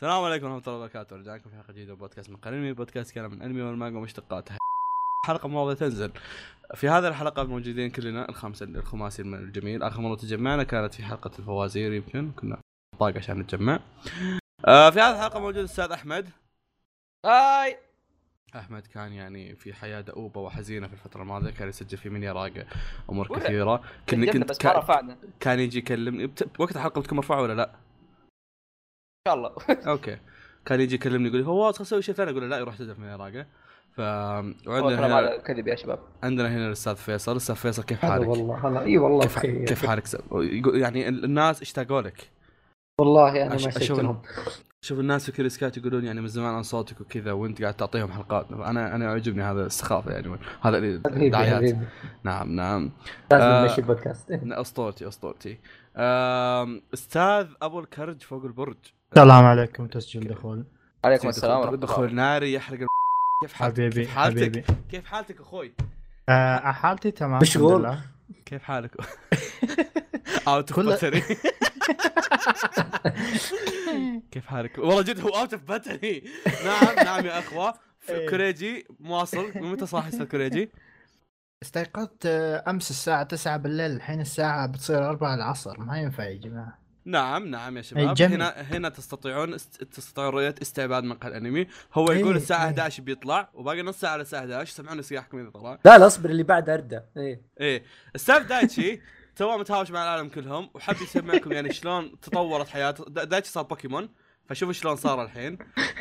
السلام عليكم ورحمة الله وبركاته. رجعكم في حلقة جديدة من بودكاست مقالنمي، بودكاست كلام من الأنمي والمانجا ومشتقاتها. حلقة ماضية تنزل. في هذه الحلقة موجودين كلنا الخماسي الجميل. آخر مرة تجمعنا كانت في حلقة الفوازير، يمكن كنا طاقة عشان نتجمع. في هذه الحلقة موجود الأستاذ أحمد. هاي. أحمد كان يعني في حياة دؤوبة وحزينة في الفترة الماضية، كان يسجل في مني راقة أمور كثيرة. كان يجي يكلمني وقت الحلقة بتكون مرفوعة ولا لا؟ إن شاء الله. أوكي. كان يجي يكلمني يقول لي هو واضح اسوي شيء ثاني، اقول له لا يروح تدف من الراقه. وعندنا هنا كذب يا شباب. عندنا هنا الاستاذ فيصل. الاستاذ فيصل كيف حالك؟ والله انا اي والله بخير. كيف حالك؟ يعني الناس اشتاقوا لك والله انا ما شفتهم. شوف الناس في كريسكات يقولون يعني من زمان عن صوتك وكذا وانت قاعد تعطيهم حلقات. انا يعجبني هذا السخافه يعني، هذا الدعايات. نعم لازم نمشي البودكاست. اسطورتي. استاذ ابو الكرج فوق البرج. السلام عليكم. تسجيل دخول. عليكم السلام ورحمة الله. دخول ناري يحرق. كيف حالتك؟ حبيبي. كيف حالتك اخوي؟ حالتي تمام مشغول. كيف حالك؟ اوت اوف باتري. كيف حالك؟ والله جد هو اوت اوف باتري. نعم يا اخوه. كوريجي مواصل. متى صاحي استاذ كوريجي؟ استيقظت امس الساعه 9 بالليل، الحين الساعه بتصير 4 العصر، ما ينفع يا جماعه. نعم يا شباب. هنا تستطيعون رؤية استعباد مقهى الانمي. هو يقول الساعة 11 بيطلع وباقي نص ساعة على الساعة 11. سمعون صياحكم اذا طلع. لا اصبر اللي بعد اردى. ايه استاذ دايتشي تو متهاوش مع العالم كلهم وحب يسمعكم يعني شلون تطورت حياته. دايتشي صار بوكيمون، فشوفوا شلون صار الحين.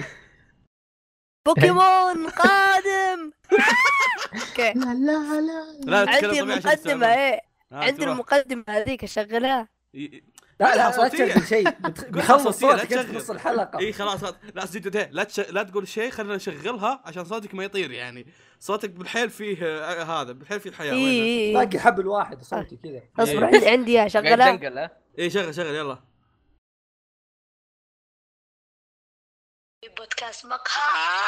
بوكيمون قادم. اوكي لا عندي المقدمة. عندي المقدمة هذيك اشغلها. لا تشغل شيء بيخلص صوتك في نص الحلقه. اي خلاص لا سجلت لا تقول شيء، خلينا نشغلها عشان صوتك ما يطير. يعني صوتك بالحيل فيه هذا بالحيل فيه الحياه. باقي حبل واحد صوتي كذا. اصبر عندي يا شغلها. اي شغل يلا. بودكاست مقهى.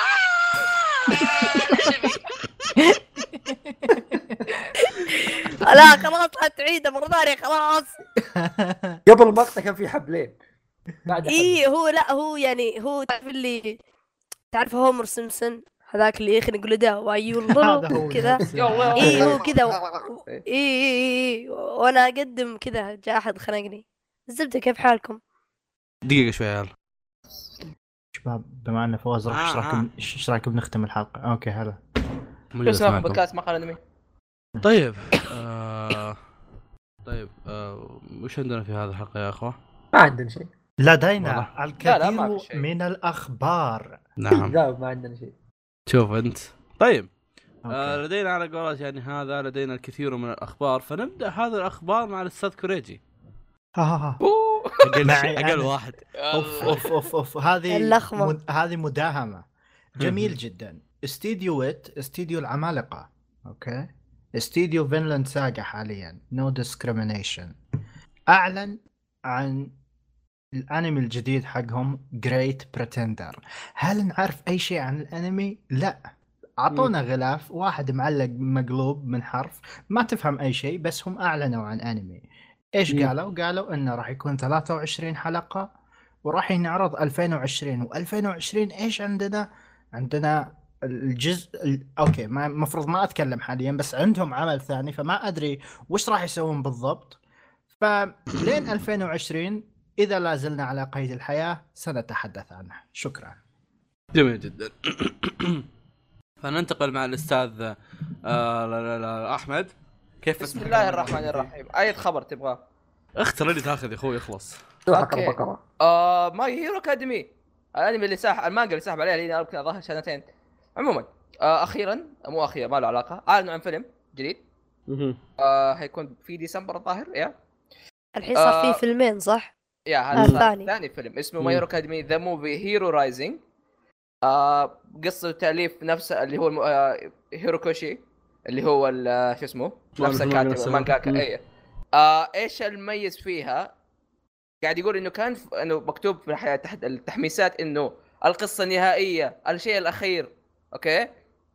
لا خلاص لا تعيده مرة ثانية خلاص. قبل المقطع كان في حبلين بعد هو لا هو يعني هو تعرف اللي تعرف هومر سيمسون هذاك اللي يخنق ولده وايوه كذا. هو كذا. وانا اقدم كذا جاء احد خنقني. الزبده كيف حالكم؟ دقيقة شوي يلا شباب، بما ان فواز راح ايش رايكم نختم الحلقة؟ اوكي هلا اسمع بودكاست مقال انمي. طيب وش عندنا في هذه الحلقة يا اخوة؟ ما عندنا شيء. لدينا الكثير من الاخبار. نعم ما عندنا شيء. شوف انت. طيب لدينا على قولات يعني هذا لدينا الكثير من الاخبار، فنبدا هذه الاخبار مع الاستاذ كوريجي. اقل واحد. اوف هذه مداهمه. جميل جدا. استديو استديو العمالقه. اوكي استديو فينلاند ساغا حاليا نو ديسكريمينيشن اعلن عن الانمي الجديد حقهم جريت بريتندر. هل نعرف اي شيء عن الانمي؟ لا، اعطونا غلاف واحد معلق مقلوب من حرف، ما تفهم اي شيء، بس هم اعلنوا عن انمي. ايش قالوا انه راح يكون 23 حلقة وراح ينعرض 2020 و2020 ايش عندنا الجزء اوكي ما مفروض ما اتكلم حاليا، بس عندهم عمل ثاني فما ادري وش راح يسوون بالضبط. فلين 2020 اذا لا زلنا على قيد الحياة سنتحدث عنه. شكرا. جميل جدا. فننتقل مع الاستاذ احمد. كيف بسم الله الرحمن الرحيم. اي خبر تبغاه؟ اختر اللي تاخذ يا اخوي يخلص. بقرة. ماي هيرو اكاديمي الانمي اللي المانجا اللي ساحب عليها لي يمكن ظهر سنتين. عموما اخيرا مو اخيرا ما له علاقه، اعلنوا عن فيلم جديد. هيكون في ديسمبر الظاهر. الحين صار في فيلمين صح؟ هذا ثاني فيلم اسمه ماي هيرو اكاديمي ذا موفي هيرو رايزنج. قصة تأليف نفسه اللي هو هيروكوشي اللي هو شو اسمه نفس الكاتب مانجاكا. ايش المميز فيها؟ قاعد يقول انه كان انه مكتوب في الحياة تحت التحميسات انه القصة النهائية الشيء الاخير. اوكي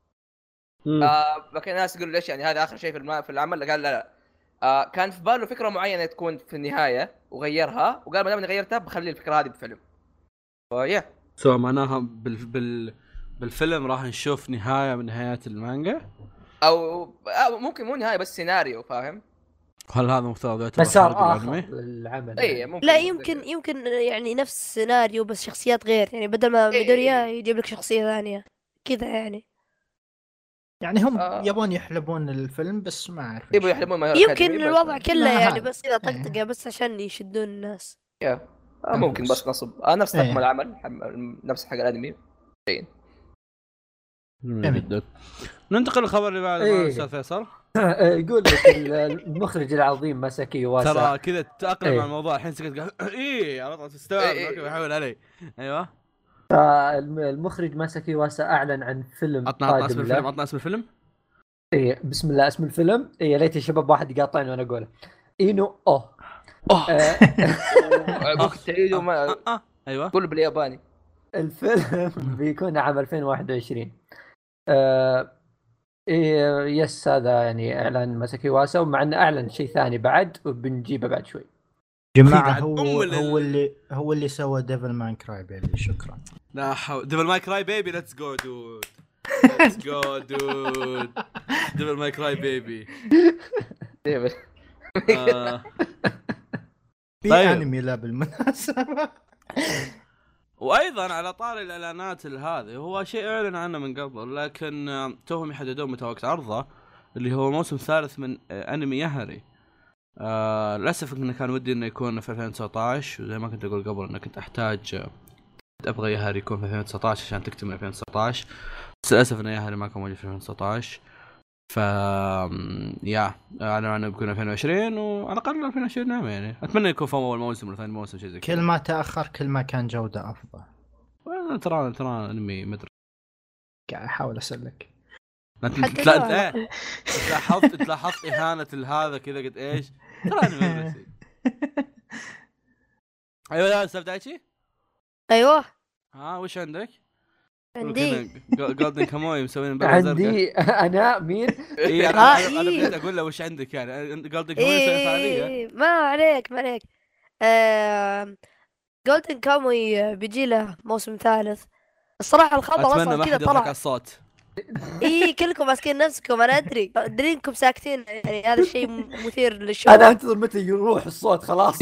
لكن الناس يقولوا ليش يعني هذا اخر شيء في العمل؟ قال لا كان في باله فكرة معينة تكون في النهاية وغيرها، وقال ما دام غيرتها بخلي الفكرة هذه بفيلم. يا سواء معناها بالفيلم راح نشوف نهايه من نهايات المانجا او ممكن مو نهايه بس سيناريو، فاهم؟ هل هذا مفترض يعتبر مسار حرق اخر الأنمي؟ للعمل. اي ممكن. لا يمكن يعني نفس السيناريو بس شخصيات غير، يعني بدل ما ميدوريا يجيب لك شخصيه ثانيه كذا يعني هم يبون يحلبون الفيلم بس ما اعرف يبغوا يحلبون يمكن الوضع كله يعني بس كذا طقطقه بس عشان يشدون الناس. ممكن بس نصب نفس طاقم العمل نفس حق الانمي. جميل جدا. ننتقل للخبر اللي بعد مع الاستاذ فيصل. يقول لك المخرج العظيم ماساكي واسا ترى كذا تأقلم على الموضوع الحين سكت قال ايه على طول تستوعب يحاول علي. ايوه المخرج ماساكي واسا اعلن عن فيلم قادم له. عطنا اسم الفيلم. ايه بسم الله اسم الفيلم. يا ليت الشباب واحد يقاطعني وانا اقوله اينو ممكن تعيدوا ما ايوه قول بالياباني. الفيلم بيكون عام 2021. يس هذا يعني اعلان ماساكي واسا، ومع انه اعلن شيء ثاني بعد وبنجيبه بعد شوي. جماعة هو اللي سوى ديفل مان كراي بيبي. شكرا. لا حول. ديفل مان كراي بيبي ليتس جو دود. ليتس جو دود. ديفل مان كراي بيبي. في انمي لا بالمناسبة. وايضا على طاري الاعلانات هذه، هو شيء اعلن عنه من قبل لكن توهم يحددون متى وقت عرضه، اللي هو موسم ثالث من انمي يهري. للاسف انه كان ودي انه يكون في 2019، وزي ما كنت اقول قبل انه كنت احتاج ابغى يهري يكون في 2019 عشان تكتمل 2019، بس للاسف انه يهري ما كان موجود في 2019. ف اعلن عنه بيكون 2020 وعلى الاقل 2020. نعم يعني اتمنى يكون في اول موسم ولا ثاني موسم شيء زي كذا. كل ما تاخر كل ما كان جوده افضل. ترى انمي مدري قاعد احاول اسلك. تلاحظت اهانه هذا كذا قد ايش ترى انمي مدرسي. ايوه يا استاذ دايتشي. ايوه وش عندك؟ عندي جولدن كاموي مسوين عندي انا مين؟ انا بديت اقول له وش عندك يعني جولدن كاموي مسوين فعاليه. ما عليك جولدن كاموي بيجي له موسم ثالث. الصراحه الخبر اصلا كذا طلع الصوت. كلكم ماسكين نفسكم، انا ادري انكم ساكتين، يعني هذا الشيء مثير للشغل. انا انتظر متى يروح الصوت خلاص.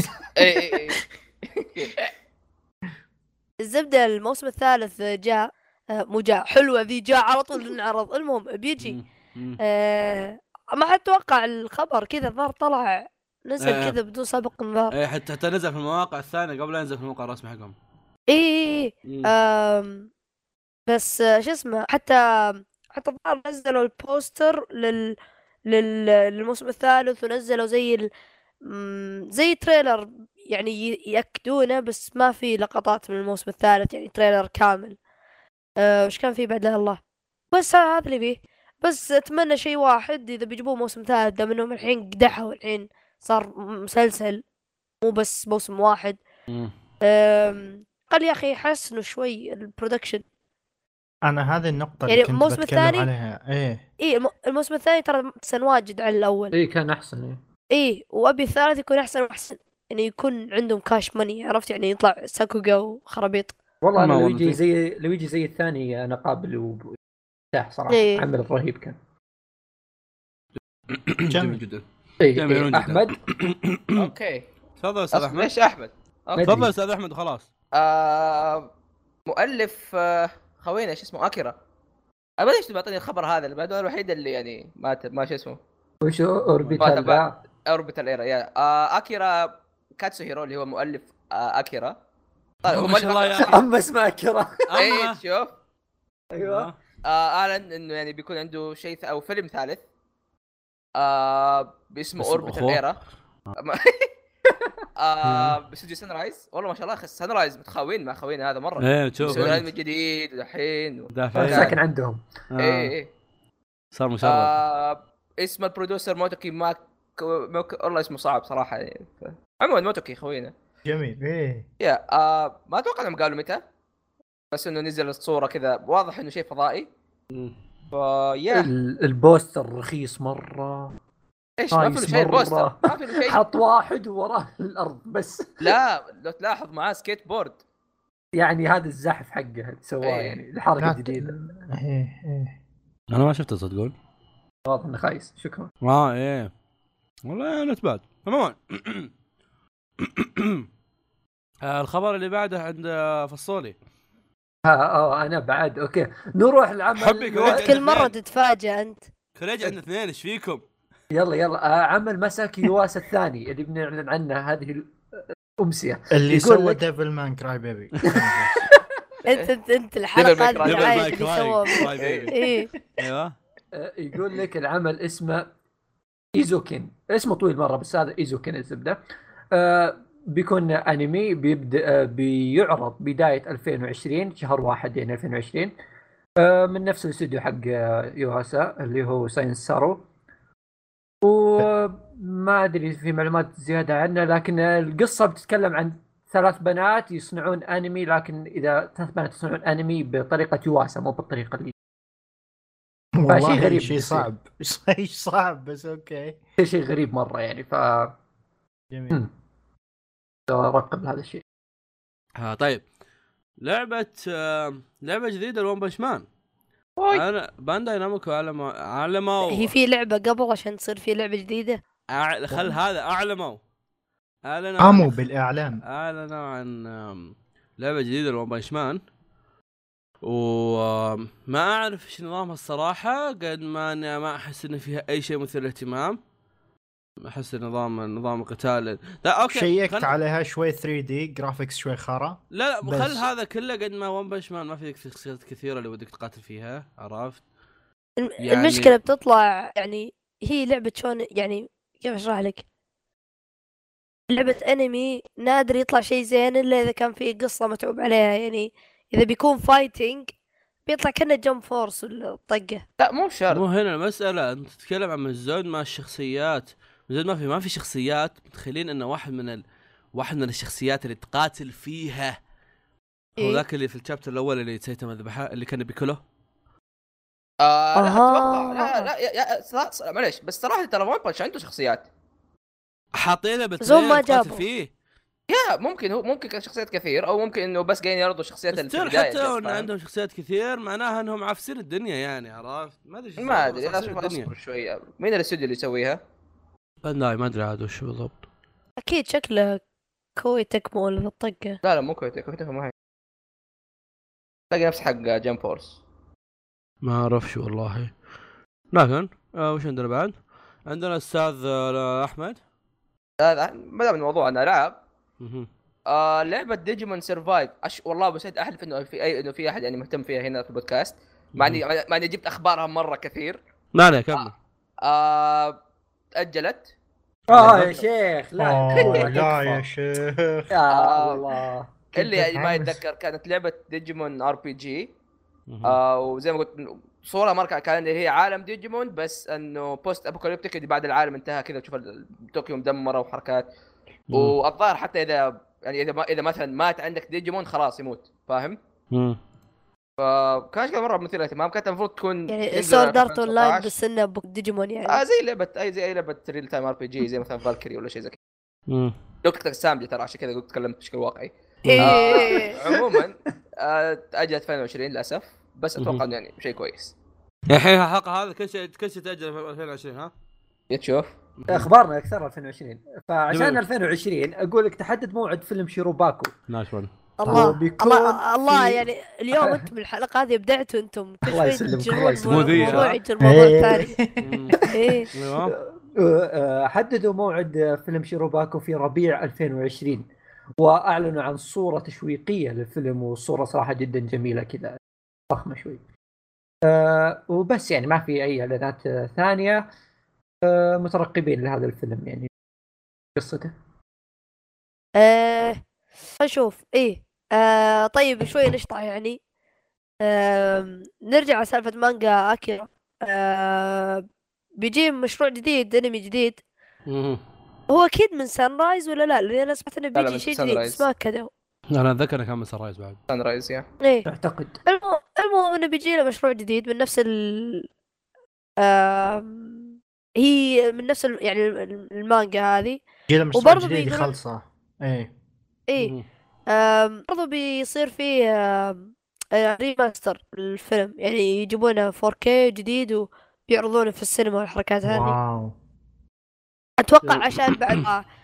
الزبده الموسم الثالث جاء مو جاء حلوه ذي جاء على طول نعرض. المهم بيجي ما اتوقع الخبر كذا الظاهر طلع نزل كذا بدون سابق انذار. حتى نزل في المواقع الثانيه قبل لا ينزل في الموقع الرسمي حقهم. بس شو اسمه حتى نزلوا البوستر للموسم الثالث، ونزلوا زي تريلر يعني يأكدونه، بس ما في لقطات من الموسم الثالث يعني تريلر كامل. وش كان فيه بعد له الله. بس هذا اللي فيه. بس اتمنى شيء واحد اذا بيجيبوه موسم ثالث، دام انهم الحين قدحوا الحين صار مسلسل مو بس موسم واحد. قال يا اخي حسنوا شوي البرودكشن. انا هذه النقطه يعني اللي كنت بتكلم عليها. الموسم الثاني ترى احسن واجد على الاول. كان احسن. وابي الثالث يكون احسن واحسن، يعني يكون عندهم كاش ماني، عرفت يعني يطلع ساكوغا وخرابيط. والله أنا لو يجي زي الثاني انا قابل وتاح صراحه. عمل رهيب كان. جميل جدا. احمد. اوكي تفضل استاذ احمد. ليش احمد؟ تفضل استاذ احمد وخلاص. مؤلف خوينا ايش اسمه اكيرا. ابدا ايش بعطيني الخبر هذا اللي بعده الوحيد اللي يعني ما شو اسمه وشو اوربيتال ايرا يا اكيرا كاتسوهيرو اللي هو مؤلف اكيرا. ما شاء الله يا اخي. اما اسمه اكيرا. اي شوف. ايوه. اعلن انه يعني بيكون عنده شيء او فيلم ثالث باسمه اوربيتال ايرا. بسجل سان رايز. والله ما شاء الله اخي سان رايز متخاوين مع خوينا هذا مره. تشوف سان رايز جديد الحين ساكن عندهم. ايه صار مشرف. اسم البرودوسر موتوكي والله اسمه صعب صراحه يعني. عموما موتوكي خوينا جميل. يا ما اتوقع انهم قالوا متى، بس انه نزل الصوره كذا واضح انه شيء فضائي. فيا البوستر رخيص مره. ايش ما في شيء البوستر ما في شيء. حط واحد وراه الارض بس. لا لو تلاحظ معاه سكيت بورد يعني هذا الزحف حقه اللي سواه يعني الحركه الجديده. ايه انا ما شفته تصدقون. واضح انه خايس. شكرا. ايه والله انا تباد. عموما الخبر اللي بعده عند فصولي. انا بعد اوكي نروح العمل. حبي كل مره تتفاجئ انت. كريج عندنا اثنين ايش فيكم؟ يلا عمل مساكي يواس الثاني اللي بنعلن عنه هذه الامسيه اللي سوى ديفل مان كراي بيبي. انت الحلقه هذه اللي سوى ايه ايوه. يقول لك العمل اسمه ايزوكين، اسمه طويل مره بس هذا ايزوكين الزبده. بيكون انمي بيبدا بيعرض بدايه 2020 شهر 1 يعني 2020 من نفس الاستوديو حق يوهاسا اللي هو ساينس سارو. وما ادري في معلومات زياده عنه، لكن القصه بتتكلم عن 3 بنات يصنعون انمي، لكن اذا 3 بنات يصنعون انمي بطريقه يواسا مو بالطريقه اللي والله غريب. شيء صعب شيء صعب بس اوكي شيء غريب مره يعني. ف جميل راقب هذا الشيء. طيب لعبه جديده لون بنش مان. انا بانداي نامكو اعلموا هي في لعبه قبل عشان تصير في لعبه جديده. خل هذا اعلنوا قاموا بالاعلان. اعلنوا عن لعبه جديده لون بنش مان، وما اعرف ايش نظامها الصراحه. قد ما احس ان فيها اي شيء مثير للاهتمام. احس نظام القتال لا اوكي شيكت عليها شوي 3 دي جرافيكس شوي خرا. لا خل هذا كله. قد ما ون بنش مان ما فيك شخصيات كثيره اللي ودك تقاتل فيها، عرفت يعني المشكله بتطلع يعني هي لعبه شلون يعني كيف اشرح لك؟ لعبه انمي نادر يطلع شيء زين الا اذا كان في قصه متعوب عليها. يعني اذا بيكون فايتنج بيطلع كأنه جمب فورس ولا طقه. لا مو شرط. مو هنا المساله. انت تتكلم عن مزود مع الشخصيات. مزود ما في شخصيات. متخيلين انه واحد من الشخصيات اللي تقاتل فيها هو ذاك اللي في الشابتر الاول اللي سيتم ذبحه اللي كان بيكله. لا اتوقع لا معليش بس صراحه ترى ون بنش عنده شخصيات حاطينه بالتريلر تقاتل فيه. يا ممكن كان شخصيات كثير، او ممكن انه بس قاعدين يعرضوا شخصيات اللي في البدايه. حتى لو عندهم شخصيات كثير معناها انهم عافسين الدنيا يعني، عرفت؟ ما ادري اصبر شويه. مين الاستوديو اللي يسويها؟ بانداي ما ادري عاد وش بالضبط. اكيد شكله كوي تكمو ولا الطقه. لا مو كوي تكمو ما هي. تلاقي نفس حق جمب فورس. ما اعرفش والله. لكن وش عندنا بعد؟ عندنا استاذ احمد. ما دام الموضوع عن العاب لعبه ديجيمون سرفايف. والله بس احلف انه في احد يعني مهتم فيها هنا في البودكاست. مع اني جبت اخبارها مره كثير. ما عليه كمل. تاجلت. يا شيخ لا لا يا شيخ يا الله. اللي يعني ما يتذكر كانت لعبه ديجيمون ار بي جي. وزي ما قلت صورة ماركة كان اللي هي عالم ديجيمون بس انه بوست ابوكاليبتيك اللي بعد العالم انتهى كذا تشوف طوكيو مدمرة وحركات. والظاهر حتى اذا يعني اذا مثلا مات عندك ديجيمون خلاص يموت، فاهم؟ فكان مرة مثير للاهتمام. كانت المفروض تكون يعني سورد ارت اون لاين بس انه ديجيمون يعني زي اي لعبة ريل تايم ار بي جي زي مثلا فالكري ولا شيء زي كذا. دكتور سامجي ترى عشان كذا قلت تكلمت بشكل واقعي. عموما اجل 2020 للاسف، بس اتوقع انه يعني شيء كويس. الحين الحلقه هذا كل شيء تاجل في 2020 ها؟ تشوف اخبارنا اكثر 2020 فعشان 2020 اقول لك تحدد موعد فيلم شيروباكو. نايس ون. الله يعني اليوم انتم بالحلقه هذه ابدعتوا انتم. الله يسلمك. الله يسلمك. الموضوع الثاني حددوا موعد فيلم شيروباكو في ربيع 2020 واعلنوا عن صوره تشويقيه للفيلم، والصوره صراحه جدا جميله كذا ضخمه شوي. وبس يعني ما في اي اعلانات ثانيه. مترقبين لهذا الفيلم يعني قصته. اشوف طيب شوي نشطع يعني. نرجع على سالفه مانجا اكيرا. بيجي مشروع جديد انمي جديد. هو اكيد من سان رايز ولا لا؟ لان انا سمعت انه بيجي شيء جديد اسمه كذا. انا اتذكر كان من سان رايز بعد. سان رايز اعتقد. المهم انه بيجي له مشروع جديد من نفس هي من نفس يعني المانجا هذه. وبرضه جديد خلصه. ايه برضو بيصير فيه ريماستر الفيلم، يعني يجيبونه 4K جديد وبيعرضونه في السينما والحركات هذه. واو. اتوقع عشان بعد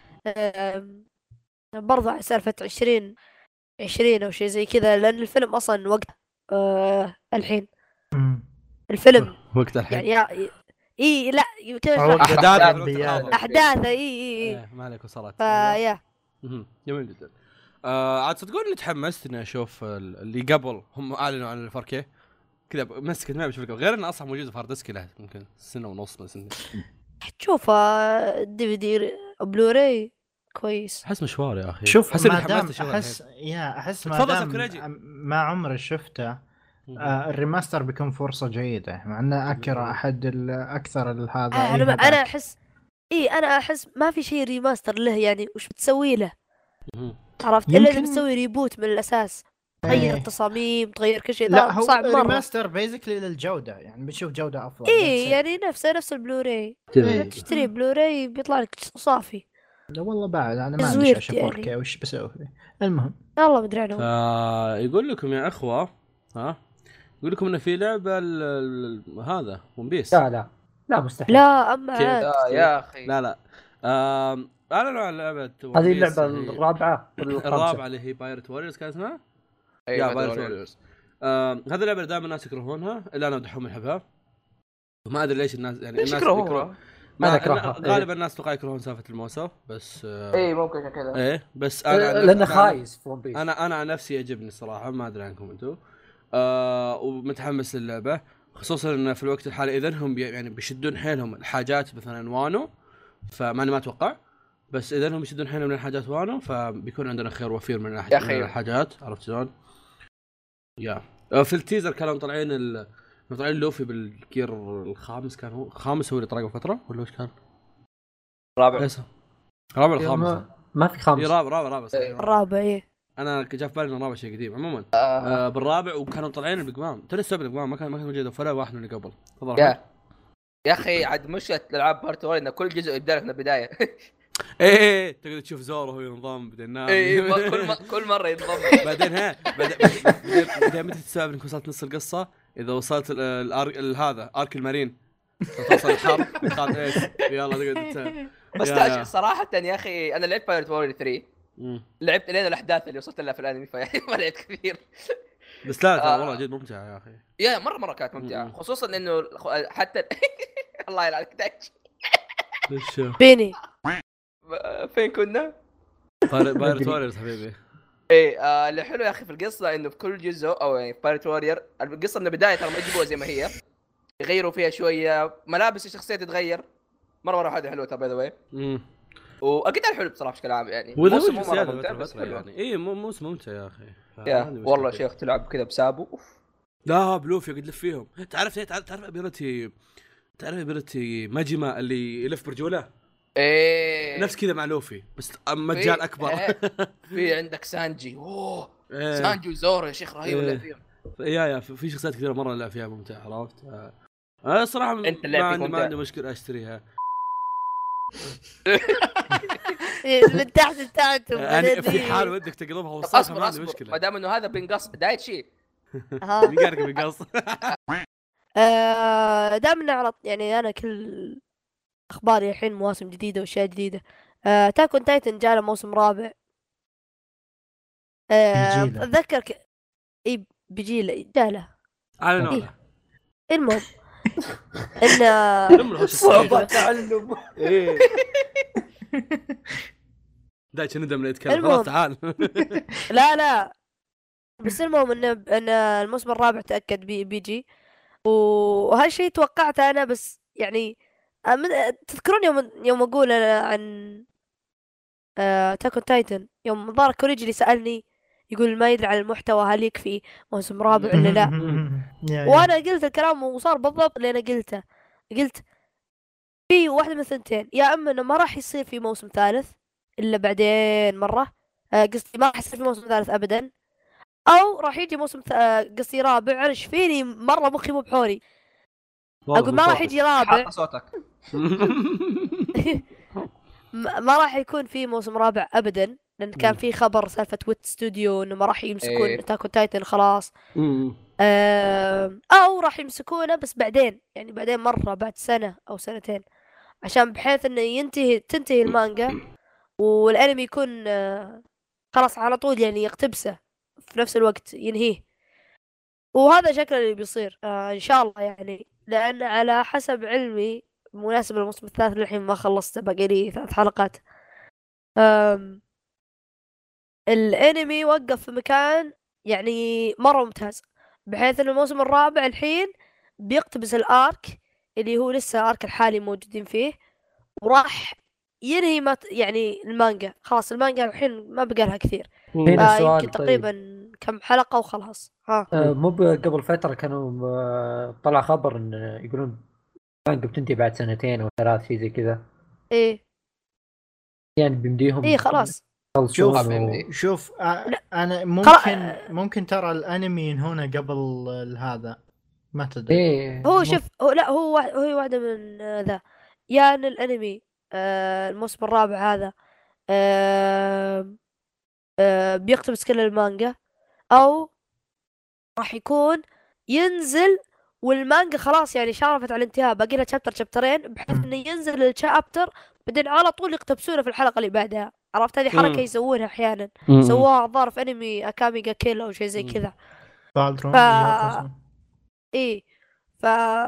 برضو على سالفة 2020 او شيء زي كذا، لان الفيلم اصلا وقت الحين الفيلم وقت الحين يعني اي لا كذا احداثه اي ما عليك وصلت يا جميل جدا. عاد صدقوني اللي تحمست اني اشوف اللي قبل هم اعلنوا عن ال4K كذا، مسكت ما بشوف غير انه اصلا موجود في هارد ديسك له ممكن سنه ونص مثلا تشوفه DVD بلوراي كويس. احس مشوار يا اخي. شوف ما دام احس ما دام ما عمري شفته الريماستر بيكون فرصة جيدة، مع انه اكره احد اكثر هذا. انا احس انا احس ما في شيء ريماستر له، يعني وش بتسوي له؟ عرفت الا اللي بتسوي ريبوت من الاساس، تغير التصاميم تغير كل شيء. لا هو صعب مرة. ريماستر بيزيكلي للجودة، يعني بتشوف جودة افضل. يعني نفس البلوراي تشتري بلوراي بيطلع لك صافي. لا والله بعد انا ما عندي شاشة 4K يعني. وش بسوي فيه؟ المهم والله مدري عنه. يقول لكم يا اخوة يقول لكم انه في لعبة هذا ون بيس. لا مستحيل. لا اما يا اخي لا اعلنوا عن لعبة هذه اللعبة الرابعة اللي هي بايرت ووريرز كانت اسمها. يا بايرت ووريرز. هذه اللعبة دائما الناس يكرهونها الا انا دحوم الحبها، وما ادري ليش الناس يعني الناس يكرهون. غالبا الناس توقع يكرهون سالفة الموسو بس ممكن كذا. بس انا لانه خايس في ون بيس. انا عن نفسي يعجبني الصراحة، ما ادري عنكم انتم. ومتحمس للعبة، خصوصا ان في الوقت الحالي اذا هم يعني بيشدون حيلهم الحاجات مثلا وانو، فماني ما اتوقع، بس اذا هم يشدون حيلهم من الحاجات وانو فبيكون عندنا خير وفير من الحاجات. عرفت شلون؟ في التيزر كانوا طالعين لوفي بالجير الخامس، كان هو الخامس هو اللي طلع فتره ولا وش كان؟ رابع الخامس. ما في خامس. رابع الرابع. انا جاء في بالي انه رابع شيء قديم عموما. بالرابع وكانوا طالعين البقمام، ترى السبب البقمام ما كان موجود ولا واحد من اللي قبل. يا اخي عاد مشكله الالعاب بارت 1 ان كل جزء يبدا لك من البدايه. ايه تقدر تشوف زورو هو ينضم بعدين كل مره ينضم بعدين بعدين متى تستوعب انك وصلت نص القصه؟ اذا وصلت هذا ارك المارين توصل الحرب قال ايش يلا تقدر بس صراحه يا اخي انا لعبت بايرت وورير 3 لعبت لين الاحداث اللي وصلت لها في الانمي ما لعبت كثير بس لا والله جد ممتعه يا اخي. يا مره كانت ممتعه خصوصا انه حتى الله يلعنك داش بيني فين كنا؟ بايرت ووريرز حبيبي. اللي حلو يا اخي في القصه انه في كل جزء او يعني في بايرت وورير القصه من البدايه ترى ما يجيبوها زي ما هي، يغيروا فيها شويه ملابس الشخصيه تتغير مره هذه حلوه ترى باي ذا واي. واكيد الحلو بصراحه بشكل عام يعني موسم مره ممتع بس يعني موسم ممتع يا اخي. والله شيخ تلعب كذا بسابو لا بلوفي قد لف فيهم. تعرف ابيرتي ماجما اللي يلف برجوله نفس كذا مع لوفي بس مجال اكبر. في عندك سانجي سانجي وزورو يا شيخ رهيب اللعب فيهم. يا في شخصيات كثيره مره اللعب فيها ممتع. عرفت انا الصراحه ما عندي مشكله اشتريها من تحت يعني في حال ودك تقلبها وصلها ما عندي مشكله ما دام انه هذا بنقص بدايه شيء بيقارك بنقص. دام نعرض يعني انا كل اخباري الحين مواسم جديده واشياء جديده. تاكون تايتن جاله موسم رابع. اتذكر بيجي جاله المهم ان صعوبة تعلم دايتش ندم يتكلم خلاص تعال. لا بس المهم ان الموسم الرابع تاكد بيجي، وهالشيء توقعته انا. بس يعني تذكرون يوم اقول عن تاكون تايتن يوم ظهر كوريجي اللي سالني يقول ما يدري عن المحتوى هل يكفي موسم رابع ولا لا. وانا قلت الكلام وصار بالضبط اللي انا قلت في واحده من ثنتين، يا اما انه ما راح يصير في موسم ثالث الا بعدين مره، قصدي ما راح يصير في موسم ثالث ابدا، او راح يجي موسم قصدي رابع. عرش فيني مره مخي مو بحوري اقول ما راح يجي رابع. صوتك ما راح يكون في موسم رابع ابدا، لان كان في خبر سالفه ويت ستوديو انه ما راح يمسكون إيه. اتاك تايتن خلاص. او راح يمسكونه بس بعدين، يعني بعدين مره بعد سنه او سنتين، عشان بحيث انه تنتهي المانجا والانمي يكون خلاص على طول، يعني يقتبسه في نفس الوقت ينهيه. وهذا شكله اللي بيصير ان شاء الله، يعني لان على حسب علمي مناسب الموسم الثالث للحين ما خلصته، باقي لي 3 حلقات. الانمي وقف في مكان يعني مرة ممتاز، بحيث ان الموسم الرابع الحين بيقتبس الارك اللي هو لسه الارك الحالي موجودين فيه، وراح ينهي يعني المانجا. خلاص المانجا الحين ما بقى لها كثير، هنا سؤال يمكن تقريبا كم حلقة وخلاص. مو قبل فترة كانوا طلع خبر ان يقولون المانجا بتنتهي بعد 2 أو 3 شيء زي كذا. ايه يعني بيمديهم ايه خلاص. شوف انا ممكن ترى الانمي هنا قبل هذا ما تدري. إيه هو شوف هو واحدة من ذا، يعني الانمي الموسم الرابع هذا بيقتبس كل المانجا، او راح يكون ينزل والمانجا خلاص يعني شارفت على الانتهاء، باقي لها شابترين، بحيث انه ينزل الشابتر بعدين على طول يقتبسونه في الحلقة اللي بعدها. عرفت هذه حركة يسوونها احيانا، سووها الظاهر في انمي اكاميغا كيل او شيء زي كذا. ايه ف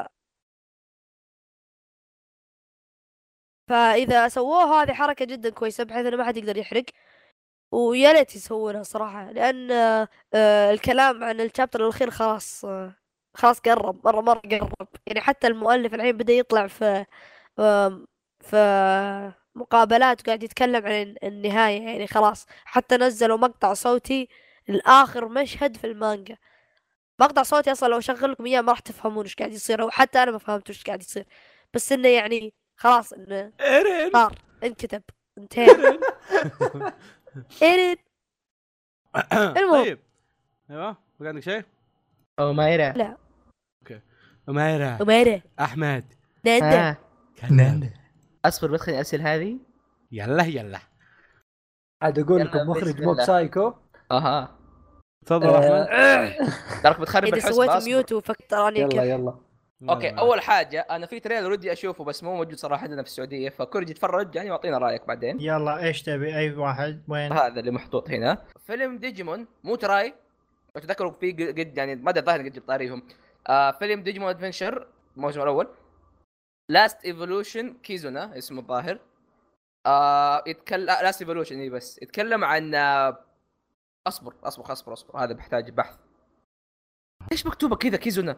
فاذا سووها هذه حركة جدا كويسة، بحيث انه ما حد يقدر يحرق، ويا ليت يسوونها صراحة، لان الكلام عن الشابتر الاخير خلاص خلاص قرب مرة قرب. يعني حتى المؤلف الحين بدأ يطلع في مقابلات وقاعد يتكلم عن النهاية، يعني خلاص حتى نزلوا مقطع صوتي لآخر مشهد في المانجا. مقطع صوتي اصلا لو اشغل لكم اياه ما راح تفهمون ايش قاعد يصير، او حتى انا ما فهمت ايش قاعد يصير، بس انه يعني خلاص انه صار انكتب انتهى. ايرين المهم. طيب ايوه بقى عندك شيء؟ او مايرا. لا اوكي مايرا احمد ناندا ناندا. اصبر بس خليني اسال هذه. يلا عاد اقول لكم مخرج موب سايكو. اها تفضل احمد. تراك بتخرب اذا الحسبه. سويت ميوت وفكرني يلا اوكي اول حاجه انا في تريلر ودي اشوفه بس مو موجود صراحه عندنا في السعوديه، فكورج يتفرج يعني واعطينا رايك بعدين. يلا ايش تبي اي واحد وين؟ هذا اللي محطوط هنا فيلم ديجيمون مو تراي، تذكروا في قد يعني ما ادري الظاهر قد جبت طاريهم. فيلم ديجيمون ادفنشر الموسم الاول. لاست ايفولوشن كيزونا اسمه الظاهر. يتكلم لاست ايفولوشن اي بس يتكلم عن اصبر هذا بحتاج بحث. ايش مكتوبه كذا كيزونا؟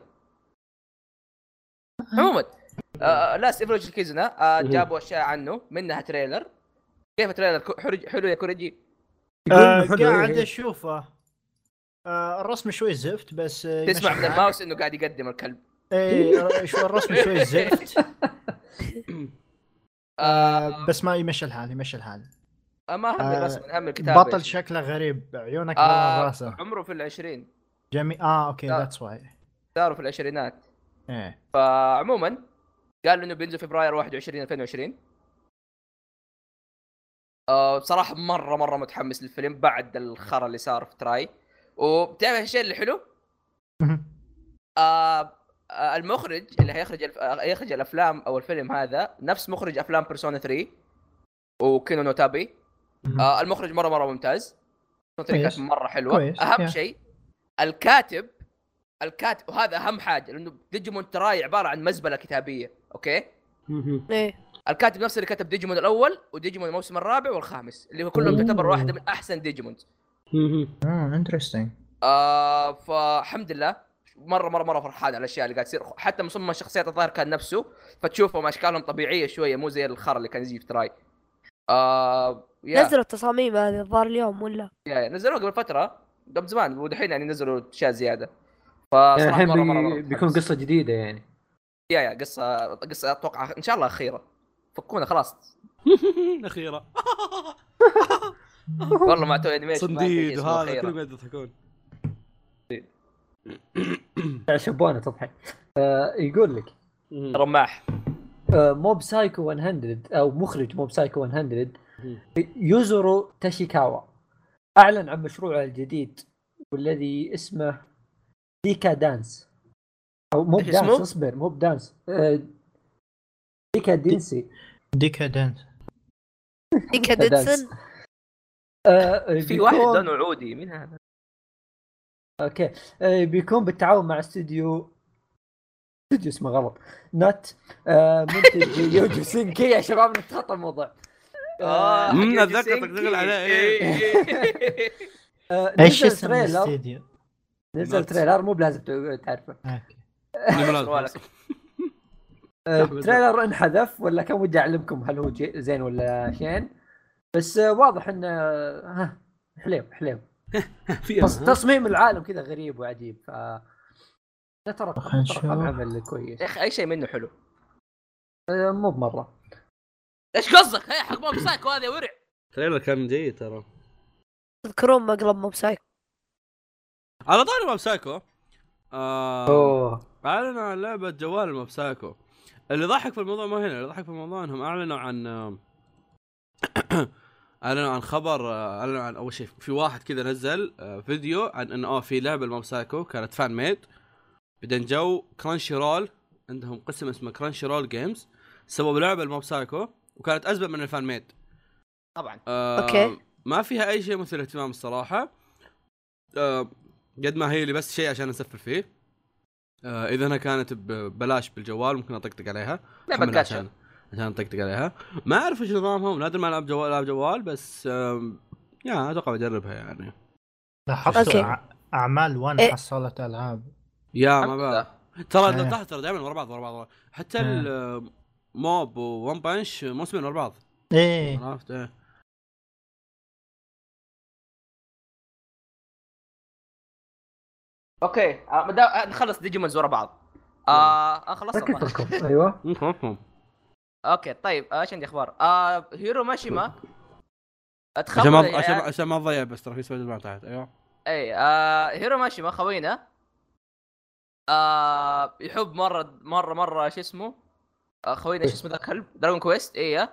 عموما لاست ايفولوشن كيزونا جابوا اشياء عنه منها تريلر. كيف تريلر حلو يا كوريجي؟ قاعد اشوفه. الرسم شوي زفت بس تسمع من الماوس انه قاعد يقدم الكلب. ايه شو الرسم شوي زفت. بس ما يمشي الحال ما هم الرسم هم الكتابه. بطل شكله غريب عيونك برا راسه. عمره في 20 جميل. اوكي ذاتس واي صاروا في العشرينات. ايه فعموما قالوا انه بينزل فبراير 21 2020. بصراحه مره متحمس للفيلم بعد الخرا اللي صار في تراي. وبتعرف الشيء اللي حلو المخرج اللي هيخرج الافلام او الفيلم هذا نفس مخرج افلام بيرسونا 3 وكينو نوتابي. المخرج مره ممتاز. كانت مره حلوه. اهم شيء الكاتب وهذا اهم حاجه لانه ديجيمون تراي عباره عن مزبله كتابيه. اوكي ايه الكاتب نفسه اللي كتب ديجيمون الاول وديجيمون الموسم الرابع والخامس اللي هو كلهم تعتبر واحده من احسن ديجيمونز. انترستينج. فالحمد لله مره فرحان على الاشياء اللي قاعد تصير. حتى مصمم الشخصيات الظاهر كان نفسه، فتشوفهم اشكالهم طبيعيه شويه مو زي الخرا اللي كان يجي في تراي. نزلوا التصاميم هذه الظاهر اليوم ولا نزلوها قبل فتره قبل زمان ودحين يعني نزلوا اشياء زياده. فصراحه مره بيكون قصه جديده يعني. قصه اتوقع ان شاء الله اخيره. فكونا خلاص اخيره. والله ما تو انيميشن صنديد وهذا كل ما يضحكون. شبونه تضحك. يقول لك رماح موب سايكو 100 او مخرج موب سايكو 100 يوزورو تاشيكاوا. اعلن عن مشروعه الجديد والذي اسمه ديكا دانس، او مو بدانس، اصبر مو بدانس، ديكا دينسي، ديكا دانس، ديكا دانس. في واحد لونه عودي، مين هذا؟ اوكي. بيكون بالتعاون مع استوديو اسمه غلط نت، منتج يوجو سينكي. يا شباب نتخطى الموضوع. اتذكر تقول عليه ايش اسم الاستديو؟ نزل تريلر مو بلازم تعرفه. تريلر انحذف ولا كان ودي اعلمكم هل هو زين ولا شين، بس واضح انه حليو تصميم العالم كذا غريب وعجيب. ف ترى عمل كويس يا اخي، اي شيء منه حلو. مو بمره. ايش قصدك؟ هي حق موب سايكو هذا ورع. تريلر كان جيد ترى. تذكرون مقلب موب سايكو؟ على طاري موب سايكو اعلنوا عن لعبه جوال موب سايكو. اللي ضحك في الموضوع ما هنا، اللي ضحك في الموضوع انهم اعلنوا عن اعلنوا عن خبر. اعلنوا عن اول شيء في واحد كذا نزل فيديو عن انه في لعبه الموب سايكو كانت فان ميد. بعدين جو كرانشي رول، عندهم قسم اسمه كرانشي رول جيمز، سووا لعبه الموب سايكو وكانت ازبط من الفان ميد طبعا. اوكي. ما فيها اي شيء مثير اهتمام الصراحه، قد ما هي اللي بس شيء عشان نسفل فيه. اذا انا كانت ببلاش بالجوال ممكن اطقطق عليها عشان اطقطق عليها. ما اعرف ايش نظامهم، نادر ما العب جوال بس يا اتوقع بجربها يعني. لاحظت اعمال وان حصلت العاب يا ما بقى ترى ترى دائما ورا بعض حتى الموب وون بانش موسمين ورا بعض. عرفت اوكي. نخلص ديجيمونز ورا بعض. خلصت. ايوه اوكي طيب. ايش عندي اخبار؟ هيرو ماشيما عشان ما تضيع، بس ترى في سؤال ما تحت. ايوه اي هيرو ماشيما خوينا يحب مره شو اسمه خوينا، ايش اسمه ذا الكلب؟ دراجون كويست. ايه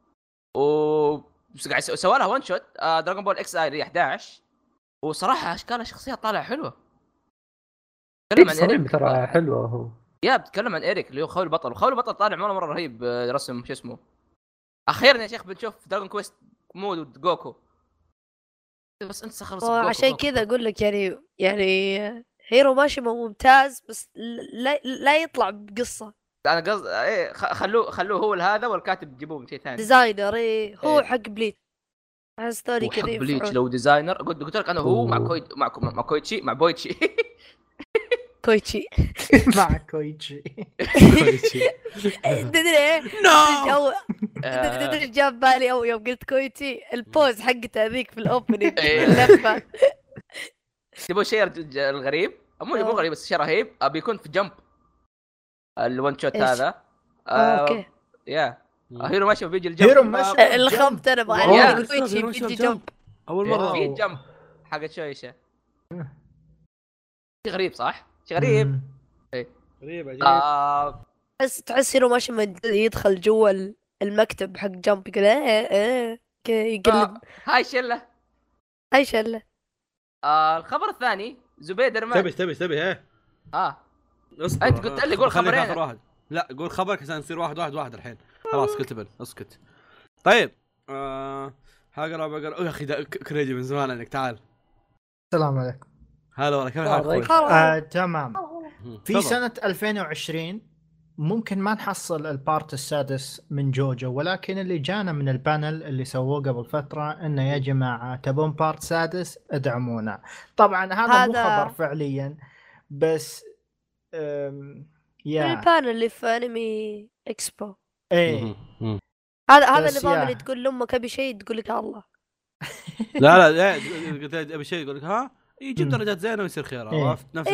قاعد سوى لها وان شوت دراجون بول اكس اي 11، وصراحه اشكال شخصيه طالعه حلوه. تكلم عن إيريك ترى حلوه. هو بتكلم عن إيريك اللي هو خوي البطل، وخوي البطل طالع مره رهيب. رسم شو اسمه اخيرا يا شيخ بنشوف دراجون كويست مود جوكو. بس انت خلص عشان كذا اقول لك يعني هيرو ماشيما ممتاز، بس لا يطلع بقصه. انا قصد ايه خلوه هو هذا، والكاتب جيبوه من شيء ثاني. ديزاينر هو حق بليت. ستوري كذا حق بليتش لو ديزاينر. قلت لك انا هو مع كويتشي مع بويتشي كويتشي مع كويتشي تدري تدري جاب بالي او يوم قلت كويتشي البوز حقته هذيك في الاوبننج اللفه. تبغى شيء الغريب مو غريب بس شيء رهيب. بيكون في جمب الون شوت هذا. اوكي يا هيرو ماشي بيجي الجمب. هيرو ماشي الخمت انا بعرف كويتشي بيجي جمب اول مره في جمب حاجه شويشه. شيء غريب صح؟ شيء غريب. غريب عجيب. تحس هيرو ماشي يدخل جوا المكتب حق جمب يقول يقلب هاي شله. الخبر الثاني زبيدر مان. تبي انت قلت لي قول خبرين واحد. لا قول خبرك عشان نصير واحد الحين. خلاص اسكت. طيب بقرا يا اخي كريجي من زمان انك تعال. السلام عليكم. هلا والله، كيف حالك؟ تمام. في سنة 2020 ممكن ما نحصل البارت السادس من جوجو، ولكن اللي جانا من البانل اللي سووه قبل فترة انه يا جماعة تبون بارت سادس ادعمونا. طبعا هذا مو خبر فعليا، بس البانل اللي في انمي اكسبو. هذا النظام اللي تقول لامك ابي شيء تقول لك الله. لا قلت ابي شيء يقول لك يجيب درجات زينه ويصير خير. عرفت نفس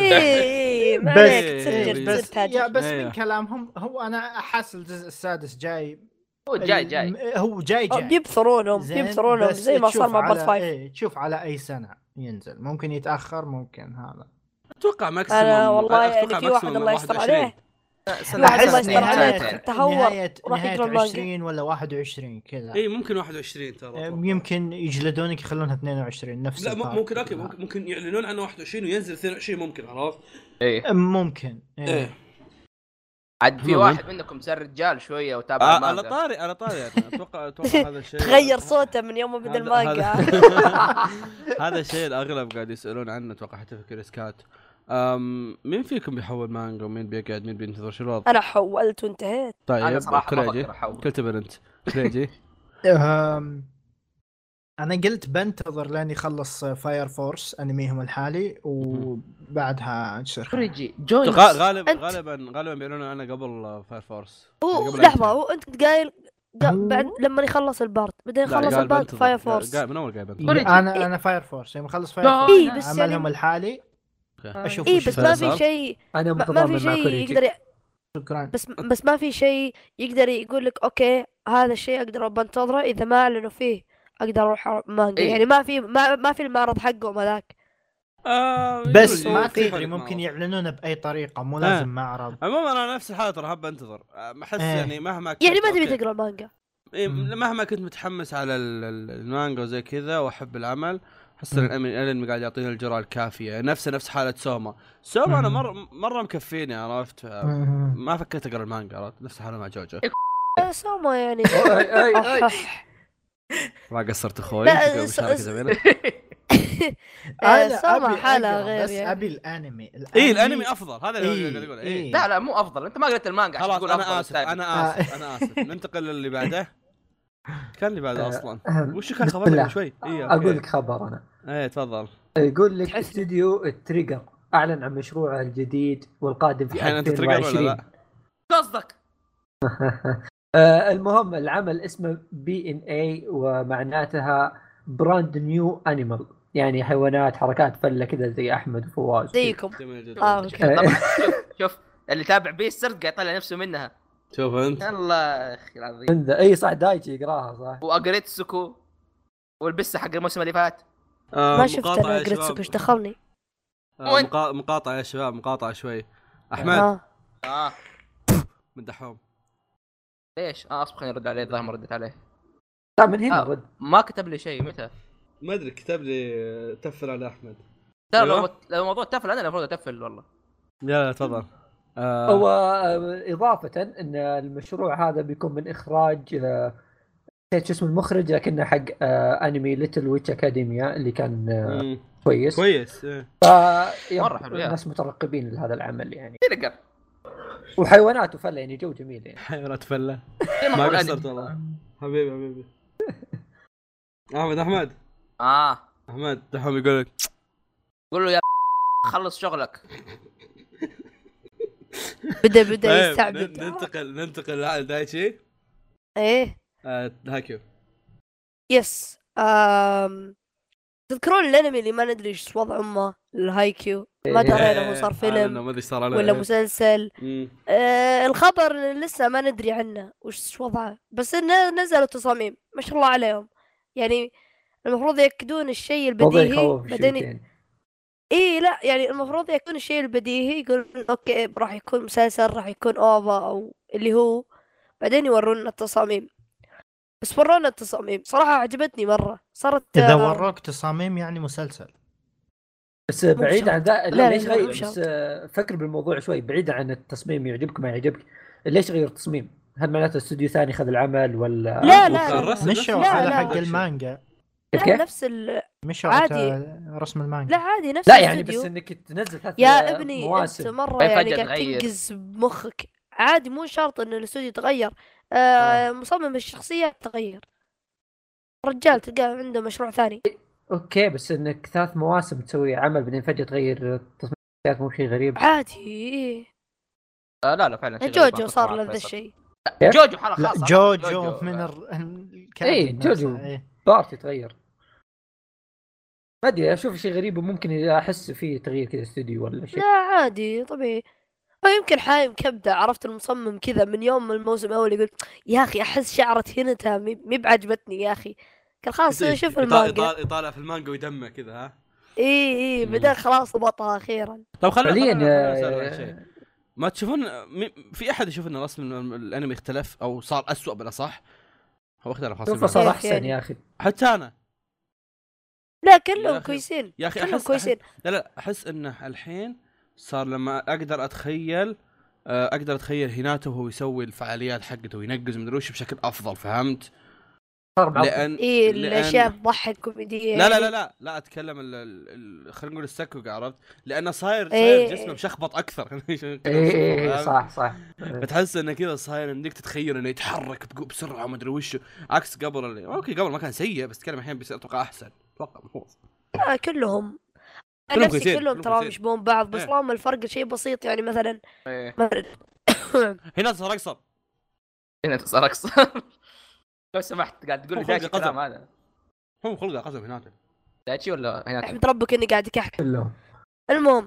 بس من كلامهم هو انا احس الجزء السادس جاي. هو جاي بيبثرونهم زي ما صار مع بارت 5. تشوف على اي سنه ينزل، ممكن يتاخر ممكن. هذا اتوقع ماكسيموم. والله في واحد الله يستر عليه واحد الله يستر نهاية عليك تهور وراح يقرا المانجا 20 ولا 21 كذا. اي ممكن 21 ترى. يمكن يجلدونك يخلونها 22 نفس لا البارت. ممكن اوكي ممكن يعلنون عنه 21 وينزل 22 ممكن عرفت. ايه ممكن ايه عاد في واحد منكم صار رجال شويه وتابع المانجا. على طاري يعني اتوقع هذا الشيء تغير صوته من يوم ما بدا المانجا. هذا الشيء الاغلب قاعد يسالون عنه اتوقع حتى في كريسكات. مين فيكم بيحول مانجا ومين بيقعد مين بينتظر شو الوضع؟ انا حولت وانتهيت. طيب انا صراحه ما كريجي بقدر احول. كتب انت كريجي. انا قلت بنتظر لين يخلص فاير فورس انميهم الحالي وبعدها نصير كريجي جوين غالبا بيعلنون عنه قبل فاير فورس. لحظه هو انت قايل بعد لما يخلص البارت بدا يخلص البارت فاير فورس. من اول قايل انا فاير فورس يوم اخلص فاير فورس عملهم الحالي اشوف بس ما في شيء ما في شيء يقدر بس ما في شيء يقدر يقول لك اوكي هذا الشيء اقدر بنتظره اذا ما اعلنوا فيه اقدر اروح مانجا. يعني ما في المعرض حقهم هذاك. بس ما تدري ممكن يعلنونه باي طريقه مو لازم معرض. عموما انا نفس الحاله ترى حاب انتظر احس يعني مهما يعني ما تبي تقرا المانجا مهما كنت متحمس على المانجا وزي كذا واحب العمل احس الانمي قاعد يعطيني الجرعه الكافيه. نفس حاله سوما انا مره مكفيني عرفت. ما فكرت اقرا المانجا عرفت. نفس الحاله مع جوجو سوما يعني ما قصرت اخوي. سوما حالة غير بس يعني. ابي الانمي الانمي افضل. هذا اللي قاعد اقوله. لا مو افضل. انت ما قريت المانجا عشان تقول افضل. انا اسف ننتقل للي بعده. كان اللي بعده اصلا وش كان خبرنا شوي. اقول لك خبر انا. تفضل. يقول لك استوديو التريجر اعلن عن مشروعه الجديد والقادم في 2020. قصدك المهم العمل اسمه BNA ومعناتها براند نيو انيمال يعني حيوانات حركات فله كذا زي احمد وفواز زيكم. طبعا شوف اللي تابع بيسترد قاعد يطلع نفسه منها. شوف انت الله اخي العظيم. اي صح دايتشي يقراها صح. واقريت سوكو والبسه حق الموسم اللي فات. ما شفت انا قريت سوكو ايش دخلني. مقاطعه يا شباب مقاطعه شوي. احمد من دحوم ليش اصبر خليني ارد عليه. الظاهر ما ردت عليه. لا من هنا رد. ما كتب لي شيء متى ما ادري كتب لي تفل على احمد. لو موضوع تفل انا المفروض اتفل والله. لا تفضل. هو اضافه ان المشروع هذا بيكون من اخراج شو اسمه المخرج لكنه حق انمي ليتل ويتش اكاديميا اللي كان كويس مره حلو. الناس مترقبين لهذا العمل يعني. تلقى وحيوانات وفله يعني جو جميل يعني. حيوانات فله ما قصرت والله. حبيبي احمد احمد دحوم يقول لك قول له يا خلص شغلك. بدا يستعبد. ننتقل على دايتشي. ايه هاكيو يس. تذكرون الانمي اللي ما ندري ايش وضع امه الهايكيو ما درينا هو صار فيلم ولا مسلسل. الخبر لسه ما ندري عنه وش وضعه بس نزلوا تصاميم ما شاء الله عليهم يعني. المفروض يأكدون الشيء البديهي بعدين لا يعني المفروض يكون الشيء البديهي يقول اوكي راح يكون مسلسل راح يكون اوفا او اللي هو بعدين يورونا التصاميم. بس ورونا التصاميم صراحة عجبتني مرة. صارت إذا وروك تصاميم يعني مسلسل. بس بعيد عن ذا ليش غير بس فكر بالموضوع شوي بعيد عن التصميم يعجبك ما يعجبك. ليش غير التصميم؟ هل معناته استوديو ثاني خذ العمل ولا لا مشوا على حق المانجا نفس مشوا عادي رسم المانجا. لا عادي نفس لا يعني بس انك تنزل 3 يا ابني مواسم. انت مرة يعني قاعد تنقز بمخك. عادي مو شرط ان الاستوديو يتغير. مصمم الشخصيات تغير. رجال تلقاه عنده مشروع ثاني. اوكي بس انك 3 مواسم تسوي عمل بعدين فجأة تغير تصميمات مو شيء غريب عادي. لا فعلا جوجو صار له ذا الشيء. جوجو حالة خاصة. جوجو من جوجو بارت يتغير. ما ادري اشوف شيء غريب وممكن احس فيه تغيير كذا استوديو ولا شيء. لا عادي طبيعي. أو يمكن حايم كبدة عرفت المصمم كذا من يوم الموسم الأول يقول يا أخي أحس شعرة هنتها مي بعجبتني يا أخي. كان خلاص شوف المانجا يطالع في المانجا ويدمه كذا ها. إيه بدأ خلاص ضبطها أخيرا. طب خلينا ما تشوفون في احد يشوف ان رسم الانمي اختلف او صار أسوأ بلا صح؟ هو اختلف شوف صار احسن يا اخي. حتى انا لا كلهم كويسين يا اخي. كلهم كويسين. لا احس انه الحين صار لما اقدر اتخيل هيناته وهو يسوي الفعاليات حقته وينقز مدري وش بشكل افضل، فهمت؟ لان الاشياء تضحك كوميديه. لا اتكلم خلينا نقول السكوك، عرفت؟ لانه صاير جسمه مشخبط اكثر. صح. بتحس انه كذا صاير انك تتخيل انه يتحرك بسرعه وما ادري وش، عكس قبل اوكي قبل ما كان سيء، بس اتكلم الحين بيصير اتوقع احسن، اتوقع مفروض. كلهم كلهم ترى يشبهون بعض، بس اللهم الفرق شيء بسيط يعني مثلا هنا صار اقصر لو سمحت قاعد تقول لي دايتشي كلام هذا هو خلقه قسم هناك دايتشي ولا هناك؟ احمد ربك اني قاعد احكي كلهم. المهم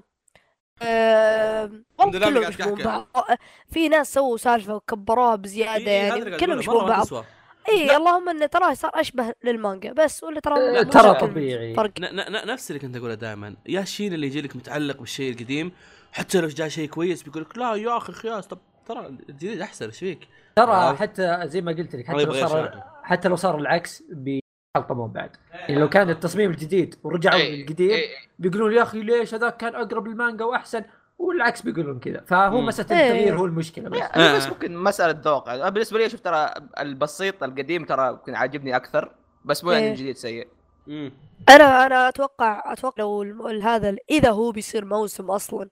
الحمد لله كلهم يشبهون بعض. في ناس سووا سالفه وكبروها بزياده يعني كلهم يشبهون بعض. اللهم انه ترى صار اشبه للمانجا بس، ولا ترى طبيعي فرق. نفس اللي كنت اقوله دائما، يا شين اللي يجي لك متعلق بالشيء القديم حتى لو جاء شيء كويس بيقول لك لا يا اخي خياس، طب ترى الجديد احسن ايش فيك؟ ترى حتى زي ما قلت لك حتى لو صار العكس بيحلطمون بعد. يعني لو كان التصميم الجديد ورجعوا للقديم بيقولون يا اخي ليش هذاك كان اقرب المانجا واحسن، والعكس بيقولون كذا. فهو مساله التغيير هو المشكله بس. بس ممكن مساله ذوق. بالنسبه لي شفت ترى البسيط القديم ترى كان عاجبني اكثر، بس مو يعني الجديد سيء. انا اتوقع لو هذا اذا هو بيصير موسم اصلا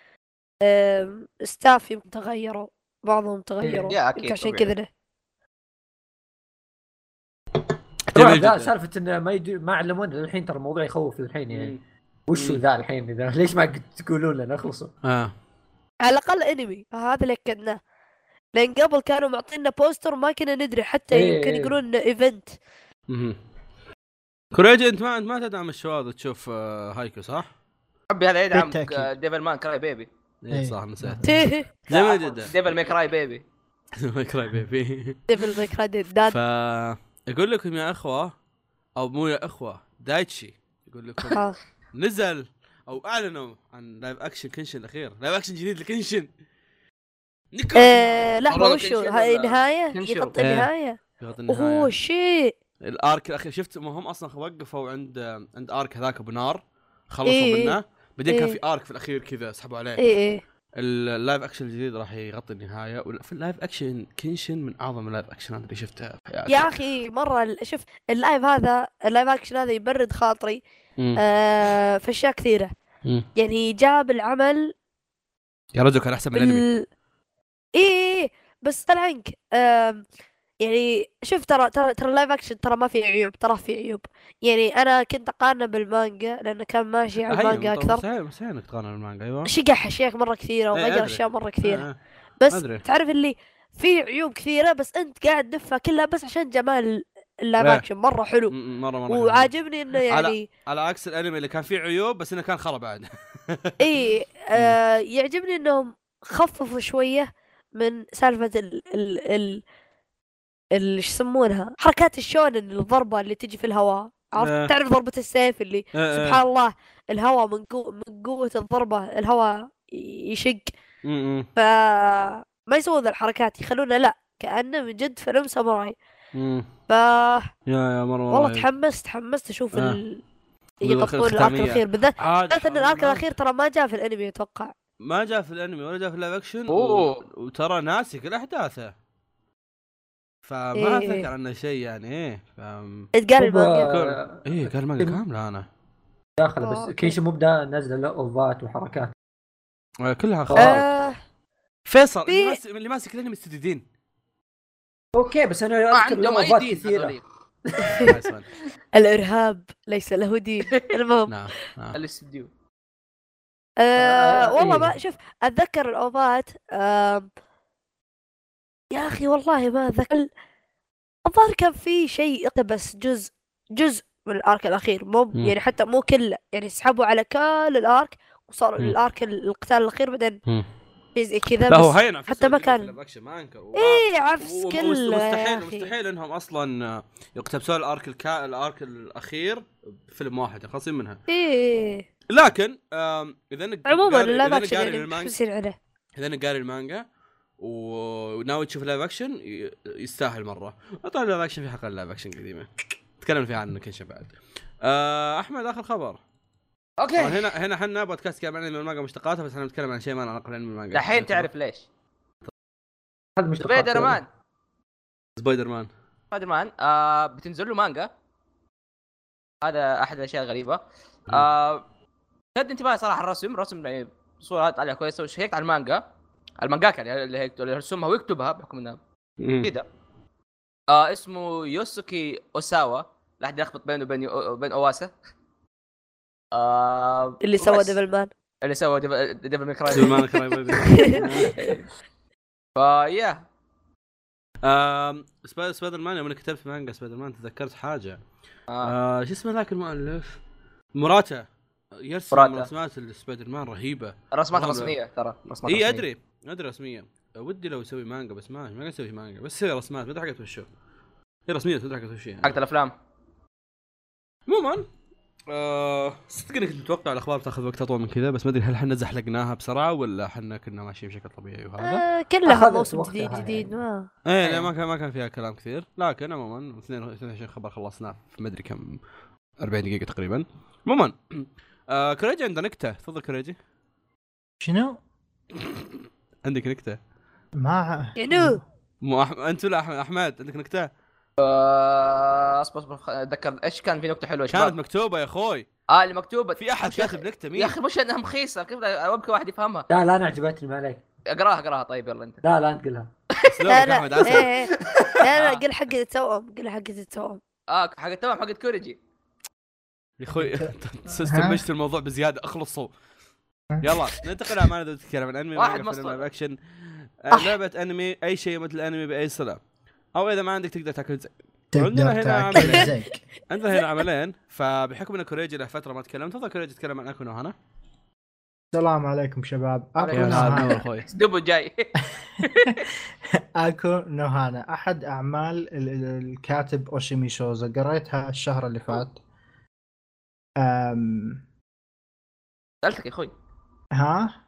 ستاف يمكن تغيروا، بعضهم تغيروا عشان كذا. لا سالفه انه ما علمونا الحين، ترى الموضوع يخوف الحين يعني. وش ذا الحين اذا ليش ما تقولون لنا اخلصوا؟ على الاقل انمي هذا اللي كنا، لان قبل كانوا معطينا بوستر ما كنا ندري حتى يمكن يقولون انه ايفنت. كوريجي انت ما تدعم الشواذ تشوف هايكو صح؟ حبي هذا يدعم ديفل مان كراي بيبي. صح نسيت. جميل جدا. ديفل ماي كراي بيبي. ديفل ماي كراي داد. يقول لكم يا اخوه او مو يا اخوه، دايتشي يقول لكم نزل او اعلنوا عن لايف اكشن كنشن الاخير، لايف اكشن جديد لكنشن. لحظه وشو هاي النهايه؟ يغطي النهايه. اوه شيء الارك الاخير شفت ما هم اصلا وقفوا عند ارك هذاك ابو نار، خلصوا منه، بعدين كان في ارك في الاخير كذا سحبوا عليه. اللايف اكشن الجديد راح يغطي النهايه، في اللايف اكشن كنشن من اعظم اللايف اكشن اللي شفتها في حياتي يا اخي مره. شوف اللايف اكشن هذا يبرد خاطري في اشياء كثيره. يعني جاب العمل يا رجل كان احسن من الانمي. بس طلعنك يعني شوف ترى اللايف اكشن ترى ما في عيوب، ترى في عيوب. يعني انا كنت اقارنه بالمانجا لانه كان ماشي على المانجا اكثر. بس انك تقارن بالمانجا ايوه شقح اشياء مره كثيره وغير اشياء مره كثيره. بس تعرف اللي في عيوب كثيره بس انت قاعد تدفع كلها بس عشان جمال اللايف اكشن مره حلو. مرة وعاجبني انه يعني على عكس الانمي اللي كان فيه عيوب بس انه كان خرا بعد. يعجبني انهم خففوا شويه من سالفه ايش يسمونها حركات الشونن، الضربه اللي تجي في الهواء، عرفت؟ تعرف ضربه السيف اللي سبحان الله الهواء من قوه الضربه الهواء يشق. فما يسوون ذا الحركات، يخلونا لا كأنه من جد فيلم ساموراي. يا مره والله تحمست اشوف يغطون الارك الاخير بالذات ان الارك الاخير ترى ما جاء في الانمي. اتوقع ما جاء في الانمي ولا جاء في اللايف اكشن وترى ناسك الاحداثه، فما أفكر عنه شيء يعني. قال المانجا قال المانجا كاملة أنا داخل بس كيش مبدأ نزل له أوفات وحركات كلها خراب. فيصل اللي ماسك الانمي مستدين. اوكي بس انا اذكر له أوفات كثيرة. الارهاب ليس له دين. المهم نعم الاستديو والله ما شوف اتذكر الاوفات يا اخي والله ما ذكر. الظاهر كان في شيء اقتبس جزء من الارك الاخير، مو يعني حتى مو كله، يعني سحبوا على كل الارك وصار الارك القتال الاخير بعدين زي كذا. بس حتى ما كان عفس كله. مستحيل انهم اصلا يقتبسوا الارك الاخير بفيلم واحد خاصين منها. لكن اذا عموما لا باكشن يعني بيصير عليه. اذا انك قاري المانجا وناوي تشوف لايف اكشن يستاهل مره. طبعا لايف اكشن في حلقه لايف اكشن قديمه تكلم فيها عنه كل شيء بعد. احمد اخر خبر. اوكي هنا احنا بودكاست كامل عن المانجا مشتقاتها، بس احنا نتكلم عن شيء ما له علاقه بالمانجا. الحين تعرف ليش هذا مش سبايدر مان سبايدر مان بتنزل له مانجا. هذا احد الاشياء الغريبه. شد انتباهي صراحه الرسم يعني صورات عليها كويسه، وشيكت على المانجاكا اللي هيك يرسمها ويكتبها بحكم انها كذا. اسمه يوسوكي اوساوا، لا احد يخبط بينه وبين اواسا. اللي سوى ديفل مان، اللي سوى ديفل ماكراي. فيا سبايدر مان يوم كتبت مانجا سبايدر مان تذكرت حاجه. شو اسمه ذاك المؤلف؟ موراتا يرسم رسمات السبايدر مان رهيبه، رسمات رسميه ترى. اي ادري رسميه. ودي لو يسوي مانجا بس ما قاعد يسوي مانجا، بس هي رسمات ما حقت وشو هي رسميه تدري حقت وشو حق الافلام. عموما صدقني كنت متوقع الاخبار تاخذ وقت اطول من كذا، بس ما ادري هل احنا زحلقناها بسرعه ولا احنا كنا ماشيين بشكل طبيعي. وهذا كلها موسم جديد ما لا ما كان فيها كلام كثير، لكن عموما 22 خبر خلصناه في مدري كم 40 دقيقه تقريبا. عموما كريجي عنده نكته، تفضل كريجي. شنو عندك نكته؟ ما شنو انت ولا احمد عندك نكته؟ اصبر اتذكر ايش كان في نكته حلوه كانت مكتوبه يا اخوي. اللي مكتوبه في احد كاتب نكته مين يا اخي؟ مش انها مخيسه كيف ابغى واحد يفهمها. لا انا عجبتني ما عليك. اقراها طيب يلا انت. لا انت قلها. لا قل حق التوأم، قل حق التوأم. حق التوأم حق كوريجي يا اخوي. استمجت الموضوع بزياده، اخلصوا. يلا ننتقل على ما نتكلم عن انمي واحد فيلم اكشن لعبه انمي اي شيء مثل انمي باي صله، او اذا ما عندك تقدر تاكل زي. عندنا هنا عملين. فبحكم ان كوريجي له فتره ما تكلم، تفضل كوريجي تتكلم عن اكو نوهانا. السلام عليكم شباب. دبو جاي. اكو نوهانا احد اعمال الكاتب اوشيمي شوزا، قريتها الشهر اللي فات. سألتك يا اخوي. ها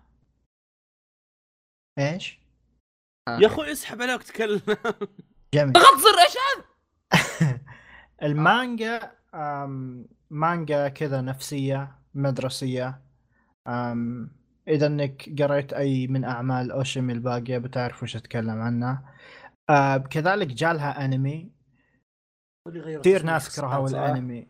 ايش يا اخوي اسحب عليك تكلم. جميل. غض ايش هذا؟ المانجا مانجا كذا نفسية مدرسية. إذا إنك قريت أي من أعمال أوشيمي الباقية بتعرف وش أتكلم عنها. كذلك جالها أنمي، كثير ناس كرهوا الأنمي.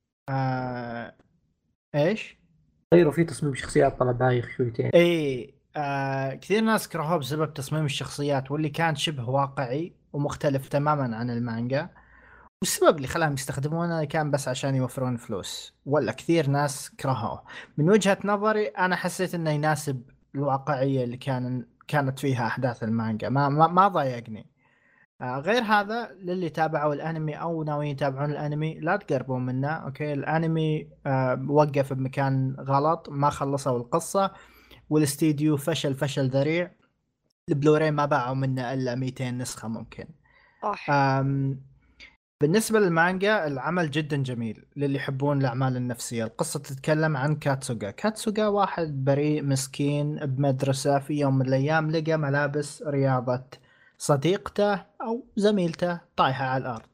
إيش؟ غيروا فيه تصميم شخصيات طلع بايخ شويتين. كثير ناس كرهوه بسبب تصميم الشخصيات واللي كان شبه واقعي ومختلف تماما عن المانجا، والسبب اللي خلاهم يستخدمونه كان بس عشان يوفرون فلوس. ولا كثير ناس كرهوه. من وجهة نظري أنا حسيت إنه يناسب الواقعية اللي كانت فيها أحداث المانجا، ما ضايقني. غير هذا للي تابعوا الأنمي أو ناويين يتابعون الأنمي لا تقربوا منه. أوكي الأنمي وقف بمكان غلط، ما خلصوا القصة، والاستديو فشل ذريع. البلوراي ما باعوا منه إلا 200 نسخة ممكن. بالنسبة للمانجا العمل جدا جميل للي يحبون الأعمال النفسية. القصة تتكلم عن كاتسوغا واحد بريء مسكين بمدرسة، في يوم من الأيام لقى ملابس رياضة صديقته أو زميلته طايحة على الأرض.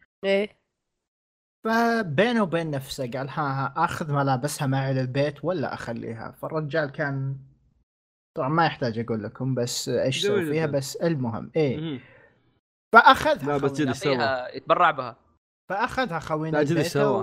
فبينه وبين نفسه قال أخذ ملابسها معي للبيت ولا أخليها. فالرجال كان طبعا ما يحتاج أقول لكم بس إيش سوي فيها، بس المهم فأخذها بس جد فيها يتبرع بها. فأخذها خوينا البيت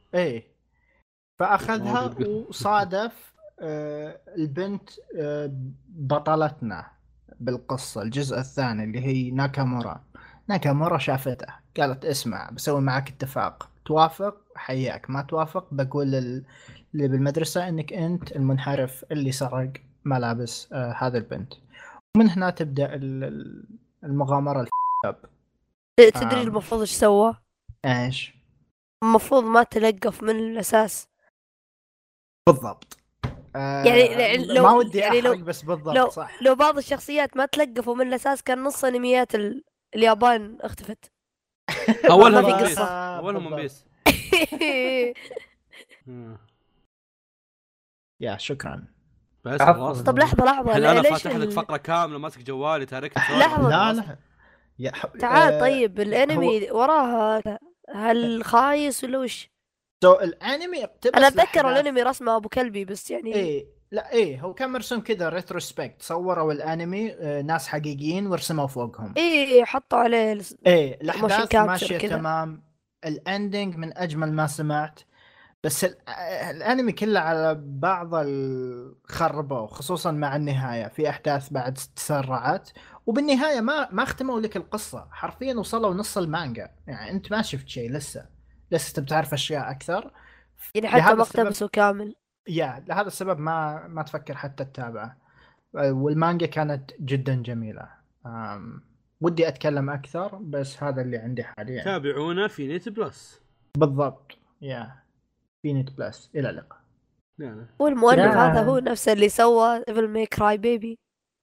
فأخذها وصادف البنت بطلتنا بالقصة الجزء الثاني اللي هي ناكامورا شافته قالت اسمع بسوي معك اتفاق، توافق حياك، ما توافق بقول اللي بالمدرسة انك انت المنحرف اللي سرق ملابس هذا البنت. ومن هنا تبدأ المغامرة. تدري المفروض ايش سوى؟ ايش المفروض ما تلقف من الاساس بالضبط. يعني لو ما ودي يعني احرق بس بالضبط صح. لو بعض الشخصيات ما تلقفوا من الاساس كان نص انميات اليابان اختفت. اولهم من بيس. يا شكرا. بس عفواً. خلاص. طب لحظه الحين انا ليش فاتح لك فقره كامله ماسك جوالي تارك لحظة. لا تعال طيب الانمي وراها هل خايس ولا وش؟ الانمي اقتبس انا اتذكر الأحداث. الانمي رسمه ابو كلبي بس يعني ايه لا ايه هو كان مرسوم كذا ريتروسبكت، صوروا الانمي ناس حقيقيين ورسموا فوقهم. ايه حطوا عليه ايه motion الاحداث capture ماشيه كذا. تمام. الاندنج من اجمل ما سمعت، بس الانمي كله على بعض الخربه، خصوصا مع النهايه في احداث بعد تسرعت، وبالنهايه ما ختموا لك القصه حرفيا، وصلوا نص المانجا. يعني انت ما شفت شيء لسه بتعرف اشياء اكثر. يعني حتى لهذا ما اقتبسوا كامل. لهذا السبب ما تفكر حتى تتابعه. والمانجا كانت جدا جميله. ودي اتكلم اكثر بس هذا اللي عندي حاليا. تابعونا في نت بلس. بالضبط في نت بلس. الى اللقاء. لا. والمؤلف لا. هذا هو نفسه اللي سوى ايفل ماي كراي بيبي.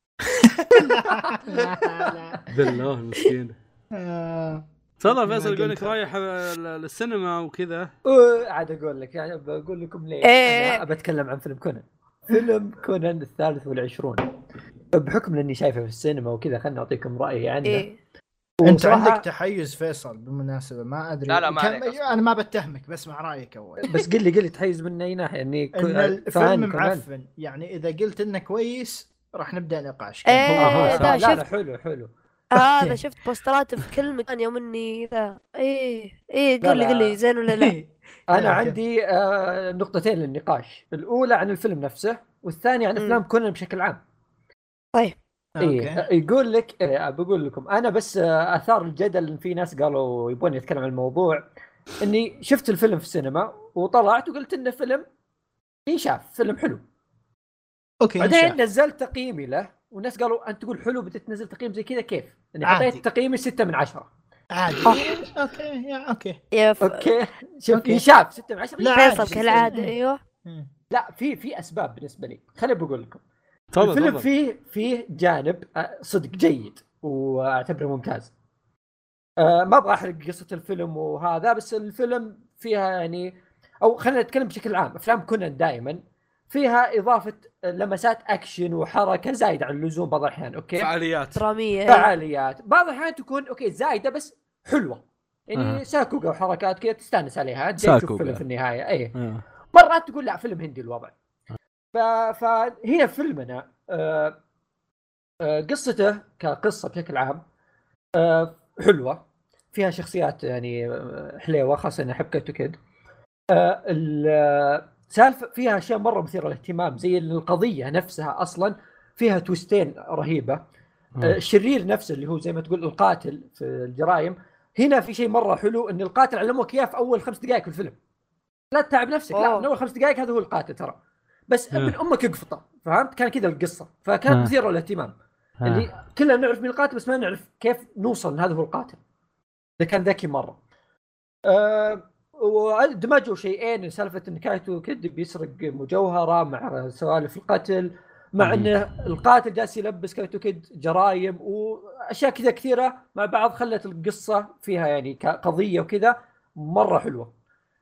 بالله مسكين. تفضل فيصل، يقول لك قلت. رايح للسينما وكذا. عاد اقول لك، يعني بقول لكم ليه. إيه. انا بتكلم عن فيلم كونان. فيلم كونان 23. بحكم اني شايفه في السينما وكذا، خلنا اعطيكم رايي عنه. ايه انت وصراحة- عندك تحيز فيصل بالمناسبه، ما ادري. لا، ما عليك أصلاً. انا ما بتهمك، بس مع رايك اول. بس قل لي تحيز من اي ناحيه؟ اني ان الفيلم فان كونان. معفن، يعني اذا قلت انه كويس راح نبدا نقاش. إيه، لا ذا لا شفت. حلو. هذا شفت بوسترات في كل مكان يوم اني ذا. ايه لا، قول لا. لي زين ولا لا؟ انا عندي نقطتين للنقاش. الاولى عن الفيلم نفسه، والثانيه عن افلام كونان بشكل عام. طيب إيه يقول لك بقول لكم انا بس اثار الجدل ان في ناس قالوا يبون يتكلم عن الموضوع. اني شفت الفيلم في السينما وطلعت وقلت انه فيلم ينشاف، فيلم حلو. اوكي بعدين نزلت تقييمي له والناس قالوا انت تقول حلو بدك تنزل تقييم زي كذا كيف؟ اني عادي. حطيت تقييمي 6 من 10. عادي. اوكي اوكي شوف أوكي. ينشاف 6 من 10. لا، فيصل عادي. كالعاده. ايوه لا في اسباب بالنسبه لي. خليني بقول لكم. تفضل الفيلم تفضل. فيه جانب صدق جيد واعتبره ممتاز. ما ابغى احرق قصه الفيلم وهذا، بس الفيلم فيها يعني، او خلينا نتكلم بشكل عام. افلام كونان دائما فيها اضافه لمسات اكشن وحركه زايده عن اللزوم بعض الاحيان. اوكي فعاليات. دراميه. فعاليات بعض الاحيان تكون اوكي زايده بس حلوه، يعني أه. ساكوغا وحركات كذا تستانس عليها. تشوف ساكوغا. فيلم في النهايه. ايه آه. مرات تقول لا فيلم هندي الوضع. فهنا فيلمنا قصته كقصه بشكل عام حلوه، فيها شخصيات يعني حليوه، خاصه انا احب كاتو كيد. السالفه فيها اشياء مره مثيره للاهتمام، زي القضيه نفسها اصلا فيها تويستين رهيبه. الشرير نفسه اللي هو زي ما تقول القاتل في الجرائم، هنا في شيء مره حلو ان القاتل علموك اياه في اول 5 دقائق في الفيلم. لا تتعب نفسك. لا من اول 5 دقائق هذا هو القاتل ترى، بس ابن امك يقفطه. فهمت؟ كان كذا القصه، فكانت مثيره للاهتمام. اللي كلنا نعرف من القاتل بس ما نعرف كيف نوصل ان هذا هو القاتل. ده كان ذكي مره. ودمجوا شيئين، سالفه ان كايتو كيد بيسرق مجوهره مع سوالف القتل، مع انه القاتل جالس يلبس كايتو كيد جرايم واشياء كذا كثيره مع بعض، خلت القصه فيها يعني قضيه وكذا مره حلوه.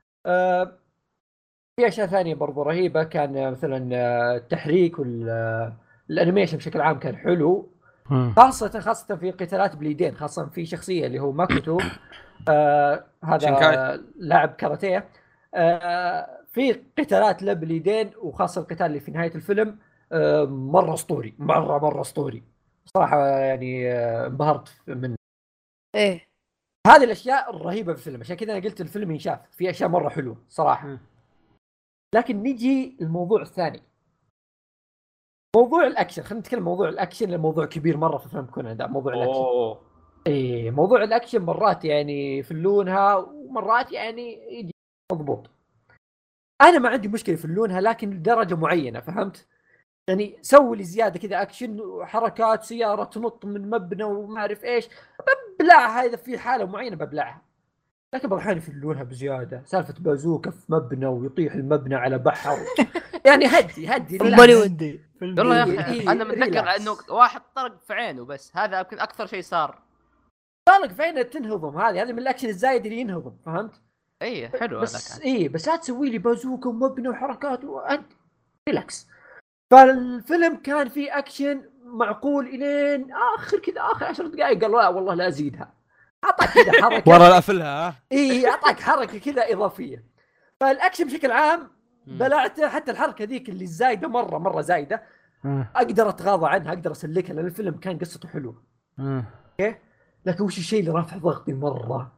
في اشياء ثانيه برضو رهيبه، كان مثلا التحريك والانيميشن بشكل عام كان حلو، خاصه في قتالات باليدين، خاصه في شخصيه اللي هو ماكوتو. هذا شينكاي. لاعب كاراتيه. في قتالات له باليدين، وخاصه القتال اللي في نهايه الفيلم مره اسطوري، مره اسطوري صراحه. يعني انبهرت منه. ايه هذه الاشياء الرهيبه في الفيلم، عشان كذا انا قلت الفيلم ينشاف، في اشياء مره حلوه صراحه. لكن نيجي الموضوع الثاني، موضوع الاكشن. خلينا نتكلم موضوع الاكشن، لموضوع كبير مره في فيلم كونان ده، موضوع الاكشن. ايه موضوع الاكشن مرات يعني يفلونها ومرات يعني يجي مضبوط. انا ما عندي مشكله يفلونها، لكن لدرجه معينه، فهمت؟ يعني سوي لي زياده كذا اكشن وحركات، سياره تنط من مبنى وما اعرف ايش، ببلعها اذا في حاله معينه ببلعها. لكن بعض الاحيان يفلونها بزياده، سالفه بازوكا في مبنى ويطيح المبنى على بحر. يعني هدي بوليوود. والله يا اخي انا متذكر انه واحد طرق في عينه، بس هذا يمكن اكثر شيء صار. طرق في عينه تنهضم، هذه من الاكشن الزايد اللي ينهضم، فهمت؟ اي حلو هذا بس كان. بس لا تسوي لي بازوكا ومبنى وحركات وانت ريلاكس. فالفيلم كان فيه اكشن معقول الين اخر كذا، اخر 10 دقائق قال لا والله لا ازيدها، اعطاك كذا حركه ورا القفلها. اي اعطاك حركه كذا اضافيه. فالاكشن بشكل عام بلعته، حتى الحركه ذيك اللي زايده مره زايده اقدر اتغاضى عنها، اقدر اسلكها، لان الفيلم كان قصته حلوه. اوكي، لكن وش الشيء اللي رافع ضغطي مره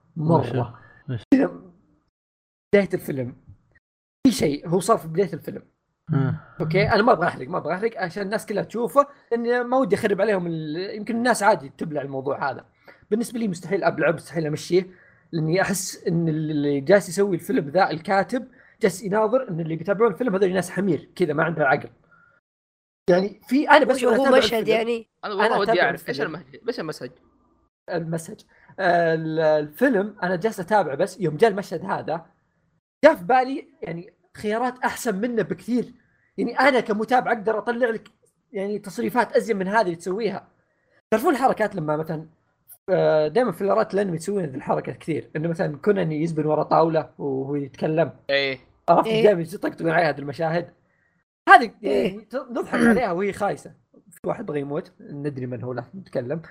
بدايه الفيلم؟ في شيء هو صار في بدايه الفيلم. اوكي، انا ما ابغى احرق عشان الناس كلها تشوفه، لاني ما ودي اخرب عليهم يمكن الناس عادي تبلع الموضوع هذا. بالنسبه لي مستحيل ابلعه، مستحيل امشيه، لاني احس ان اللي جالس يسوي الفيلم ذا الكاتب جالس يناظر ان اللي بيتابعون الفيلم هذول ناس حمير كذا ما عندها عقل. يعني في انا بس هو مشهد يعني انا ودي اعرف ايش المسج. الفيلم انا جالس اتابعه، بس يوم جاء المشهد هذا جاء في بالي يعني خيارات احسن منه بكثير. يعني انا كمتابع اقدر اطلع لك يعني تصريفات ازين من هذه اللي تسويها. تعرفون الحركات لما مثلا دائما في الارات الانمي تسوين ذي الحركه كثير، انه مثلا كونان يزبن ورا طاوله وهو يتكلم، عرفت؟ دائما يطقطقون عليها هذه المشاهد هذه، يعني نضحك عليها وهي خايسه. في واحد بغى يموت، ندري من هو، لا نتكلم.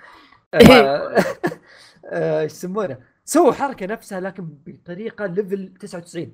ايش يسمونه؟ سووا حركه نفسها لكن بطريقه ليفل 99.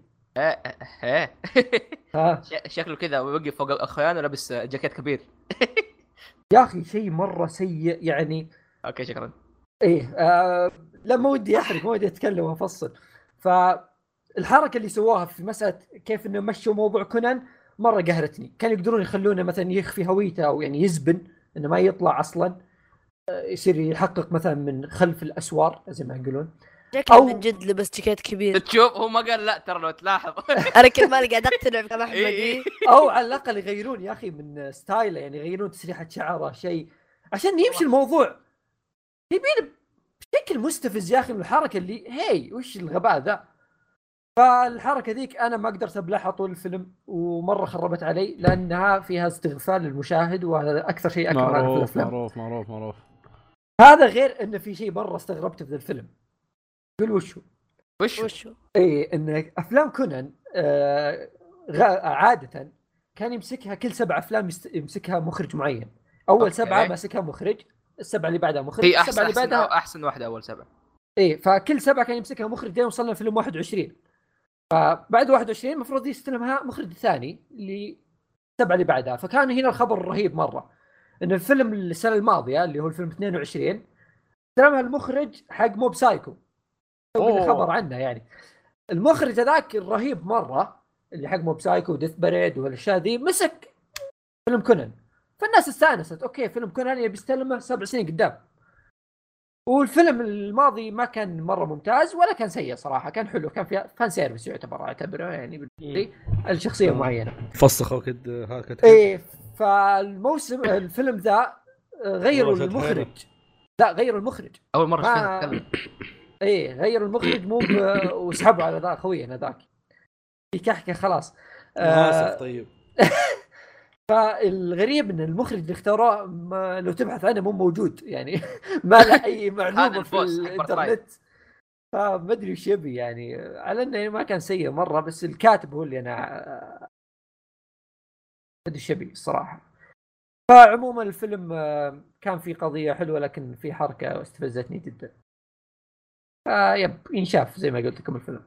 شكله كذا ويوقف فوق اخوانه لابس جاكيت كبير. يا اخي شيء مره سيء يعني. اوكي شكرا. ايه لا ما ودي احرق، ما ودي اتكلم وافصل. فالحركه اللي سووها في مساله كيف انه مشوا موضوع كونان مره قهرتني. كانوا يقدرون يخلونه مثلا يخفي هويته او يعني يزبن انه ما يطلع اصلا، يصير يحقق مثلا من خلف الاسوار زي ما يقولون. شكله من جد لبس جاكيت كبير. تشوف هو ما قال لا ترى لو تلاحظ. انا كل ما قاعد اقتنع بكلام احمد. او على الاقل يغيرون يا اخي من ستايله، يعني يغيرون تسريحه شعره شيء عشان يمشي الموضوع. يبين بشكل مستفز يا اخي من الحركه اللي هي وش الغباء ذا. فالحركه ذيك انا ما قدرت ابلعها طول الفيلم، ومره خربت علي لانها فيها استغفال للمشاهد، وهذا اكثر شيء اكره انا في الافلام. معروف. هذا غير انه في شيء مره استغربته في الفيلم. قول وشو ايه، ان افلام كونان عاده كان يمسكها كل 7 افلام يمسكها مخرج معين. اول 7 ماسكها مخرج، السبعه اللي بعدها مخرج، السبعه اللي بعدها احسن واحده اول 7. ايه، فكل 7 كان يمسكها مخرج لين وصلنا فيلم 21. فبعد 21 المفروض يستلمها مخرج ثاني اللي 7 اللي بعدها. فكان هنا الخبر رهيب مره، ان الفيلم السنه الماضيه اللي هو الفيلم 22 استلمها المخرج حق موب سايكو. خبر عنه يعني. المخرج هذاك الرهيب مره اللي حق موب سايكو وديث بريد والاشياء ذي مسك فيلم كونان. فالناس استانست، اوكي فيلم كونان يبي يستلمه 7 سنين قدام. والفيلم الماضي ما كان مره ممتاز ولا كان سيء صراحه، كان حلو، كان فيه فان سيرفيس يعتبر، اعتبره يعني الشخصيه معينه فسخوا كده هكذا. ايه، فالموسم الفيلم ذا غيروا المخرج. لا غيروا المخرج اول مره اتكلم. ايه غيروا المخرج مو وسحبوا على ذا خوينا ذاك يكحكه خلاص. طيب. فالغريب ان المخرج اللي اختاروه لو تبحث عنه مو موجود يعني. ما له اي معلومه في الانترنت. فما ادري وش يبي يعني، على انه ما كان سيء مره، بس الكاتب هو اللي انا ما ادري وش يبي الصراحه. فعموما الفيلم كان فيه قضيه حلوه لكن في حركه استفزتني جدا. يب ينشاف زي ما قلت لكم الفيلم.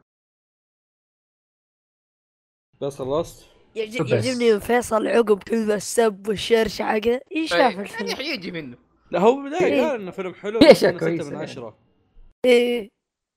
بس خلصت. يعجبني فيصل عقب كل ذا السب والشرش حقه ينشاف الفيلم. يعني يجي منه. لا هو بداية قال انه فيلم حلو، 6 من 10. ايه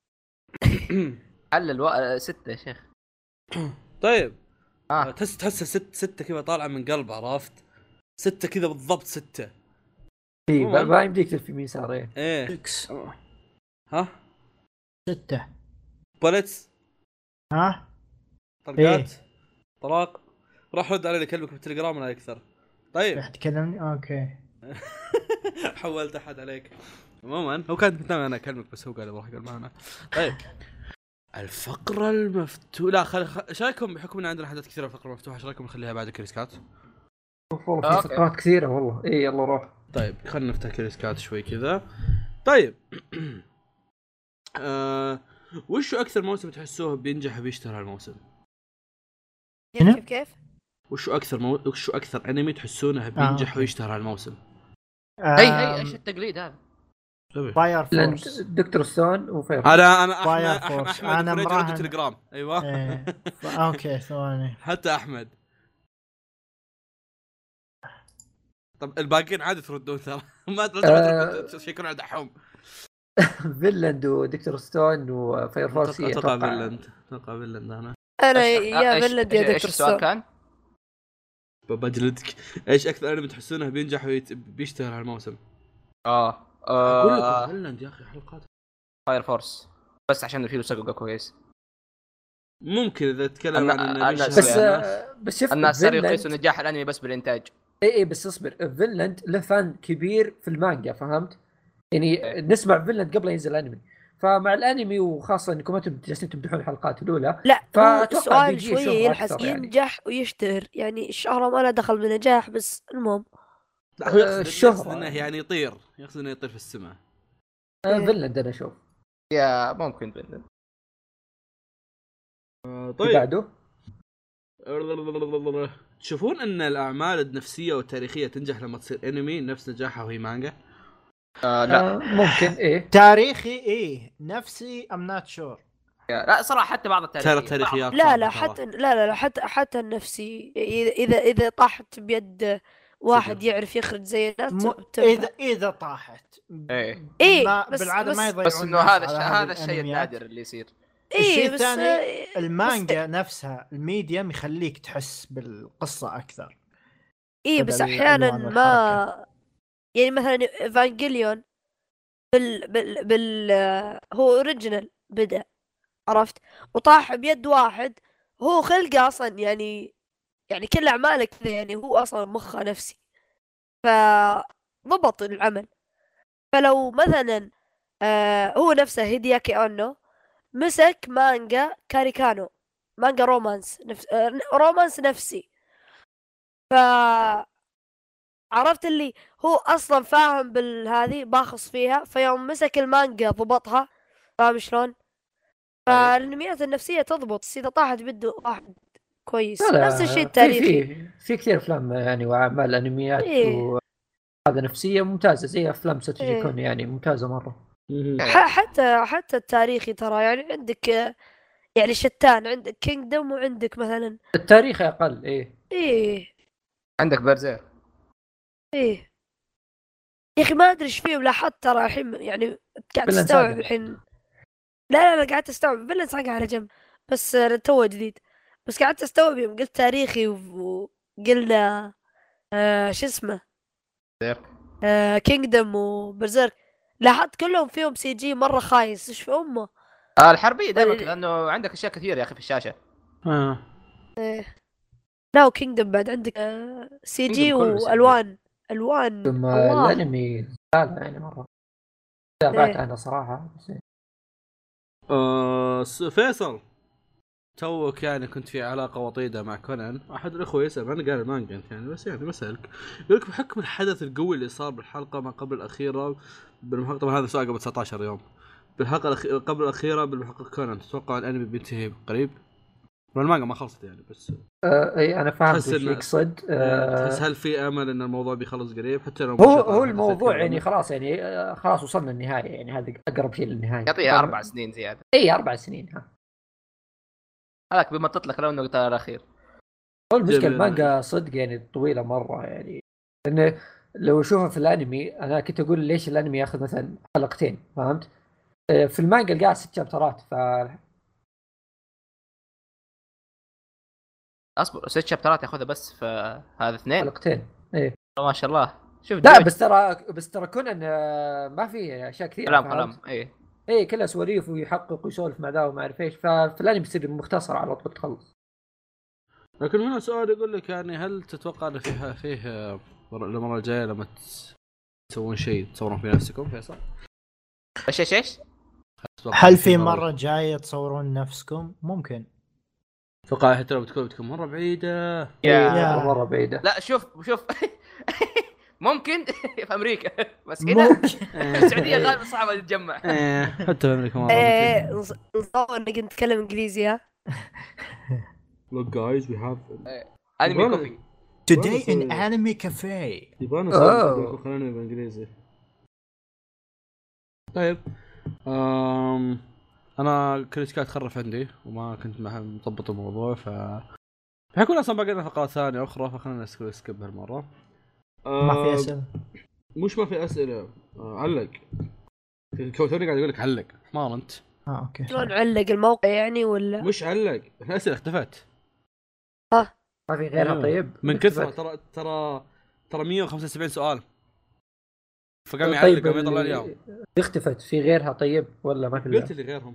على 6 يا شيخ. طيب تحس 6 كذا طالعه من قلب، عرفت؟ 6 كذا بالضبط 6. ايه ما يمديك في يسار. ايه ها 6 بوليتس ها طلقات طلاق. راح رد علي كلمك بالتليجرام ولا اكثر. طيب راح تكلمني اوكي. حولت احد عليك. عموما هو كان متناول انا اكلمك بس هو قال راح يقول معنا. طيب الفقره المفتوحه. لا ايش رايكم بحكم ان عندنا حدث كثيره الفقره المفتوحه، ايش رايكم نخليها بعد كريسكات؟ والله في فقرات كثيره والله. اي يلا روح. طيب خلينا نفتح كريسكات شوي كذا. طيب وش اكثر موسم تحسوه بينجح بيشتهر هالموسم؟ كيف وشو اكثر انمي تحسونه بينجح ويشتهر على الموسم؟ هي ايش التقليد هذا؟ فاير فورس، دكتور ستون وفاير احمد انا مراهن تليجرام. ايوه اوكي ثواني. حتى احمد. طب الباقيين عادي تردون ترى ما تردون شكرا على دحوم. فينلاند ودكتور ستون وفاير فورس. اتوقع فينلاند انا يا فينلاند يا دكتور السؤال ستون. كان بجلدك. ايش اكثر انمي تحسونه بينجح وبيشتهر على الموسم؟ اقول لكم فينلاند يا اخي حلقات. فاير فورس بس عشان فيه ساقوغا كويس. ممكن اذا تكلم عن انه بس شوف الناس صاروا يقيسوا نجاح الانمي بس بالانتاج. اي بس اصبر، فينلاند له فان كبير في المانجا، فهمت؟ يعني نسمع فينلاند قبل ينزل الانمي، فمع الانمي وخاصه انكم انتم جالسين تمدحون الحلقات الاولى، لا فاتوقع السؤال شويه يلحس ينجح ويشتهر. يعني الشهره ما له دخل بالنجاح، بس المهم لا هو يقصد انه يعني يطير، يقصد انه يطير في السماء. فينلاند انا اشوف يا ممكن فينلاند. طيب بعده تشوفون ان الاعمال النفسيه والتاريخيه تنجح لما تصير انمي نفس نجاحها وهي مانجا؟ لا ممكن. ايه تاريخي ايه نفسي ام نات شور. لا صراحه حتى بعض التاريخيات لا حتى النفسي اذا طاحت بيد واحد يعرف يخرج زي نات اذا طاحت ايه بس بالعاده ما يضيعون. بس انه هذا الشيء النادر اللي يصير. الشيء الثاني المانجا نفسها الميديم يخليك تحس بالقصه اكثر. بس احيانا ما يعني مثلا إيفانجيليون هو اوريجينال بدأ، عرفت، وطاح بيد واحد هو خلقه اصلا يعني كل اعماله كذا، يعني هو اصلا مخه نفسي فضبط العمل. فلو مثلا هو نفسه هيدياكي أونو مسك مانجا كاريكانو، مانجا رومانس نفسي، عرفت اللي هو اصلا فاهم بالهذه باخص فيها، فيوم مسك المانجا ضبطها، فاهم شلون؟ فالانميات النفسيه تضبط اذا طاحت بده واحد كويس. نفس الشيء التاريخي في كثير افلام يعني واعمال انميات وهذا نفسيه ممتازه زي افلام ساتوشي كون، يعني ممتازه مره. حتى التاريخي ترى يعني عندك يعني شتان، عندك كينجدم وعندك مثلا التاريخ اقل. ايه عندك برزير. يا اخي ما ادري ايش فيه، لاحظت ترى الحين يعني قاعد تستوعب الحين. لا قاعد تستوعب فيلن ساقع على جنب، بس تو جديد، بس قاعد تستوعب يوم قلت تاريخي وقلنا شو اسمه كينجدم وبرزيرك، لاحظت كلهم فيهم سي جي مره خايس. ايش في امه الحربيه دائما لانه عندك اشياء كثير يا اخي في الشاشه. لا وكينجدم بعد عندك سي جي والوان ثم الانمي لا يعني مره تابعت انا صراحه. فيصل توك يعني كنت في علاقه وطيده مع كونان، احد الاخوه يسال انا قال مانجا انت يعني، بس يعني بسالك يقول لك بحكم الحدث القوي اللي صار بالحلقه ما قبل الاخيره بالمحقق، طبعا هذا سؤال قبل 19 يوم، بالحلقه قبل الاخيره بالمحقق كونان، تتوقع الانمي بينتهي قريب؟ والمانجا ما خلصت يعني بس اي انا فاهمت ايش يقصد. تحس هل في امل ان الموضوع بيخلص قريب؟ حتى لو هو الموضوع يعني خلاص يعني خلاص وصلنا النهايه، يعني هذا اقرب شيء للنهايه. يعطيها 4 سنين زياده. 4 سنين هذاك بما تطلق لو انه قتال الاخير. هو المشكله المانجا صدق يعني طويله مره، يعني لانه لو اشوفها في الانمي انا كنت اقول ليش الانمي ياخذ مثلا حلقتين، فهمت؟ في المانجا لقاها 6 شابترات. اصبر 6 شابترات ياخذها بس في هذا 2 حلقتين. ما شاء الله. شوف لا بس ترى كونان ما في اشياء كثير كلام كلها سواليف ويحقق ويسولف مع ذا وما اعرف ايش، ففي الانمي بيصير مختصر على طول تخلص. لكن هنا سؤال يقول لك يعني هل تتوقع ان فيه المره الجايه لما تسوون شيء تصورون في نفسكم فيصل؟ ايش هل في مره جايه تصورون نفسكم؟ ممكن اتوقع حتى لو بتكون مره بعيده مره بعيده. لا شوف ممكن في امريكا بس هنا السعوديه غالبا صعبه تتجمع. حتى في امريكا مره نصور انك نتكلم انجليزي. ها look guys we have انمي كوفي. today in anime cafe. يبغى نسوي خلينا بالانجليزي. طيب انا كريتيكات خرف عندي وما كنت مضبط الموضوع حيكون اصلا باقي لنا فقرات ثانيه اخرى فخلينا نسوي سكيب هالمره. ما في اسئله. مش ما في اسئله. علق توني قاعد يقول لك علق ما انت. اوكي. شلون علق الموقع يعني ولا مش علق الاسئله اختفت. ما في غيرها. طيب من كثره ترى 175 سؤال فقام يعلق قام يطلع لي اياهم. اختفت في غيرها طيب ولا ما في؟ قلت لي غيرهم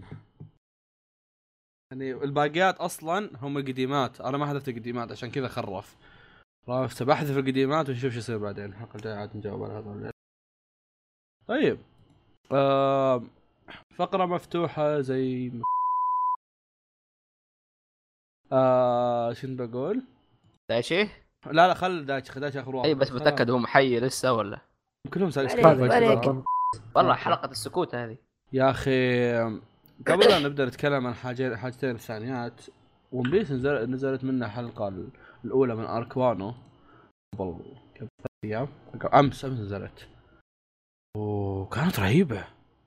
يعني الباقيات اصلا هم القديمات انا ما حذفت القديمات عشان كذا خرف. عرفت بحذف القديمات ونشوف شو يصير بعدين الحلقه الجايه عاد نجاوب على هذا. طيب فقره مفتوحه زي شنو بقول دايشي؟ لا خل دايتشي اخر واحد. اي بس متاكد هو محي لسه ولا كلهم عليك. والله حلقه السكوت هذه يا اخي. قبل لا نبدا نتكلم عن حاجتين الثانيات. ون بيس نزلت منها حلقه الاولى من ارك وانو قبل 3 ايام امس نزلت وكانت رهيبه.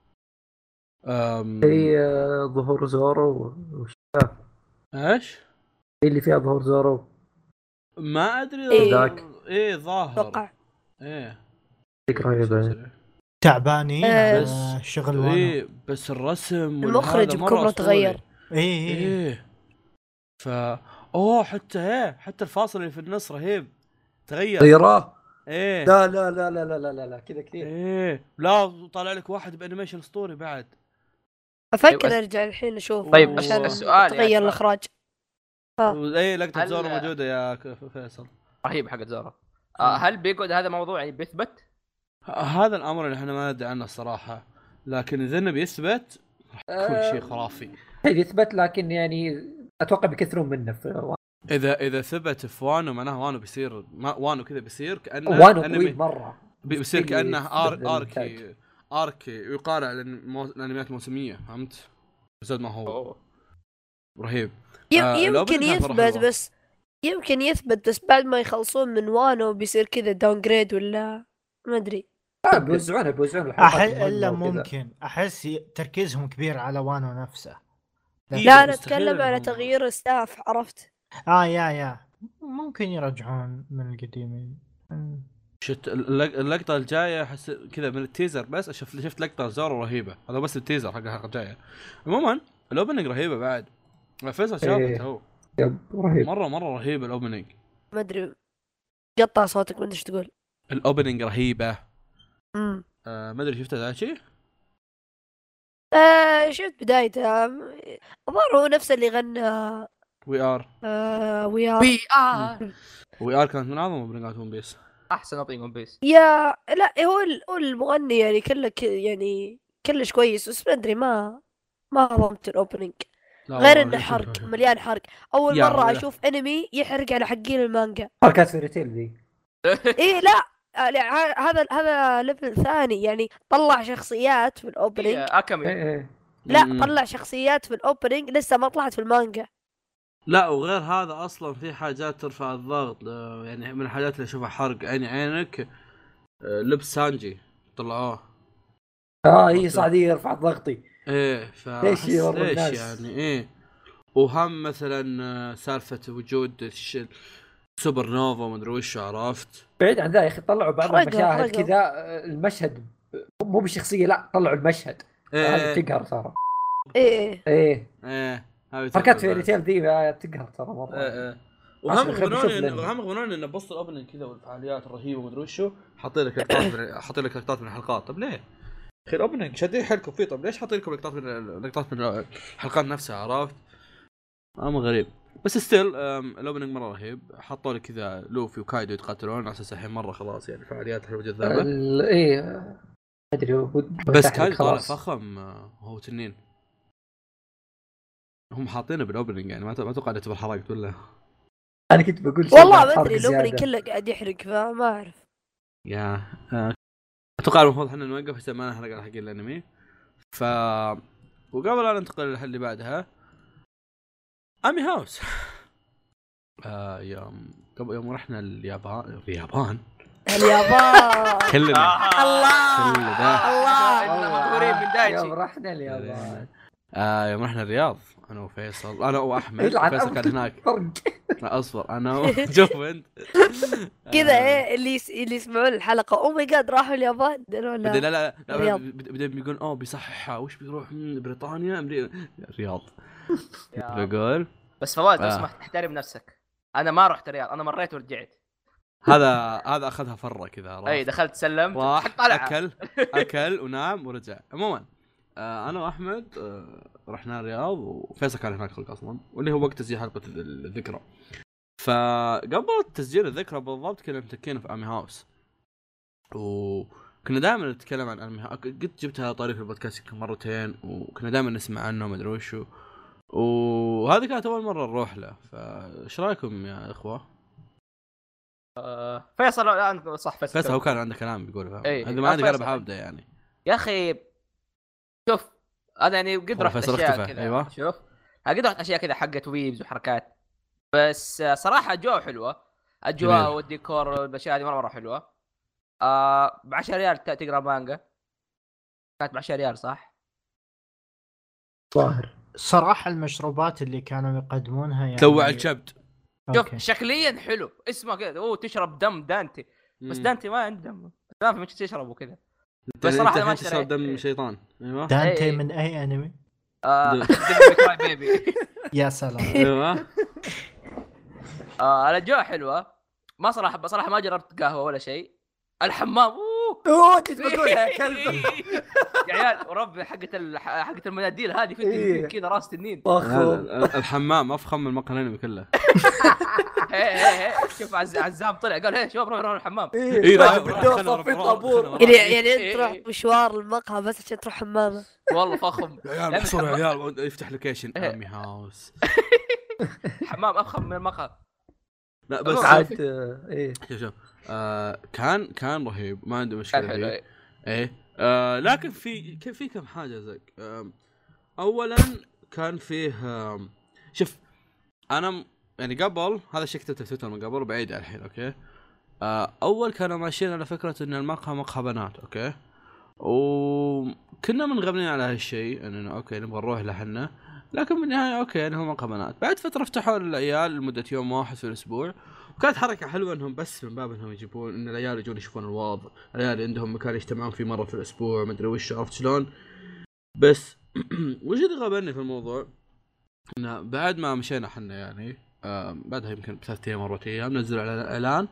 هي ظهور زورو ايش اللي فيها ظهور زورو ما ادري ذاك ايه ظاهر اتوقع ايه رهيبه تعبانين على بس شغل وانو. ايه بس الرسم المخرج بكبره تغير. ايه حتى الفاصل اللي في النص رهيب تغير. غيره ايه لا لا لا لا لا لا لا, لا. كذا كثير. ايه لا طالع لك واحد بانيميشن اسطوري بعد. افكر ارجع الحين اشوف. طيب بس السؤال تغير الاخراج. ايه لقطه زورو موجوده يا فيصل. رهيب حق زورو. هل بيقعد هذا موضوع يعني بيثبت؟ هذا الامر اللي احنا ما ندري عنه الصراحه لكن اذا انه بيثبت كل شيء خرافي. يثبت لكن يعني اتوقع بيكثرون منه في اذا ثبت في وانو معناه وانو بيصير وانو كذا بيصير كانه وانو طويل مره بيصير كانه اركي يقارع الانميات الموسميه فهمت زاد ما هو رهيب. يمكن يثبت بس يمكن يثبت بس بعد ما يخلصون من وانو بيصير كذا داون جريد ولا ما ادري. بيوزعونها الا ممكن احس تركيزهم كبير على وانو نفسه. لا انا اتكلم على تغيير الستاف عرفت. يا ممكن يرجعون من القديمين. شفت اللقطه الجايه احس كذا من التيزر بس شفت لقطه زورو رهيبه هذا بس التيزر حق الحلقه الجايه. عموما الاوبننج رهيبه بعد فيصل شافته هو رهيب مره رهيب الاوبننج. ما ادري قطع صوتك ما ادري ايش تقول. الاوبننج رهيبه. ما ادري شفته ذا شيء. شفت بدايته الظاهر هو نفس اللي غنى وي ار كانت من اعظم اوبننجات ون بيس. احسن اوبننج ون بيس. يا لا هو المغني يعني يعني كلش كويس بس ما ادري ما ضمت الاوبننج غير انه حرق مليان حرق. اول مره اشوف انمي يحرق على حقين المانجا. حركات فيريتيل ذي. ايه لا هذا ليفل ثاني يعني طلع شخصيات في الاوبننج. لا طلع شخصيات في الاوبننج لسه ما طلعت في المانجا. لا وغير هذا اصلا في حاجات ترفع الضغط يعني من الحاجات اللي اشوفها حرق عينك لبس سانجي طلعوه. اي صعدي يرفع ضغطي. ايه ليش يعني ايه. وهم مثلا سالفه وجود سوبر نوفا ما ادري وش عرفت. بعيد عن ذا يا اخي طلعوا بعض المشاهد كذا المشهد مو بالشخصيه لا طلعوا المشهد هذا تقهر صار. ايه حركات فيريتيل ذي تقهر ترى مره. وهم غنون انه بص الاوبننج كذا والفعاليات الرهيبه ومدري وشو حاطين لك لقطات من الحلقات. طب ليه اخي الاوبننج شادين حيلكم فيه طب ليش حاطين لكم لقطات من الحلقات نفسها عرفت. امر غريب بس ستيل الاوبننج مره رهيب. حطوا لك كذا لوفي وكايدو يتقاتلون على اساس الحين مره خلاص يعني فعاليات حلوه جذابه. ايه ادري بس كايدو طالع فخم هو تنين. هم حاطينه بالاوبننج يعني ما اتوقع انه حرقت ولا. انا كنت بقول والله ما ادري الاوبننج كله قاعد يحرق فما اعرف. يا اتوقع المفروض احنا نوقف عشان ما نحرق على حق الانمي. وقبل لا ننتقل للي بعدها امي هاوس. يوم قبل يوم رحنا اليابان كلنا الله مبهورين من دايتشي. يوم رحنا اليابان يوم رحنا الرياض انا وفيصل، انا واحمد. فيصل كان هناك. لا اصبر، انا شوف انت كذا ايه اللي يسمعون الحلقه او ماي جاد راحوا اليابان لا بدأ بيقول بيصححها وش بيروح بريطانيا الرياض بقول. بس فواز لو سمحت احترم نفسك، انا ما رحت الرياض، انا مريت ورجعت. هذا اخذها فره كذا. اي دخلت سلمت اكل ونام ورجع. عموما انا واحمد رحنا الرياض وفيصل كان هناك خلق اصلا، واللي هو وقت تسجيل حلقه الذكرى. فقبل تسجيل الذكرى بالضبط كنا متكين في امي هاوس، وكنا دائما نتكلم عن امي هاوس. قد جبتها طريق في البودكاست مرتين وكنا دائما نسمع عنه ما ادري وشو، وهذه كانت اول مره نروح له. فايش رايكم يا اخوه؟ فيصل الان صح. فيصل هو كان عنده كلام بيقوله، هذا ما عندي قلب حابده يعني. يا اخي شوف انا يعني قد رحت اشياء كذا. أيوة. شوف قد رحت اشياء كذا حقت ويبز وحركات، بس صراحه اجواء حلوه، اجواء والديكور والاشياء هذه مره حلوه. ب10 ريال تقرا مانجا، كانت ب10 ريال صح؟ ظاهر صراحه المشروبات اللي كانوا يقدمونها يعني توع الكبد. شوف شكليا حلو، اسمه كذا تشرب دم دانتي، بس دانتي ما عنده دم، ما في مش تشرب وكذا. بس صراحه ما تشرب دم شيطان. ايوه دانتي من اي انمي؟ كراي بيبي. يا سلام. ايوه الاجواء حلوه. ما بصراحه ما جربت قهوه ولا شيء. الحمام كنت بقولها يا كلب يا عيال وربي حقه المناديل هذه في كذا راس تنين. الحمام افخم من المقهى الانمي كله. شوف عزام طلع قال شباب روح الحمام. يعني تروح مشوار المقهى بس عشان تروح حمامه. والله فخم يا عيال محصور يا عيال يفتح لوكيشن امي هاوس. حمام افخم من المقهى. لا بس عاد شوف كان رهيب ما عنده مشكله ايه. لكن في كم حاجه زك. اولا كان فيه شوف انا يعني قبل هذا الشيء كتبته في تويتر من قبل بعيد الحين اوكي. اول كانوا ماشيين على فكره ان المقهى بنات اوكي، وكنا منغبنين على هالشيء اننا اوكي نبغى نروح لحنا، لكن بالنهايه اوكي يعني هم مقهى بنات. بعد فتره فتحوا العيال لمده يوم واحد في الاسبوع، وكانت حركه حلوه انهم بس من باب انهم يجيبون ان العيال يجون يشوفون الوضع. العيال عندهم مكان يجتمعون فيه مره في الاسبوع ما ادري وش عرفت شلون. بس وش اللي غبني في الموضوع انه بعد ما مشينا حنا يعني بعدها يمكن ب3 ايام 4 ايام نزلوا على الاعلان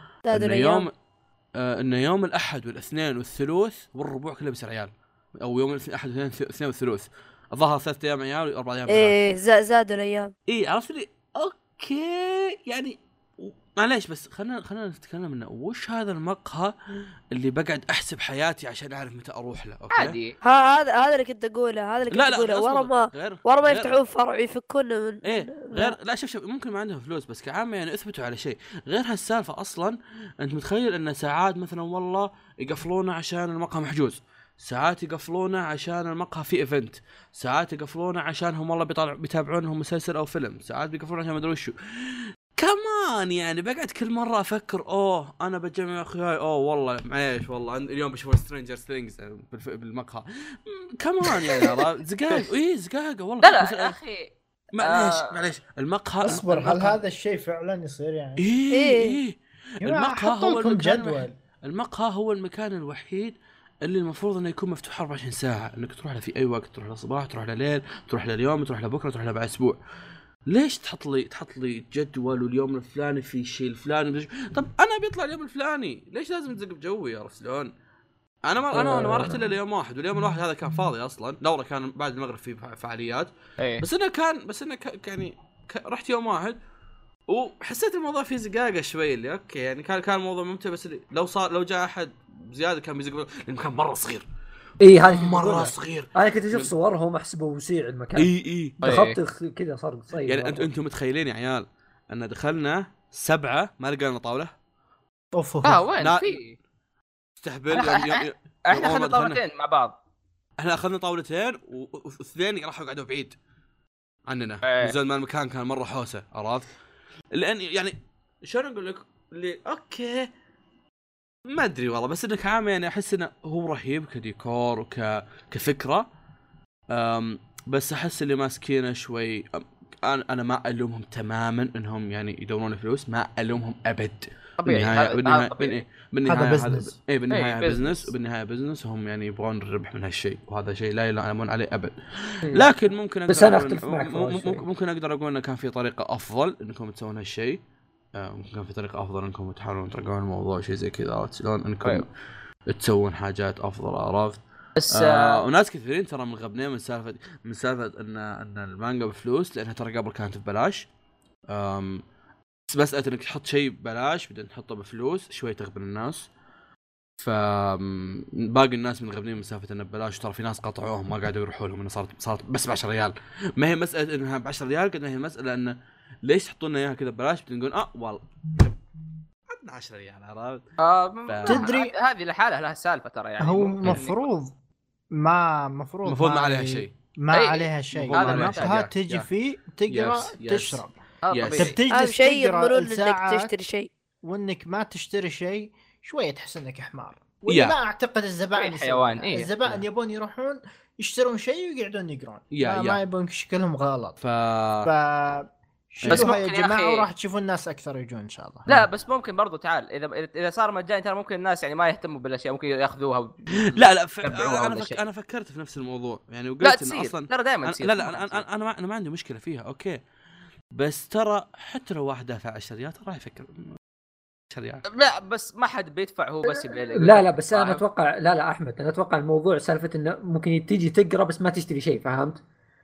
انه يوم الاحد والاثنين والثلاث والربوع كله بيصير عيال، او يوم الاحد والاثنين والثلاث الظاهر 3 ايام عيال و4 ايام ايه زادوا الايام. ايه عرفت لي اوكي يعني معليش. بس خلينا نتكلم انه وش هذا المقهى اللي بقعد احسب حياتي عشان اعرف متى اروح له اوكي عادي. هذا اللي كنت اقوله، ورا ما يفتحون فرع يفكون من غير لا شوف ممكن ما عندهم فلوس، بس كعامة يعني اثبتوا على شيء غير هالسالفه. اصلا انت متخيل ان ساعات مثلا والله يقفلونه عشان المقهى محجوز، ساعات يقفلونه عشان المقهى في ايفنت، ساعات يقفلونه عشان هم والله بيتابعونهم مسلسل او فيلم، ساعات بيقفلونه عشان ما ادري وشو. كمان يعني بقعد كل مرة أفكر أنا بجمع أخوياي والله معليش والله اليوم بشوف سترينجر ثينجز بالمقهى كمان يعني زقاق زقاقة والله. لا يا أخي معليش المقهى أصبر هل هذا الشيء فعلا يصير يعني؟ إيه المقهى هو جدول. المقهى هو المكان الوحيد اللي المفروض انه يكون مفتوح 24 ساعة، انك تروح له في اي وقت، تروح له صباح، تروح له ليل، تروح له اليوم، تروح له بكرة، تروح له بعد اسبوع. ليش تحط لي جدول واليوم الفلاني في شيء الفلاني؟ طب انا بيطلع اليوم الفلاني ليش لازم تزق بجوي؟ عرفت شلون؟ انا ما رحت الا اليوم واحد، واليوم الواحد هذا كان فاضي اصلا، دوره كان بعد المغرب في فعاليات. بس انه يعني رحت يوم واحد وحسيت الموضوع فيه زقاقه شوي اللي اوكي يعني كان الموضوع ممتع، بس لو جاء احد زياده كان بيزق لانه كان مره صغير. هذه مره صغير. انا كنت اشوف صورهم احسبه وسيع المكان. دخلت كذا صار صغير يعني انتم متخيلين يا عيال ان دخلنا 7 ما لقينا طاوله. وين في استهبل. احنا اخذنا طاولتين مع بعض. احنا اخذنا طاولتين واثنين راحوا قعدوا بعيد عننا. نزل ما المكان كان مره حوسه عرفت، لان يعني شلون اقول لك اللي اوكي ما ادري والله، بس انك عام يعني احس انه هو رهيب كديكور كفكره. بس احس اللي ماسكينه شوي. انا ما الومهم تماما انهم يعني يدورون فلوس، ما الومهم ابد. طبيعي بالنهايه هذا بزنس. بالنهايه بزنس، وبالنهايه بزنس وهم يعني يبغون الربح من هالشيء، وهذا شيء لا يلامون عليه ابد. لكن ممكن اقدر بس انا اختلف معك ممكن اقدر اقول انه كان في طريقه افضل انكم تسوون هالشيء. ممكن كان في طريقه افضل انكم تحاولون ترجعون الموضوع شيء زي كذا، شلون انكم تسوون حاجات افضل. عرفت؟ بس وناس كثيرين ترى مغبنين من سالفه ان المانجا بفلوس، لانها ترى قبل كانت ببلاش. بس انك تحط شيء ببلاش بعدين تحطه بفلوس شوي تغبن الناس. باقي الناس مغبنين من سالفه انه ببلاش، ترى في ناس قطعوهم ما قاعدوا يروحوا لهم، انه صارت بس ب 10 ريال. ما هي مساله انها ب 10 ريال قد ما هي مساله انه ليش تحطون لنا اياها كذا ببلاش، بتقول والله عندنا 10 ريال. عرفت؟ تدري هذه لحالها لها سالفه ترى يعني. هو مفروض ما عليها شيء، ما عليها شيء. المقهى تجي فيه تقرا تشرب. تجلس شيء يضمنون انك تشتري شيء، وانك ما تشتري شيء شويه تحس انك حمار. ولا ما اعتقد الزبائن حيوان. الزبائن يبون يروحون يشترون شيء ويقعدون يقرون، ما يبون شكلهم غلط. بس يا جماعه وراح تشوفون الناس اكثر يجون ان شاء الله. لا بس ممكن برضو تعال اذا صار مجاني ترى ممكن الناس يعني ما يهتموا بالاشياء، ممكن ياخذوها لا انا فكرت في نفس الموضوع يعني، وقلت ان اصلا ترى دائما تصير. لا انا ما عندي مشكله فيها اوكي، بس ترى حتى لو واحد دافع 10 ريال راح يفكر 10 ريال. لا بس ما حد بيدفع هو بس لا بس انا اتوقع لا احمد، انا اتوقع الموضوع سالفه انه ممكن تيجي تقرا بس ما تشتري شيء، فهمت؟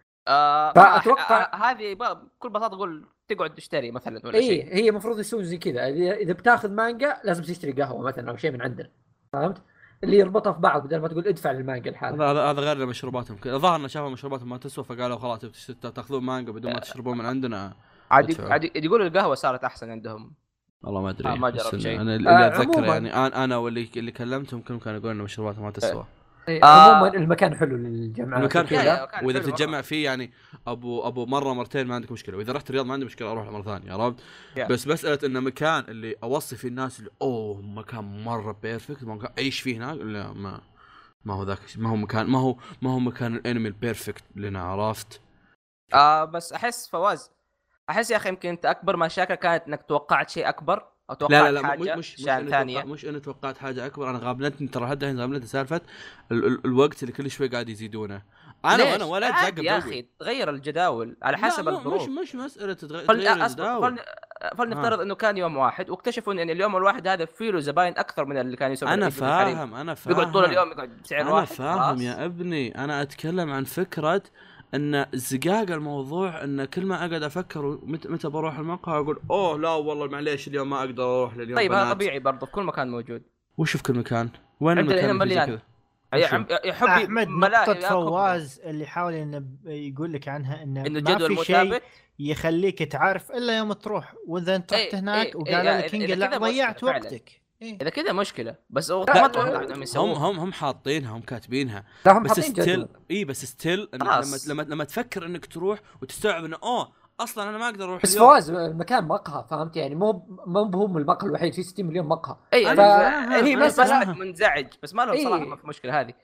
فاتوقع هذه بكل بساطه اقول تقعد تشتري مثلا ولا شيء. هي المفروض يسوون زي كذا، اذا بتاخذ مانجا لازم تشتري قهوه مثلا او شيء من عندنا، فهمت؟ اللي يربطها في بعض بدل ما تقول ادفع للمانجا الحالة. هذا غير مشروباتهم كذا، ظهرنا شافوا مشروباتهم ما تسوى فقالوا خلاص تاخذون مانجا بدون ما تشربون من عندنا. عادي يقولوا القهوه صارت احسن عندهم. والله ما ادري، ما جربت شيء. انا اللي اتذكر يعني انا واللي كلمتهم كلهم كانوا يقولون ان مشروباتهم ما تسوى. عموما المكان حلو للجمعة، المكان حلو، واذا بتتجمع فيه يعني ابو مره مرتين ما عندك مشكله، واذا رحت الرياض ما عندي مشكله اروح مره ثانيه. عرفت؟ بس مساله انه مكان اللي اوصي فيه الناس اللي مكان مره بيرفكت ما اعيش فيه هناك، لا ما هو ذاك، ما هو مكان الانمي البيرفكت لنا. عرفت؟ بس احس يا اخي يمكن انت اكبر مشاكل كانت انك توقعت شيء اكبر او توقعت حاجه مش ثانيه. مش انا توقعت حاجه اكبر، انا غابنتني ترى هالدحين غابنتي سالفه الوقت اللي كل شوي قاعد يزيدونه. انا ولا اتعقب يا اخي تغير الجداول على حسب الظروف. مش مساله تغير الجداول. فلنفترض انه كان يوم واحد واكتشفوا ان اليوم الواحد هذا فيه له زباين اكثر من اللي كانوا يسوون. انا فاهم يقعد طول اليوم يقعد بسعر واحد. انا فاهم يا ابني، انا اتكلم عن فكره ان زقاق الموضوع، ان كل ما اقعد افكر متى بروح المقهى اقول لا والله معليش اليوم ما اقدر اروح لليوم. طيب هذا طبيعي برضه في كل مكان موجود. وش في كل مكان؟ وين المكان اللي كذا؟ يا حبي احمد نقطة فواز اللي حاول انه يقول لك عنها انه ما في شيء يخليك تعرف الا يوم تروح، واذا انت رحت هناك وقال لك لا ضيعت وقتك. اذا كذا مشكله، بس ما اتوقع انهم يسوون. هم حاطينها، هم كاتبينها، بس ستيل بس ستيل لما تفكر انك تروح وتستوعب انه اصلا انا ما اقدر اروح. بس فواز المكان مقهى، فهمت يعني؟ مو هم المقهى الوحيد، في 60 مليون مقهى. هي مسألة منزعج، بس ما لهم صراحه ما في مشكله هذه.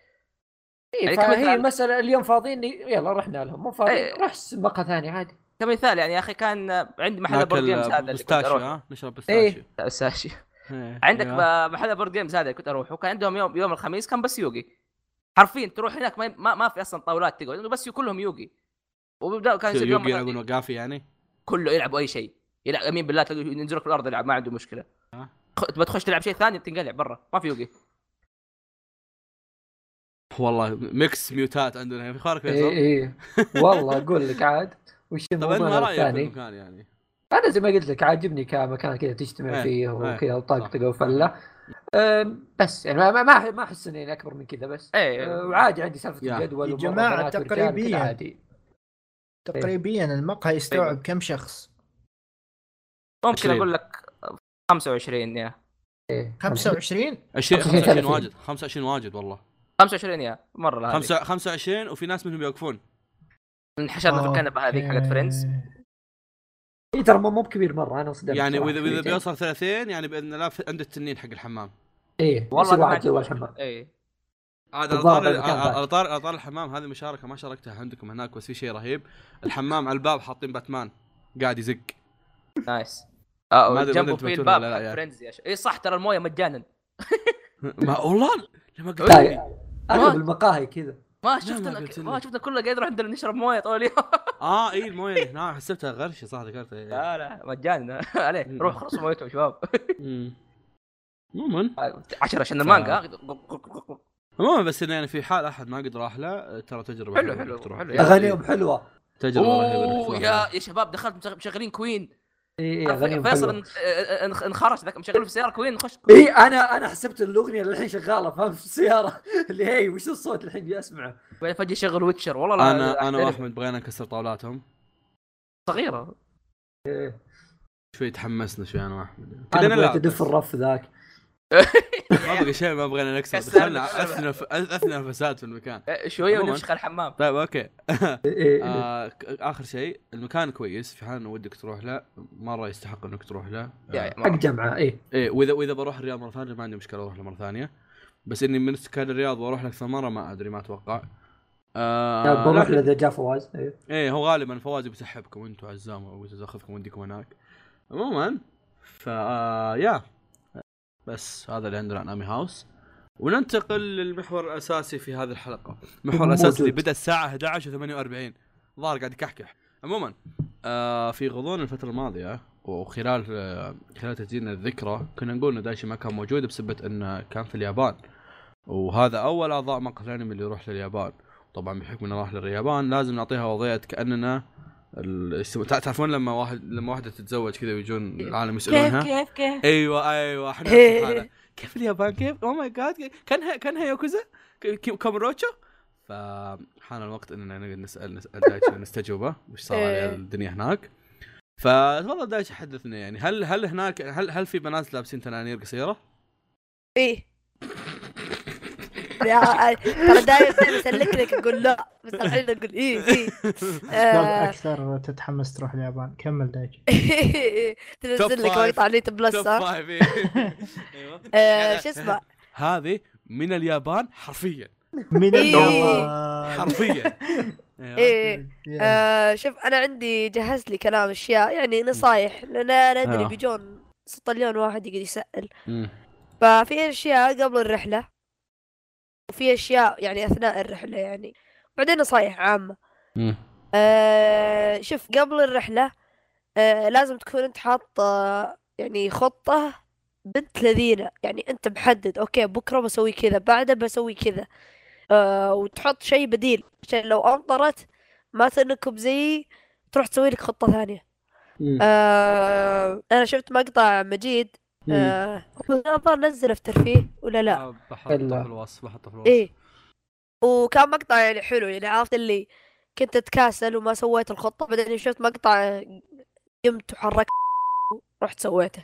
هي مسألة اليوم فاضيين يلا رحنا لهم، مو فاضيين روح مقهى ثاني عادي. كمثال يعني يا اخي كان عندي محل بورد جيمز هذا اللي كنت اروح نشرب بستاشيو. عندك محل بورد جيمز هذا اللي كنت اروح، وكان عندهم يوم الخميس كان بس يوغي. حرفيا تروح هناك ما في اصلا طاولات تقعد، بس كلهم يوغي. وبدأ كان يوغي يلعبون وقافي يعني كله يلعبوا اي شيء. يلعب امين بالله ينزلوا في الارض يلعب، ما عنده مشكله. تبغى تخش تلعب شيء ثاني تنقلع برا، ما في يوغي. والله ميكس ميوتات عندنا في خارق فيصل. والله اقول لك عاد وش الموضوع الثاني يعني. انا زي ما قلت لك عاجبني كمكان كذا تجتمع فيه وكذا وطاقتك وفله. بس يعني ما احس اني اكبر من كذا، بس وعادي عندي سالفه الجدول يا جماعه تقريبا المقهى يستوعب كم شخص؟ ممكن اقول لك 25 يا 25 واجد. 25 واجد والله. 25 يا مره هذه 25 وفي ناس منهم يوقفون. انحشرنا في الكنبه هذيك حقت فريندز. اي ترى مو بكبير مره، انا صدقت يعني واذا بيوصل 30 يعني باذن الله عند التنين حق الحمام. ايه والله واحد جوا الحمام. اي عاد اطار الحمام هذه مشاركه ما شاركتها عندكم هناك، بس في شيء رهيب. الحمام على الباب حاطين باتمان قاعد يزق. نايس. جنبه في الباب حق فريندز يا اي صح، ترى المويه مجانا. ما والله لما قلت اغلب المقاهي كذا ما شفت كله قاعد يروح عندنا نشرب مويه طول اليوم. اي المويه اللي هنا حسبتها غرش صح ذكرتها. لا مجانا عليه، روح خلصوا مويتهم شباب. عموما 10 عشان المانجا. عموما بس انه يعني في حال احد ما قد راح له ترى تجربه حلو اغانيهم حلوه، تجربه رهيبه. يا شباب دخلت مشغلين كوين. اي اغانيهم فيصل انخرج ذاك مشغل في السياره كوين نخش. اي انا حسبت الاغنيه اللي الحين شغاله فاهم في السياره اللي هي وش الصوت الحين اسمعه فجاه شغل ويتشر. والله انا واحمد بغينا نكسر طاولاتهم صغيره. شوي تحمسنا شوي انا واحمد كنا نلعب تدف الرف ذاك. ما بقى شيء ما بغينا نكسر، دخلنا اثنى نفسات في المكان شويه ونفشخ الحمام. طيب اوكي. اخر شيء المكان كويس، في حال ودك تروح له مره يستحق انك تروح له حق جمعه. ايه واذا بروح الرياض مره ثانيه ما عندي مشكله اروح له مره ثانيه، بس اني من سكان الرياض واروح لك مره ما ادري، ما اتوقع. بروح له اذا جاء فواز. ايه هو غالبا فواز بيسحبكم انتم عزام او ياخذكم وديكم هناك. عموما يا بس هذا اللي عندنا عن أمي هاوس. وننتقل للمحور الأساسي في هذه الحلقة. المحور الأساسي اللي بدأ الساعة 11:48 ظاهر قاعد يكحكح. عموما في غضون الفترة الماضية وخلال تسجيلنا الذكرى كنا نقول إن دايشي ما كان موجود بسبب إنه كان في اليابان، وهذا أول أعضاء مقهى الأنمي اللي يروح لليابان. طبعا بحكم إنه راح لليابان لازم نعطيها وضعية كأننا تعرفون لما واحدة تتزوج كذا ويجون العالم يسألونها كيف ايوه احنا في حالة كيف اليابان كيف او ماي جاد كانها يوكوزا كامروتشو. فحان الوقت اننا نقعد نسال دايتشي نستجوبه وش صار على الدنيا هناك. فتفضل دايتشي حدثنا، يعني هل هناك هل في بنات لابسين تنانير قصيره؟ ايه ترى دايما اسلك لك اقول لا بس الحين اقول ايه اكثر تتحمس تروح اليابان. كمل دايتشي. تنزل لك مقطع ليت بلس. ايوه شو اسمه هذه من اليابان حرفيا من اليابان حرفيا. ايه شوف انا عندي جهز لي كلام اشياء يعني نصايح لان انا ادري بيجون 6 مليون واحد يقعد يسأل. ففي اشياء قبل الرحله وفي اشياء يعني اثناء الرحله يعني، بعدين نصايح عامه. شوف قبل الرحله لازم تكون انت حاط يعني خطه بنت لذينه، يعني انت محدد اوكي بكره بسوي كذا بعده بسوي كذا، وتحط شيء بديل عشان لو امطرت ما تنكب زي تروح تسوي لك خطه ثانيه. انا شفت مقطع مجيد الظاهر نزله في ترفيه ولا لا بحطه في الوصف ايه، وكان مقطع يعني حلو يعني عرفت اللي كنت اتكاسل وما سويت الخطة بعدين شفت مقطع قمت وحركت ورحت سويته.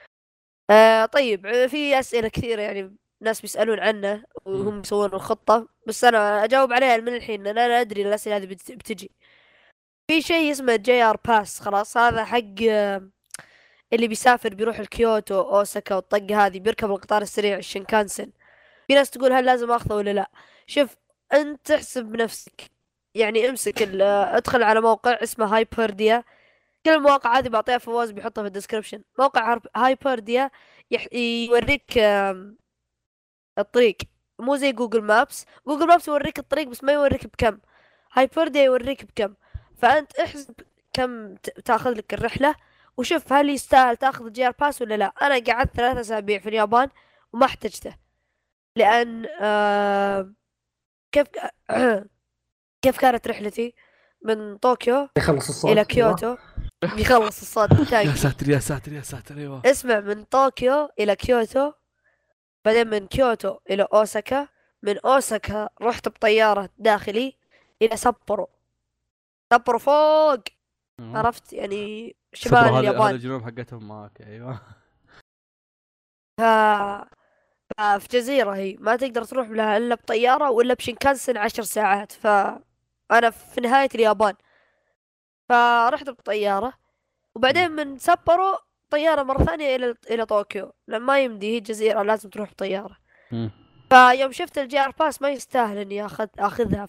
طيب في أسئلة كثيرة يعني ناس بيسألون عنه وهم يسوون الخطة، بس أنا أجاوب عليها من الحين لأن أنا أدري الأسئلة هذه بتجي. في شيء اسمه JR باس، خلاص هذا حق اللي بيسافر بيروح الكيوتو أوساكا والطقة هذه بيركب القطار السريع الشينكانسن. في ناس تقول هل لازم أخذه ولا لا؟ شوف أنت تحسب بنفسك، يعني امسك ادخل على موقع اسمه هايبرديا. كل المواقع هذه بعطيها فواز بيحطها في الديسكربشن. موقع هايبرديا يوريك الطريق، مو زي جوجل مابس. جوجل مابس يوريك الطريق بس ما يوريك بكم، هايبرديا يوريك بكم. فأنت احسب كم تاخذ لك الرحلة وشوف هل يستاهل تاخذ جي ار باس ولا لا. انا قعدت 3 أسابيع في اليابان وما احتجته لان كيف كانت رحلتي من طوكيو الى كيوتو. بيخلص الصوت يا ساتر يا ساتر يا ساتر. ايوه اسمع، من طوكيو الى كيوتو، بعدين من كيوتو الى اوساكا، من اوساكا رحت بطيارة داخلي الى سابورو فوق عرفت يعني شمال اليابان. هذا الجنوب حقتهم معك. ايوه في جزيرة هي ما تقدر تروح لها الا بطيارة ولا بشينكانسن 10 ساعات. فانا في نهاية اليابان فرحت بطيارة وبعدين من سابورو طياره مره ثانيه الى طوكيو، لما ما يمدي هي جزيره لازم تروح طياره. فيوم شفت الجي ار باس ما يستاهل اني اخذها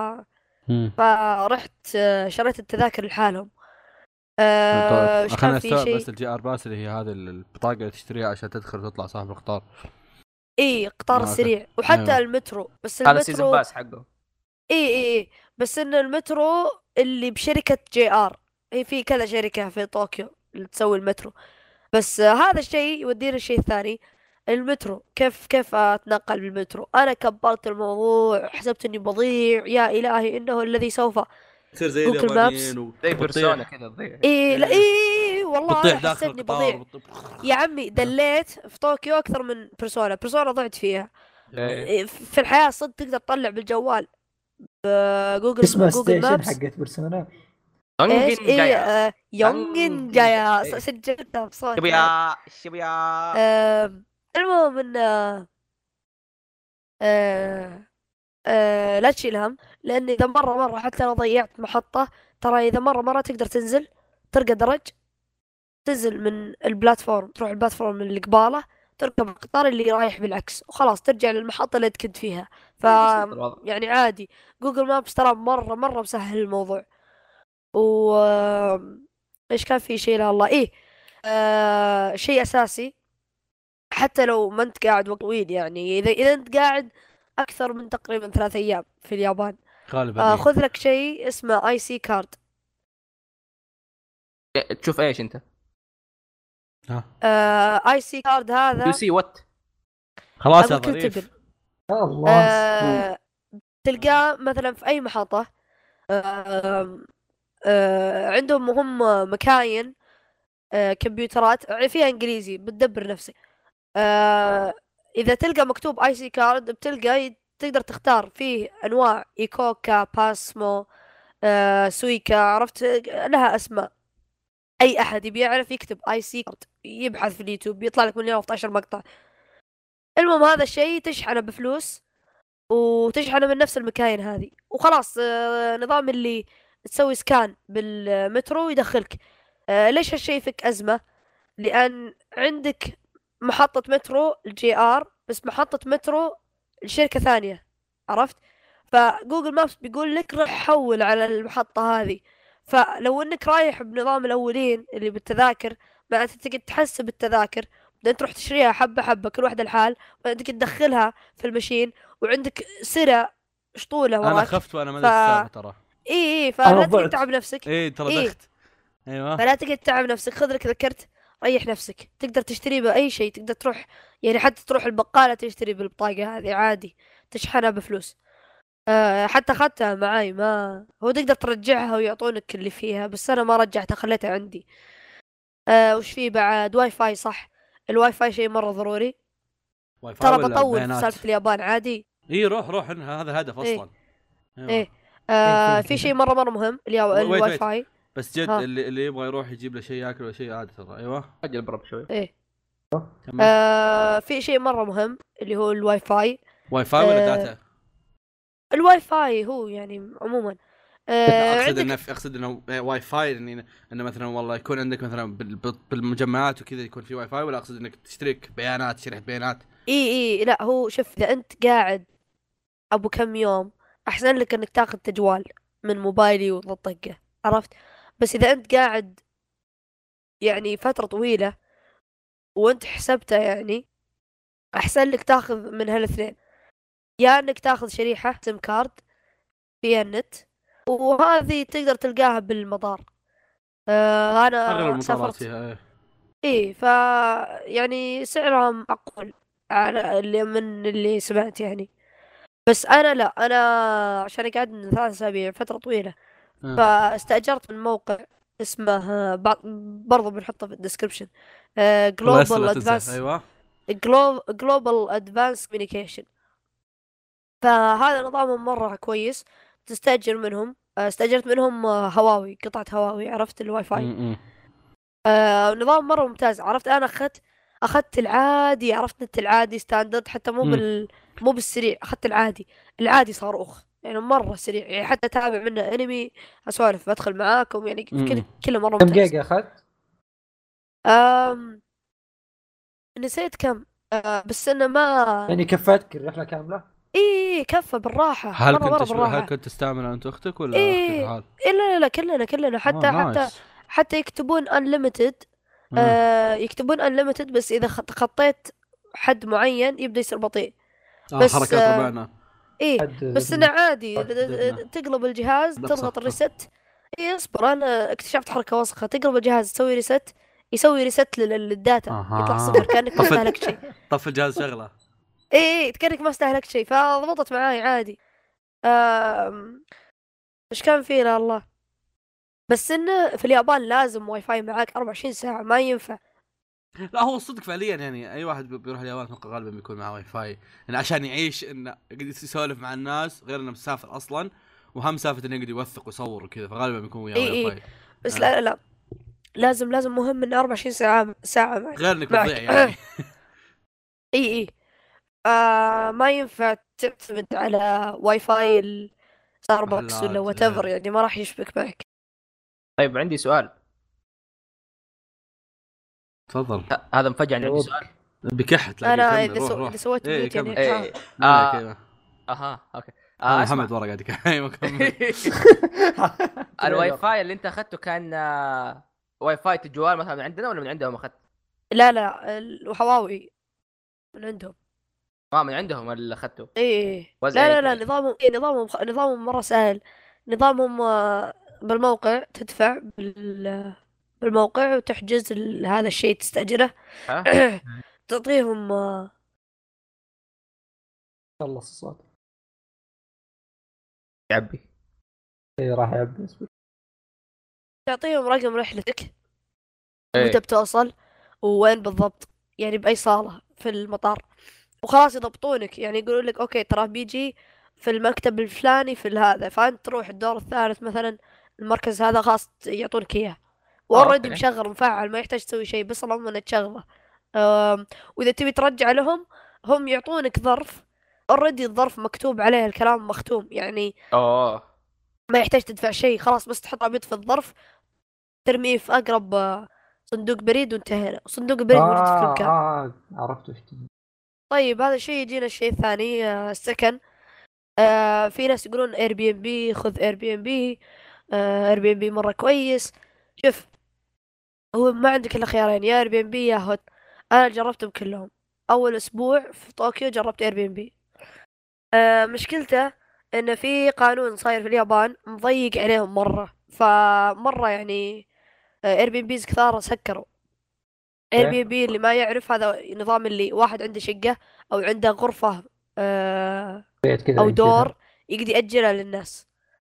فرحت شريت التذاكر لحالهم. طيب خلينا نستوعب بس الجي ار باس اللي هي هذه البطاقه اللي تشتريها عشان تدخل وتطلع صاحب القطار. اي قطار السريع وحتى أيوة. المترو، بس هذا سيزون باس حقه. اي بس ان المترو اللي بشركه جي ار، هي في كذا شركه في طوكيو اللي تسوي المترو. بس هذا الشيء يودينا الشيء الثاني، المترو كيف اتنقل بالمترو. انا كبرت الموضوع، حسبت اني بضيع، يا الهي انه الذي سوف تصير زي اليابانيين زي بيرسونا كذا تضيع. لا والله حسيتني بضيع يا عمي. دليت في طوكيو اكثر من بيرسونا ضعت فيها. في الحياه صدق تقدر تطلع بالجوال بجوجل اسمها ستيشن حقت بيرسونا. ايش يونجن جايا سجلتها بصوت شبيا. المهم ان لا تشيل هم، لان اذا مره حتى لو ضيعت محطه، ترى اذا مره تقدر تنزل، ترقى درج، تنزل من البلاتفورم، تروح البلاتفورم اللي قباله، تركب القطار اللي رايح بالعكس، وخلاص ترجع للمحطه اللي كنت فيها. يعني عادي. جوجل مابس ترى مره مسهل الموضوع. و ايش كان في شيء؟ لا الله شيء اساسي، حتى لو ما انت قاعد وقت طويل، يعني اذا انت قاعد اكثر من تقريبا 3 ايام في اليابان غالبا خذ لك شيء اسمه اي سي كارد. تشوف ايش انت؟ اي سي كارد هذا يو سي وات. خلاص يا ظريف. الله تلقاه مثلا في اي محطة. عندهم هم مكاين كمبيوترات فيها انجليزي، بتدبر نفسك. اذا تلقى مكتوب اي سي كارد بتلقى تقدر تختار فيه انواع، ايكوكا، باسمو، سويكا، عرفت لها اسماء. اي احد يبي يعرف يكتب اي سي كارد، يبحث في اليوتيوب يطلع لك 115 مقطع. المهم هذا الشيء تشحنه بفلوس، وتشحنه من نفس المكاين هذه، وخلاص. نظام اللي تسوي سكان بالمترو يدخلك. ليش هالشيء فيك أزمة؟ لأن عندك محطة مترو الجي ار، بس محطة مترو لشركة ثانية، عرفت؟ فجوجل مابس بيقول لك روح حول على المحطة هذه. فلو انك رايح بنظام الاولين اللي بالتذاكر، معناته تقعد تحسب التذاكر، بعدين تروح تشتريها حبة حبة كل واحدة لحال، بعدين تدخلها في المشين، وعندك سرة شطولة وراك. انا خفت وانا ما ادري السالفة ترى. اي فلا تقعد تتعب نفسك. ترى دخت. ايوه فلا تقعد تتعب نفسك، خذ لك ذكرت، ريح نفسك. تقدر تشتري بأي شيء، تقدر تروح يعني حتى تروح البقالة تشتري بالبطاقة هذه عادي، تشحنها بفلوس. حتى اخذتها معاي، ما هو تقدر ترجعها ويعطونك اللي فيها، بس انا ما رجعتها خليتها عندي. وش فيه بعد؟ واي فاي. صح، الواي فاي شيء مره ضروري. ترى بطول في سالفه اليابان عادي. روح هذا الهدف اصلا. في شيء مره مهم، الواي فاي. بس جد اللي يبغى يروح يجيب له شيء ياكل ولا شيء عادي ترى. ايوه اجل برب شوي. في شيء مره مهم اللي هو الواي فاي. واي فاي ولا داتا؟ الواي فاي هو يعني عموما اقصد انه واي فاي، انه مثلا والله يكون عندك مثلا بالمجمعات وكذا يكون في واي فاي، ولا اقصد انك تشترك بيانات، شريحه بيانات. لا هو شوف، اذا انت قاعد ابو كم يوم احسن لك انك تاخذ تجوال من موبايلي وتطقه، عرفت؟ بس اذا انت قاعد يعني فتره طويله وانت حسبتها، يعني احسن لك تاخذ من هالاثنين، يا انك تاخذ شريحه سيم كارد فيها النت، وهذه تقدر تلقاها بالمطار. انا سافرت فيها. يعني سعرها معقول على اللي سمعت يعني. بس انا عشان قاعد من 3 أسابيع فتره طويله، فاستاجرت من موقع اسمه برضو بنحطه في الديسكربشن، جلوبال ادفانس. ايوه جلوبال ادفانس كوميونيكيشن. فهذا نظامهم مره كويس، تستاجر منهم. استاجرت منهم هواوي، قطعه هواوي، عرفت الواي فاي. نظام مره ممتاز. عرفت انا اخذت العادي، عرفت نت العادي ستاندرد، حتى مو بالسريع، اخذت العادي صاروخ، يعني مره سريع، يعني حتى اتابع منه انمي، اسولف، بدخل معاكم، يعني كله مره ممتاز. كم جيجا اخذت؟ نسيت كم. بس انه ما يعني كفاتك الرحله كامله؟ ايه كفى بالراحه. هل مرة كنت بالراحه. هل كنت تستعمل انت اختك ولا اختك ايه الحال؟ إيه، لا كلنا نايس. حتى يكتبون unlimited. يكتبون unlimited بس اذا تخطيت حد معين يبدا يصير بطيء. بس حركات ربعنا. ايه بس انه عادي دبنا. تقلب الجهاز لا، تضغط صح. الريست. ايه اصبر، انا اكتشفت حركه وسخه. تقلب الجهاز تسوي ريست، يسوي ريست للداتا، يطلع صفر كانك ما استهلكت شيء. طف الجهاز شغله. ايه كانك ما استهلكت شيء، فضبطت معاي عادي. ايش كان فينا الله. بس انه في اليابان لازم واي فاي معاك 24 ساعه، ما ينفع. لا هو الصدق فعليا يعني اي واحد بيروح اليابان اتوقع غالبا بيكون معه واي فاي يعني عشان يعيش انه يقدر يسولف مع الناس غير انه مسافر اصلا، وهم سافة انه يقدر يوثق ويصور وكذا، فغالبا بيكون وياه واي ايه فاي. بس لا لازم مهم ان 24 ساعه معك. غير انك بتضيع يعني. اي ما ينفع تعتمد على واي فاي ستاربكس ولا محلات واتيفر، غير. يعني ما راح يشبك معك. طيب عندي سؤال. تفضل. هذا مفاجأة، عندي سؤال. بكح تلاقي انا كمل. روح اذا سويت ايه ميوت يعني كمل. ايه ايه اها اوكي. محمد اسمع. ورا قاعد يكح. ايوه كمل. الواي فاي اللي انت اخذته كان واي فاي الجوال مثلا من عندنا ولا من عندهم اخذت؟ لا الهواوي من عندهم. من عندهم اللي اخذته. ايه وزع لا نظامهم مره سهل. نظامهم بالموقع تدفع بالموقع وتحجز هذا الشيء تستأجره. تعطيهم خلص الصوت. يعبي. اي راح يعبي. تعطيهم رقم رحلتك، إيه. متى بتوصل وين بالضبط، يعني بأي صالة في المطار، وخلاص يضبطونك. يعني يقولوا لك اوكي ترى بيجي في المكتب الفلاني في هذا، فانت تروح الدور الثالث مثلا، المركز هذا خاص يعطونك اياه. واوريدي أوكي. مشغل مفعل، ما يحتاج تسوي شيء، بس اللهم انك تشغله. واذا تبي ترجع لهم، هم يعطونك ظرف اوريدي، الظرف مكتوب عليه الكلام مختوم، يعني اوه ما يحتاج تدفع شيء، خلاص بس تحط عبيط في الظرف، ترميه في اقرب صندوق بريد وانتهينا. صندوق البريد موجود في كل مكان. عرفت وش طيب هذا الشيء. يجينا الشيء الثاني، السكن. في ناس يقولون اير بي ام بي، خذ اير بي ام بي. اير بي ام بي مره كويس. شوف، هو ما عندك الا خيارين، يا اير بي ام بي يا هوت. انا جربتهم كلهم. اول اسبوع في طوكيو جربت اير بي ام بي. مشكلته انه في قانون صاير في اليابان مضيق عليهم مره، فمره يعني اير بي ام بيز كثار سكروا. اير بي ام بي اللي ما يعرف، هذا نظام اللي واحد عنده شقه او عنده غرفه او دور يقدر يأجلها للناس.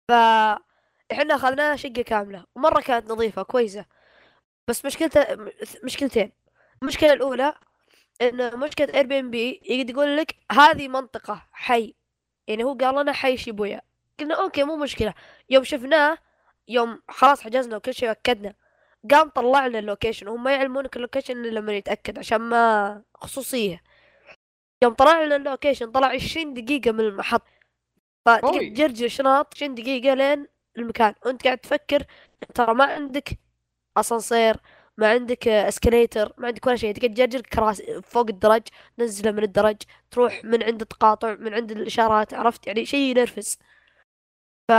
احنا اخذناها شقة كاملة ومرة كانت نظيفة كويسة. بس مشكلتين. المشكلة الأولى إن مشكلة اير بي ام بي يقدر يقول لك هذه منطقة حي، يعني هو قال لنا حي شيبويا. قلنا اوكي مو مشكلة. يوم شفناه، يوم خلاص حجزنا وكل شيء أكدنا، قام طلع لنا اللوكيشن. هم ما يعلمونك اللوكيشن إلا لما يتأكد عشان ما خصوصية. يوم طلع لنا اللوكيشن طلع 20 دقيقة من المحط، فتقعد تجرجر شنط 20 دقيقة لين المكان، وانت قاعد تفكر ترى ما عندك اسانسير، ما عندك اسكليتر، ما عندك ولا شيء. تقعد تجرجر كراسي فوق الدرج، تنزله من الدرج، تروح من عند التقاطع، من عند الاشارات، عرفت يعني شيء ينرفز. ف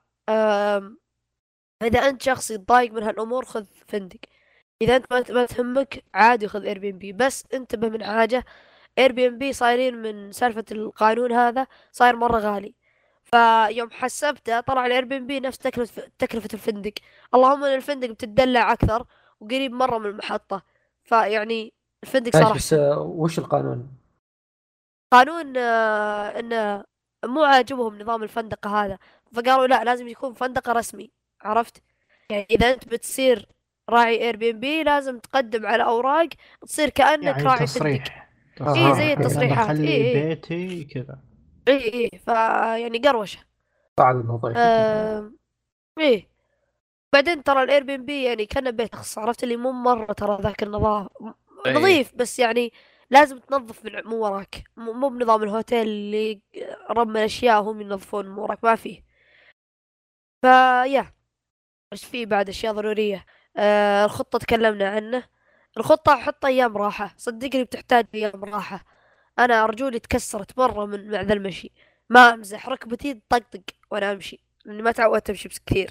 اذا انت شخص يتضايق من هالامور خذ فندق. اذا انت ما تهمك عادي خذ اير بي ام بي، بس انتبه من حاجه. اير بي ام بي صايرين من سالفه القانون هذا صاير مره غالي، فيوم حسبته طلع الاير بي ام بي نفس تكلفة الفندق. اللهم ان الفندق بتدلع اكثر وقريب مرة من المحطة، فيعني الفندق صار بس احسن. وش القانون؟ قانون انه مو عاجبهم نظام الفندقة هذا، فقالوا لا لازم يكون فندقة رسمي، عرفت؟ يعني اذا انت بتصير راعي اير بي ام بي لازم تقدم على اوراق تصير كأنك يعني راعي تصريح. فندق. ايه زي التصريحات. بخلي ايه بيتي كذا. ايه يعني قروشة. بعد الموضوع. ايه بعدين ترى الاير بي ام بي يعني كان بيت شخص، عرفت اللي مو مرة ترى ذاك النظافة. نظيف بس يعني لازم تنظف من مو وراك، مو بنظام الهوتيل اللي رمى الاشياء هم ينظفون من وراك، ما فيه. فيا ايش فيه بعد اشياء ضرورية. الخطة تكلمنا عنه. الخطة حط ايام راحة، صدقني بتحتاج ايام راحة. انا رجولي تكسرت مرة من مع ذا المشي، ما امزح، ركبتي تطقطق وانا امشي لاني ما تعودت امشي بس كثير.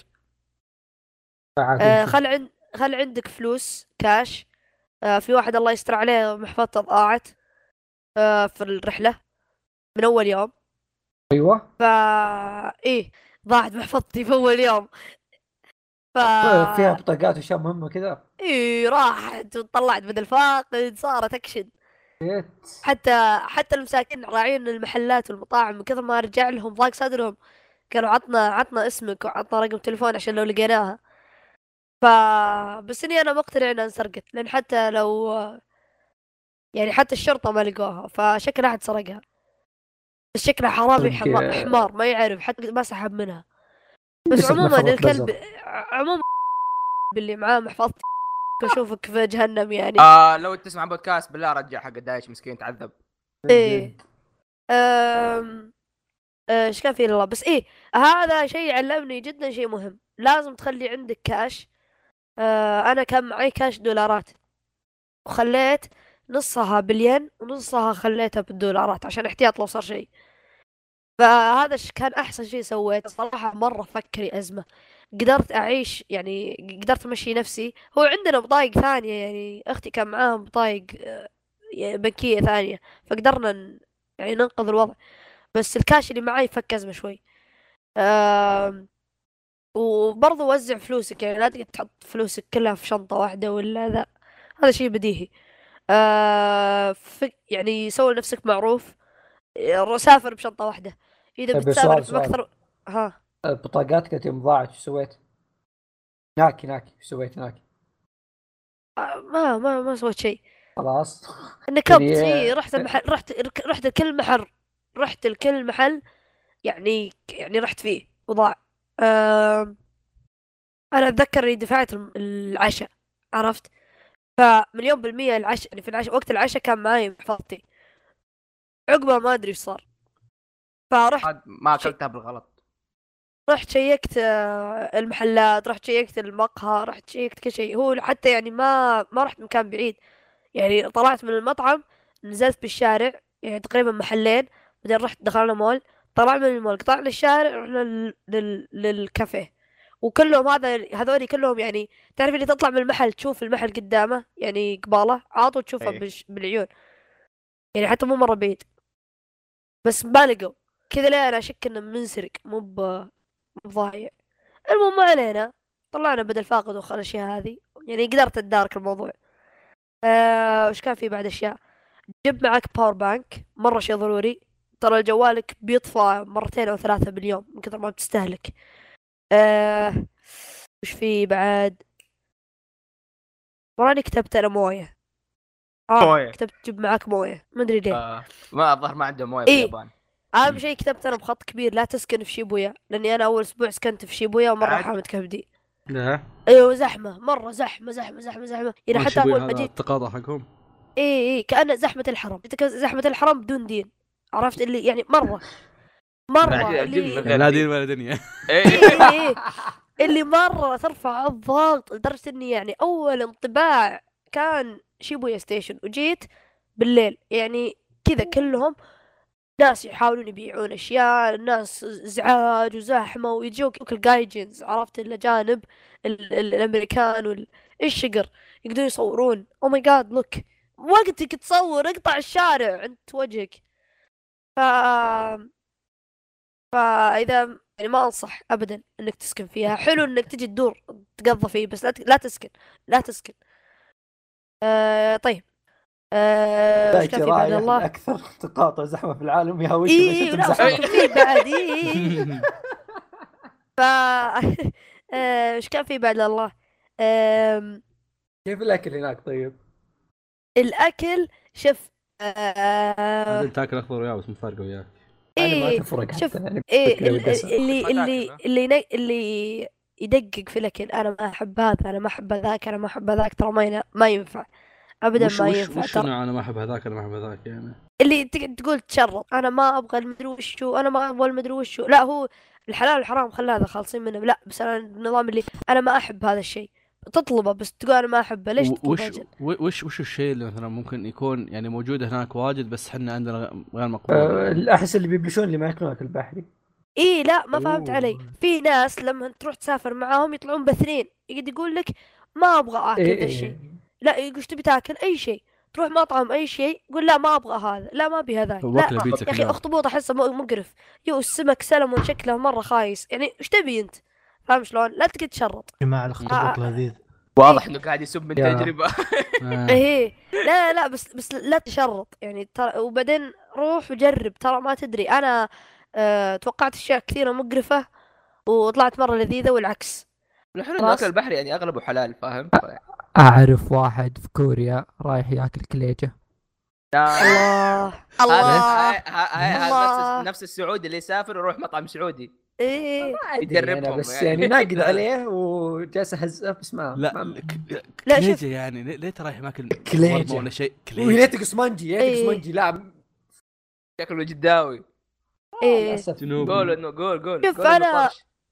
خل عندك فلوس كاش. في واحد الله يستر عليه محفظته ضاعت في الرحلة من اول يوم. ايوه ايه ضاعت محفظتي في اول يوم. فيها بطاقات واشياء مهمة كذا. ايه راحت وطلعت بدل فاقد، صارت اكشن. حتى المساكين راعين المحلات والمطاعم من كثر ما رجع لهم ضاق صدرهم كانوا عطنا اسمك وعطنا رقم تليفون عشان لو لقيناها. بس اني انا مقتنع انها انسرقت، لان حتى لو يعني حتى الشرطة ما لقوها، فشكل احد سرقها. بس شكله حرامي حمار ما يعرف حتى ما سحب منها. بس عموما الكلب عموما اللي معاه محفظتي اشوفك في جهنم يعني. لو تسمع بودكاست بالله رجع حق دايش مسكين تعذب. ايه ايش كان في الله. بس ايه هذا شيء علمني جدا شيء مهم، لازم تخلي عندك كاش. انا كان معي كاش دولارات، وخليت نصها بالين ونصها خليتها بالدولارات عشان احتياط لو صار شيء. فهذا كان احسن شيء سويت صراحة. مرة فكري ازمة قدرت اعيش يعني، قدرت امشي نفسي. هو عندنا بطايق ثانية يعني، اختي كان معاها بطايق بنكية ثانية، فقدرنا يعني ننقذ الوضع. بس الكاش اللي معاي فك ازمة شوي. وبرضه وزع فلوسك يعني، لا تقعد تحط فلوسك كلها في شنطة واحدة ولا ذا، هذا شيء بديهي. يعني سوي لنفسك معروف، سافر بشنطة واحدة إذا بتسافر بأكثر. ها بطاقاتك يوم ضاعت شو سويت؟ ناكي شو سويت ناكي؟ ما سويت شيء خلاص. نكبت يعني رحت المحل، رحت لكل محل، رحت لكل محل يعني رحت فيه وضاع. انا اتذكر اني دفعت العشاء، عرفت؟ فمليون بالمية العشاء يعني في العشاء وقت العشاء كان معي محفظتي. عقبه ما ادري ايش صار، فرحت ما اكلتها بالغلط. رحت شيكت المحلات، رحت شيكت المقهى، رحت شيكت كل شيء. هو حتى يعني ما رحت مكان بعيد يعني، طلعت من المطعم نزلت بالشارع يعني تقريبا محلين، بعدين رحت دخلنا مول، طلعنا من المول قطعنا الشارع رحنا للكافيه. وكلهم هذول كلهم يعني تعرف اللي تطلع من المحل تشوف المحل قدامه يعني قباله عاطوا تشوفه بالعيون يعني، حتى مو مرة بعيد. بس ما لقوا كذا، لا انا اشك انه منسرق مو ضايع. المهم ما علينا، طلعنا بدل فاقد والاشياء هذه يعني، قدرت اتدارك الموضوع. وش كان في بعد اشياء؟ جيب معك باور بانك، مرة شيء ضروري. ترى جوالك بيطفى مرتين او ثلاثة باليوم من كثر ما بتستهلك. وش في بعد؟ وراني كتبت انا مويه. كتبت جيب معك مويه، ما ادري ليه. ما الظهر ما عنده مويه في اليابان. اهم شيء كتبت انا بخط كبير لا تسكن في شيبويا، لاني انا اول اسبوع سكنت في شيبويا ومره حامد كبدي. لا ايوه زحمه مره، زحمه يعني. حتى اول ما جيت التقاطع حقهم ايه كأنه زحمه الحرم، زحمه الحرم بدون دين، عرفت اللي يعني مره اللي لا دين ولا دنيا. إيه اللي مره ترفع الضغط لدرجه اني يعني اول انطباع كان شيبويا ستيشن، وجيت بالليل يعني كذا كلهم ناس يحاولون يبيعون اشياء، الناس ازعاج وزحمه ويجوك الجايجنز، عرفت الاجانب الامريكان والشقر يقدرون يصورون. او ماي جاد لوك، وقتك تصور اقطع الشارع انت وجهك. ف فاذا يعني ما انصح ابدا انك تسكن فيها. حلو انك تجي تدور تقضى فيه بس لا تسكن. طيب ايش كان في بعد الله؟ اكثر تقاطع زحمه في العالم يا وش لا في بعد ف ايش كان في بعد الله؟ كيف الاكل هناك طيب؟ الاكل شوف هذا تاكل اخضر ويابس مفارقه وياك. ما تفرق شوف يعني اللي يدقق في الاكل، انا ما احب هذا، انا ما احب ذاك، انا ما احب ذاك، ترى ما ينفع ابدا. ما ينفع ترى انا ما احب هذاك، انا ما احب هذاك يعني. اللي تقول تشرط انا ما ابغى المدري وشو، انا ما ابغى المدري وشو. لا هو الحلال والحرام خلى هذا خالصين منه. لا بس انا النظام اللي انا ما احب هذا الشيء تطلبه بس تقول انا ما احبه، ليش تطلب اجل؟ وش الشيء اللي مثلا ممكن يكون يعني موجود هناك واجد بس احنا عندنا غير مقبول؟ الاحس اللي بيبلشون اللي ما ياكلون اكل بحري. ايه لا ما فهمت علي. في ناس لما تروح تسافر معاهم يطلعون باثنين، يقعد يقول لك ما ابغى اكل ذا الشيء. لا يقول ايش تبي تاكل؟ اي شيء. تروح مطعم اي شيء يقول لا ما ابغى هذا، لا ما ابي هذاك، لا يا اخي اخطبوط احسه مقرف، يو السمك سلمون شكله مره خايس، يعني ايش تبي انت؟ فاهم شلون؟ لا تقعد تشرط يا جماعه الاخطبوط لذيذ. واضح انه قاعد يسب من تجربه. ايه لا بس لا تشرط يعني ترى، وبعدين روح وجرب ترى ما تدري. انا توقعت اشياء كثيره مقرفه وطلعت مره لذيذه والعكس. الحلو انه اكل البحر يعني اغلبه حلال، فاهم؟ اعرف واحد في كوريا رايح ياكل كليجه. الله الله نفس السعودي اللي يسافر ويروح مطعم سعودي يجربهم بس يعني ناقد عليه وجالس اهزه بس ما لا كليجه يعني ليه رايح ماكل كليجه ولا شيء؟ كليجه قسمنجي لا شكله جداوي. قول شوف انا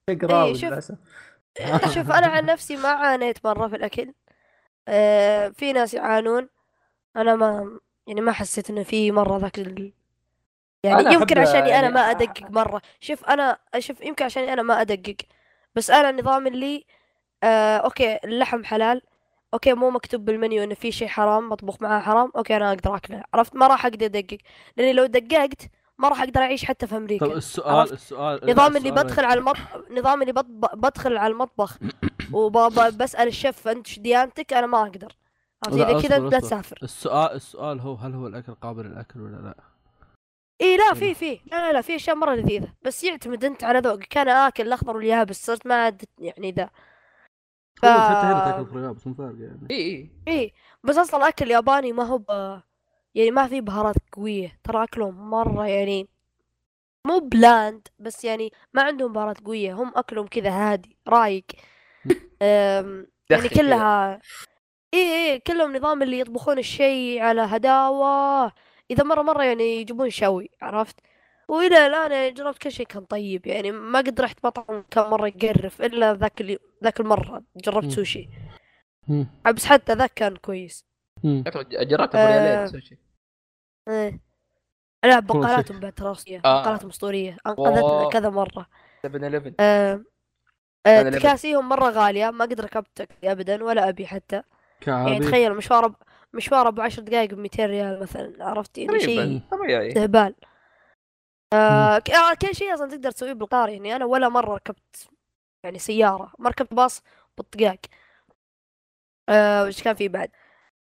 شوف انا عن نفسي ما عانيت مره في الاكل. في ناس يعانون، انا ما حسيت انه في مره ذاك يعني يمكن عشاني انا ما ادقق مره. شوف يمكن عشاني انا ما ادقق، بس انا النظام اللي اوكي اللحم حلال، اوكي مو مكتوب بالمنيو انه في شيء حرام مطبوخ معاه حرام، اوكي انا اقدر اكله، عرفت؟ ما راح اقدر ادقق، لاني لو دققت ما راح اقدر اعيش حتى في امريكا. طب السؤال نظام اللي بدخل على نظام اللي بدخل على المطبخ وبسأل الشيف انت ايش ديانتك، انا ما اقدر. اذا كذا لا تسافر. السؤال هو هل هو الاكل قابل للاكل ولا لا؟ ايه لا في لا في اشياء مره لذيذه، بس يعتمد انت على ذوقك. انا اكل الاخضر واليابس، صرت ما عاد يعني ذا حتى هنا تاكل خيار بس مو فارق يعني. ايه بس اصلا الاكل الياباني ما هو يعني ما في بهارات قويه، ترى اكلهم مره يعني مو بلاند، بس يعني ما عندهم بهارات قويه، هم اكلهم كذا هادي رايق. يعني كلها ايه كلهم نظام اللي يطبخون الشيء على هداوة، اذا مرة يعني يجيبون شوي، عرفت؟ والى الان جربت كل شيء كان طيب، يعني ما قد رحت مطعم كان مرة يقرف الا ذاك المرة جربت سوشي بس حتى ذاك كان كويس. جربت بريالين سوشي. ايه لا بقالاتهم بعد تراصية، بقالاتهم اسطورية انقذتنا كذا مرة. 7-11 تكاسيهم مرة غالية، ما قد ركبت تاكسي ابدا ولا ابي حتى. يعني تخيل مشوار ابو 10 دقائق ب200 ريال مثلا، عرفت؟ يعني شيء استهبال. كل شيء اصلا تقدر تسويه بالقطار، يعني انا ولا مرة ركبت يعني سيارة، ما ركبت باص بالطقاق. وش كان في بعد؟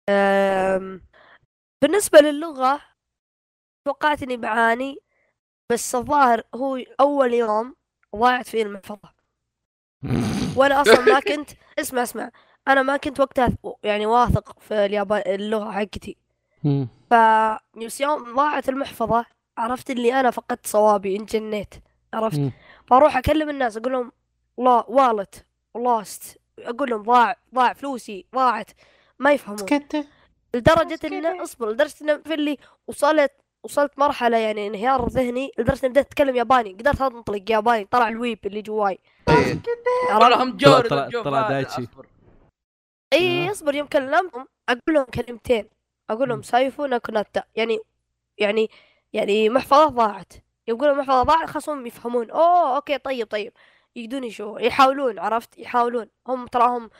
بالنسبة للغة توقعت اني بعاني، بس الظاهر هو اول يوم ضاعت فيه المحفظة وانا اصلا ما كنت اسمع انا ما كنت وقتها يعني واثق في اليابان اللغة حقتي. يوم ضاعت المحفظة عرفت اللي انا فقدت صوابي، انجنيت، عرفت؟ فاروح اكلم الناس اقول لهم لا والت لاست، اقول لهم ضاع فلوسي ضاعت، ما يفهمون. لدرجة انه في اللي وصلت مرحلة يعني انهيار ذهني، لدرجة اني بدأت اتكلم ياباني، قدرت انطلق ياباني، طلع الويب اللي جواي. طلع دايتشي. اي اصبر، يوم كلمتهم اقول لهم كلمتين، اقول لهم سايفو ناكوناتا، يعني محفظة ضاعت، يقولوا محفظة ضاعت خلاص يفهمون. اوكي طيب يقدون يحاولون، عرفت؟ يحاولون هم تراهم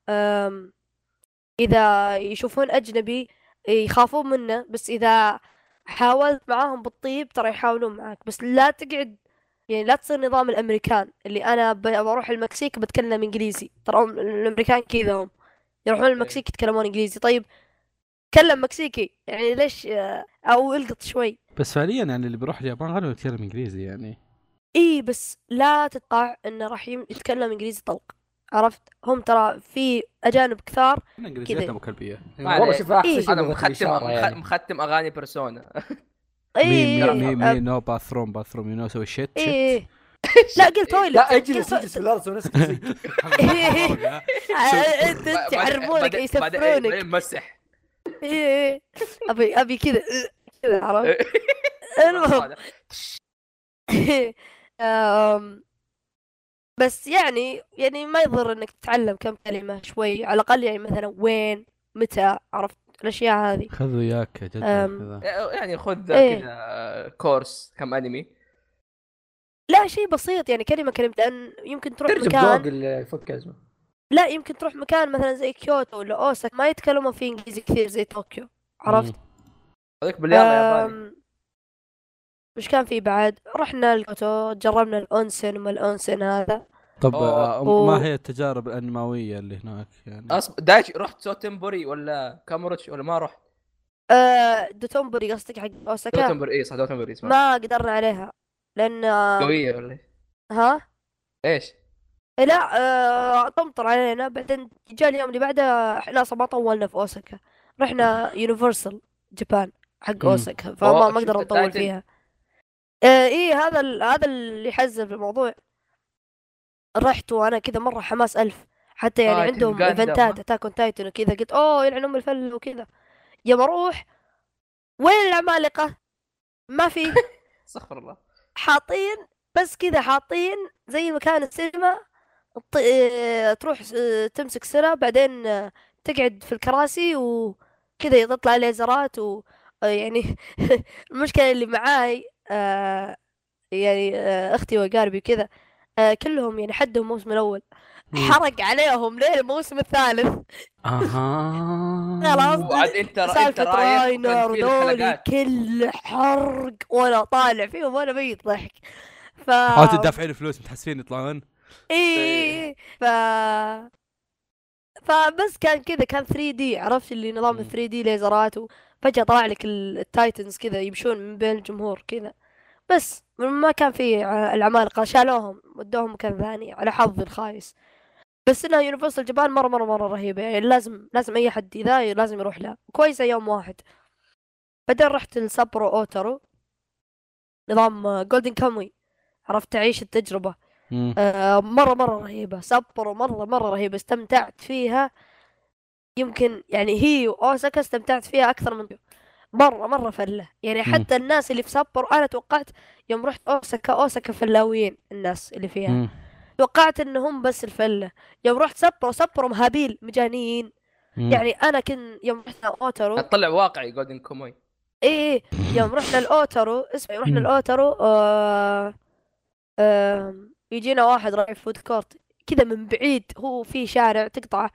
اذا يشوفون اجنبي يخافون منه، بس اذا حاولت معاهم بالطيب ترى يحاولون معاك، بس لا تقعد يعني لا تصير نظام الامريكان اللي انا بروح المكسيك بتكلم انجليزي. ترى الامريكان كذا هم يروحون المكسيك يتكلمون انجليزي، طيب تكلم مكسيكي يعني ليش؟ او القط شوي. بس فعليا يعني اللي بيروح اليابان غالبا يتكلم انجليزي يعني. بس لا تتوقع انه راح يتكلم انجليزي طلق، عرفت؟ هم ترى في اجانب كثار انجليزيتنا ابو كلبيه. والله شوف احسن شيء انا مختم اغاني بيرسونا. مي نو باثروم يو سوي شيت. لا قلت تويلت. لا اجلس بالارض سوي نفسك انت يعرفونك يسفرونك بعدين مسح. ابي كذا عرفت؟ المهم بس يعني ما يضر انك تتعلم كم كلمة شوي على الاقل، يعني مثلا وين، متى، عرفت الاشياء هذه. خذ وياك يا جد أم، كذا. يعني خذ ايه كذا كورس كم انمي. لا شيء بسيط، يعني كلمة كلمتين يمكن تروح ترجم ذوق مكان. اللي يفك ازمه. لا يمكن تروح مكان مثلا زي كيوتو ولا اوساكا ما يتكلمون فيه انجليزي كثير زي طوكيو، عرفت. هذيك باليابا ياباني. مش كان في بعد رحنا لكيوتو جربنا الاونسن وما الاونسن هذا. طب ما و... هي التجارب الانمويه اللي هناك يعني؟ دايتشي رحت سوتنبوري ولا كاموروتش ولا ما رحت؟ دوتومبوري قصدك حق اوساكا؟ دوتنبوري اي صح، دوتنبوري اسمها. ما قدرنا عليها لان قوية ولا إيه؟ ها ايش؟ لا تمطر علينا. بعدين جاء اليوم اللي بعده احنا اصلا ما طولنا في اوساكا، رحنا يونيفرسال جابان حق اوساكا، فما ما شفت قدرنا نطول التايتل؟ فيها. ايه هذا اللي يحزن في الموضوع. رحت وانا كذا مره حماس الف، حتى يعني تايتن عندهم غاندام، ايفنتات ها؟ اتاك اون تايتن وكذا، قلت اوه يلعن ام الفل وكذا. يا اروح وين العمالقه؟ ما في. استغفر الله. حاطين بس كذا، حاطين زي مكان السينما. تروح تمسك سلة، بعدين تقعد في الكراسي وكذا تطلع ليزرات يعني المشكلة اللي معاي يعني اختي وقاربي وكذا كلهم يعني حدهم الموسم الاول، حرق عليهم ليه الموسم الثالث. خلاص وعاد انت سالفة رايح راينر وكان في وذولي الحلقات. كل حرق وانا طالع فيهم وانا ميت ضحك. عاد دافعين فلوس متحسفين يطلعون. ايه فبس كان كذا، كان 3D، عرفت اللي نظام 3D ليزرات، وفجأة طلع لك التايتنز كذا يمشون من بين الجمهور كذا. بس ما كان في العمالقة، شالوهم ودوهم مكان ثاني على حظي الخايس. بس انها يونيفرسال جابان مرة رهيبة، يعني لازم اي حد اذا لازم يروح لها، كويسة يوم واحد. بعدين رحت لسابورو اوتارو، نظام جولدن كاموي، عرفت تعيش التجربة. مرة رهيبة سابورو، مرة رهيبة، استمتعت فيها. يمكن يعني هي وأوساكا استمتعت فيها أكثر من مرة فلة يعني. حتى الناس اللي في سابورو أنا توقعت يوم رحت أوساكا فلاويين الناس اللي فيها، توقعت إنهم بس الفلة. يوم رحت سابورو مهابيل مجانين. يعني أنا يوم رحنا أوتارو طلع واقعي جولدن كوموي. إيه يوم رحنا الأوتارو اسمع، رحنا الأوتارو يجينا واحد رايح فود كورت كذا من بعيد، هو في شارع تقطع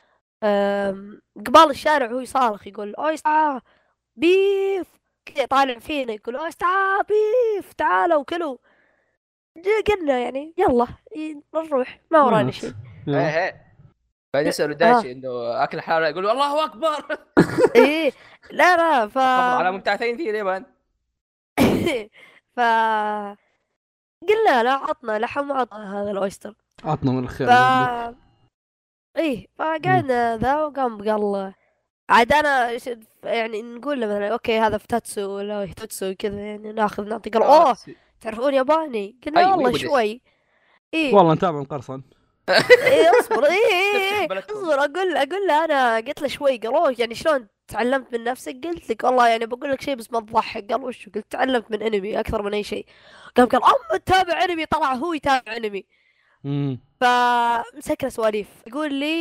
قبال الشارع، هو يصارخ يقول اويستا بيف كذا، طالع فينا يقول اويستا بيف تعالوا كلوا. قلنا يعني يلا نروح ما ورانا شيء. ايه بعدين يسألوا دايتشي انه اكل حلال، يقولوا الله اكبر. ايه لا قبض على ممتعتين في اليابان. ف قلنا لا، عطنا لحم وعطنا هذا الاويستر، عطنا من الخير. ايه فقعدنا ذا وقام قال عاد انا يعني نقول له مثلا اوكي هذا فتاتسو ولا هيتوتسو كذا، يعني ناخذ نعطي. قال اوه تعرفون ياباني؟ قلنا والله شوي. ايه والله نتابع مقرصن. ايه اصبر اصبر اقول له انا قلت له شوي. قال اوه يعني شلون تعلمت من نفسك؟ قلت لك والله يعني بقول لك شيء بس ما تضحك. قال وش؟ قلت تعلمت من انمي اكثر من اي شيء. قال تتابع انمي؟ طلع هو يتابع انمي. فمسكنا سواليف يقول لي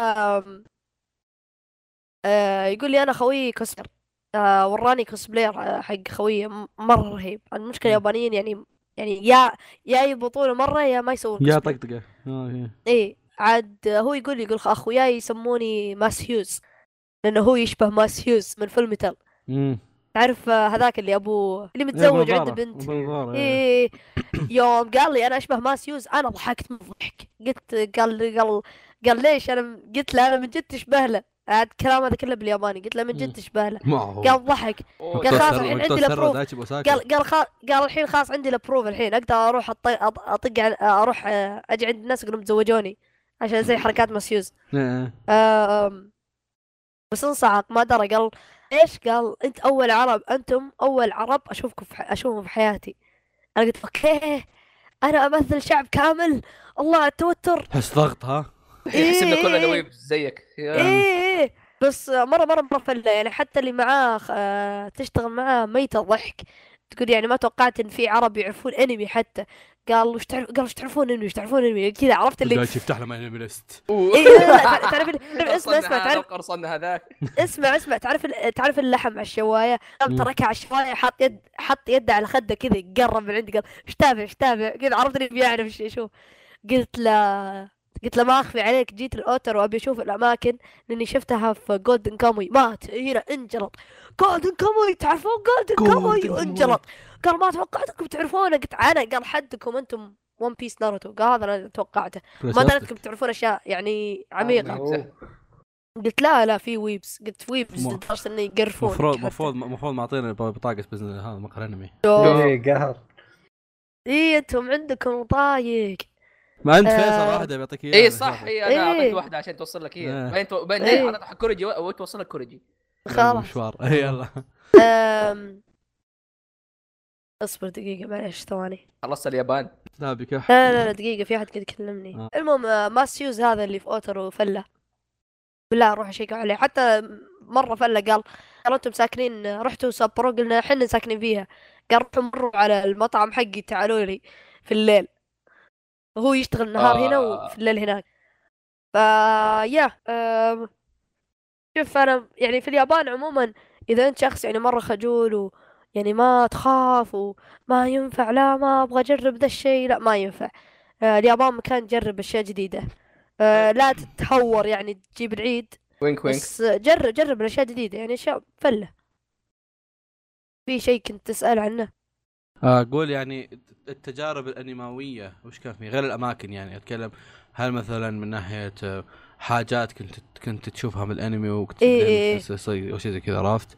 يقول لي انا خويي كوسبلير، وراني كوسبلير حق خويه مره رهيب. المشكله اليابانيين يعني يا يضبطونه مره يا ما يسوون يا طقطقه. ايه عاد هو يقول اخوياي يسموني ماس هيوز لانه هو يشبه ماس هيوز من فيلم ميتال. تعرف هذاك اللي ابوه اللي متزوج عنده بنت. ايه يوم قال لي انا اشبه ماس هيوز انا ضحكت من الضحك. قال ليش؟ انا قلت له انا من جد تشبه له. عاد كلام هذا كله بالياباني. قلت له من جد تشبه له. قال ضحك. قال خلاص الحين عندي الابروف. قال الحين خلاص عندي الابروف، الحين اقدر اروح اطق اروح اجي عند الناس اقول لهم تزوجوني عشان زي حركات مسيوز. بس انصعق ما درى. قال ايش؟ قال انتم اول عرب اشوفهم في حياتي. انا قلت اوكي انا امثل شعب كامل. الله التوتر حس ضغط ها. يحسبنا كلنا نويب زيك. ايه بس مرة فلة يعني. حتى اللي معاه تشتغل معاه ميتة ضحك. تقول يعني ما توقعت ان في عرب يعرفون انمي حتى. قال وش تعرفون انمي، وش تعرفون انمي كذا، عرفت اللي قاعد يفتح لهم انمي ليست. اي لا تعرف اسمع تعرف قرصنا هذاك اسمع تعرف اللحم على الشوايه، قام تركها على الشوايه، حط يده على خده كذا، قرب من عندي قال ايش تابع كذا، عرفت اللي بيعرف ايش يشوف. قلت له ما اخفي عليك، جيت الاوتر وابي اشوف الاماكن لاني شفتها في جولدن كاموي، مات هنا انجلط. جولدن كاموي تعرفون جولدن كاموي؟ انجلط. قال ما توقعتكم تعرفونه. قلت انا قال حدكم انتم ون بيس ناروتو. قال هذا انا توقعته، ما دريتكم تعرفون اشياء يعني عميقه. قلت لا في ويبس، قلت ويبس لدرجه انه يقرفون. المفروض معطينا بطاقه بزنس هذا مقهى انمي. قهر. انتم عندكم بطايق. ما انت فيصل واحده بيعطيك اياها. اي صح، انا اعطيت واحده عشان توصل لك اياها. بعدين اعطيتها كوريجي وتوصل لك كوريجي خلاص مشوار. يلا اصبر دقيقه معلش ثواني. خلصت اليابان؟ لا بكح. لا دقيقه، في احد قاعد يكلمني. المهم ماسيوز هذا اللي في اوتر وفله، بالله روح اشيك عليه. حتى مره فله قال انتم ساكنين، رحتوا سابورو؟ قلنا احنا ساكنين فيها. قال روحوا مروا على المطعم حقي تعالوا لي في الليل، هو يشتغل النهار هنا وفي الليل هناك. شوف انا يعني في اليابان عموما اذا انت شخص يعني مره خجول يعني ما تخاف وما ينفع، لا ما ابغى اجرب ذا الشيء، لا ما ينفع. اليابان مكان تجرب اشياء جديده. لا تتهور يعني تجيب العيد وينك بس جرب الاشياء جديده، يعني اشياء فله. في شيء كنت تسأل عنه؟ اقول يعني التجارب الانماويه وش كان في غير الاماكن، يعني اتكلم هل مثلا من ناحيه حاجات كنت تشوفها من الانمي وكنت او شيء زي كذا، عرفت؟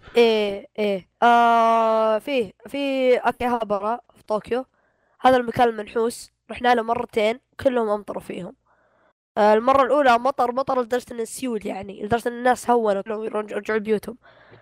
في اكيهابارا في طوكيو، هذا المكان المنحوس رحنا له مرتين كلهم امطروا فيهم. المره الاولى مطر لدرجه ان السيول، يعني لدرجه ان الناس هونوا كلهم يرجعوا بيوتهم.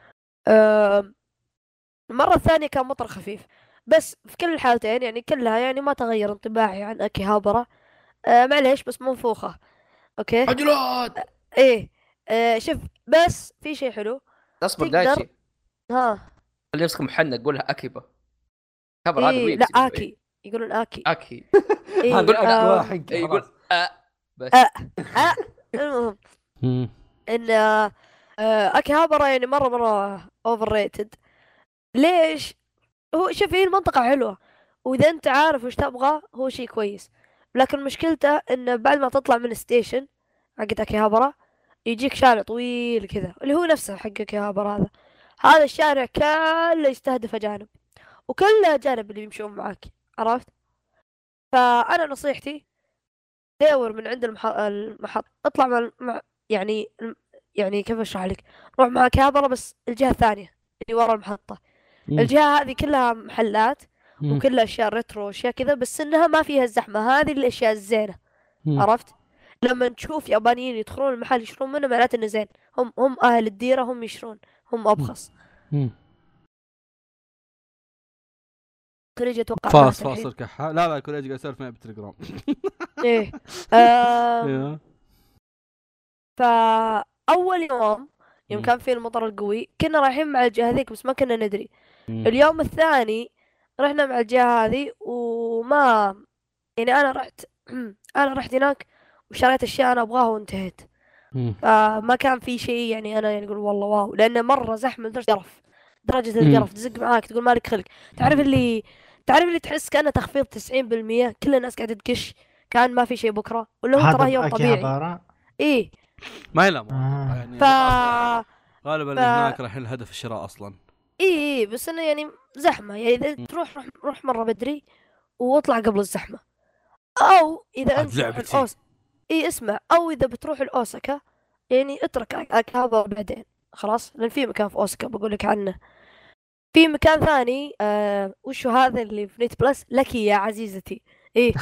المره الثانيه كان مطر خفيف. بس في كل الحالتين يعني كلها يعني ما تغير انطباعي عن اكيهابارا. معليش بس منفوخه. اوكي عجلات. شوف بس في شيء حلو. اصبر دايتشي، ها اللي يمسك محنك قولها اكيبا. خبر هذا ويب. لا اكي يقولون اكي يقول واحد يقول بس المهم ان اكيهابارا يعني مره اوفر ريتد. ليش؟ هو شوف هي المنطقه حلوه واذا انت عارف وش تبغى هو شيء كويس، لكن مشكلته انه بعد ما تطلع من ستيشن حق اكيهابارا يجيك شارع طويل كذا اللي هو نفسه حق اكيهابارا. هذا الشارع كله يستهدف اجانب وكل اجانب اللي يمشون معاك، عرفت؟ فانا نصيحتي دور من عند المحط، اطلع يعني كيف اشرح لك، روح مع اكيهابارا بس الجهه الثانيه اللي ورا المحطه. الجهه هذه كلها محلات وكلها اشياء ريترو واشياء كذا، بس انها ما فيها الزحمه، هذه الاشياء الزينه. عرفت؟ لما تشوف يابانيين يدخلون المحل يشترون منه معناته انه زين، هم اهل الديره، هم يشترون، هم ابخص. كوريجي اتوقع فاصل كحة. لا كوريجي قاعد يسولف معي بالتليجرام. ايه فاول يوم كان في المطر القوي كنا رايحين مع الجهه هذيك بس ما كنا ندري. اليوم الثاني رحنا مع الجهه هذه وما يعني انا رحت هناك وشريت اشياء انا ابغاها وانتهيت. فما كان في شيء يعني انا يعني اقول والله واو، لانه مره زحمه درجه القرف تزق معاك تقول مالك خلق. تعرف اللي تحس كأنه تخفيض 90%، كل الناس قاعده تقش كان ما في شيء بكره، ولا هو ترى يوم طبيعي. ايه ما يلام يعني غالبا هناك راح الهدف الشراء اصلا. ايه بس انه يعني زحمه، يعني اذا روح مره بدري واطلع قبل الزحمه، او اذا انت اسمع، او اذا بتروح الاوساكا يعني اترك اكيهابارا بعدين خلاص، لان في مكان في اوساكا بقول لك عنه. في مكان ثاني وشو هذا اللي في نيت بلس، لكي يا عزيزتي. ايه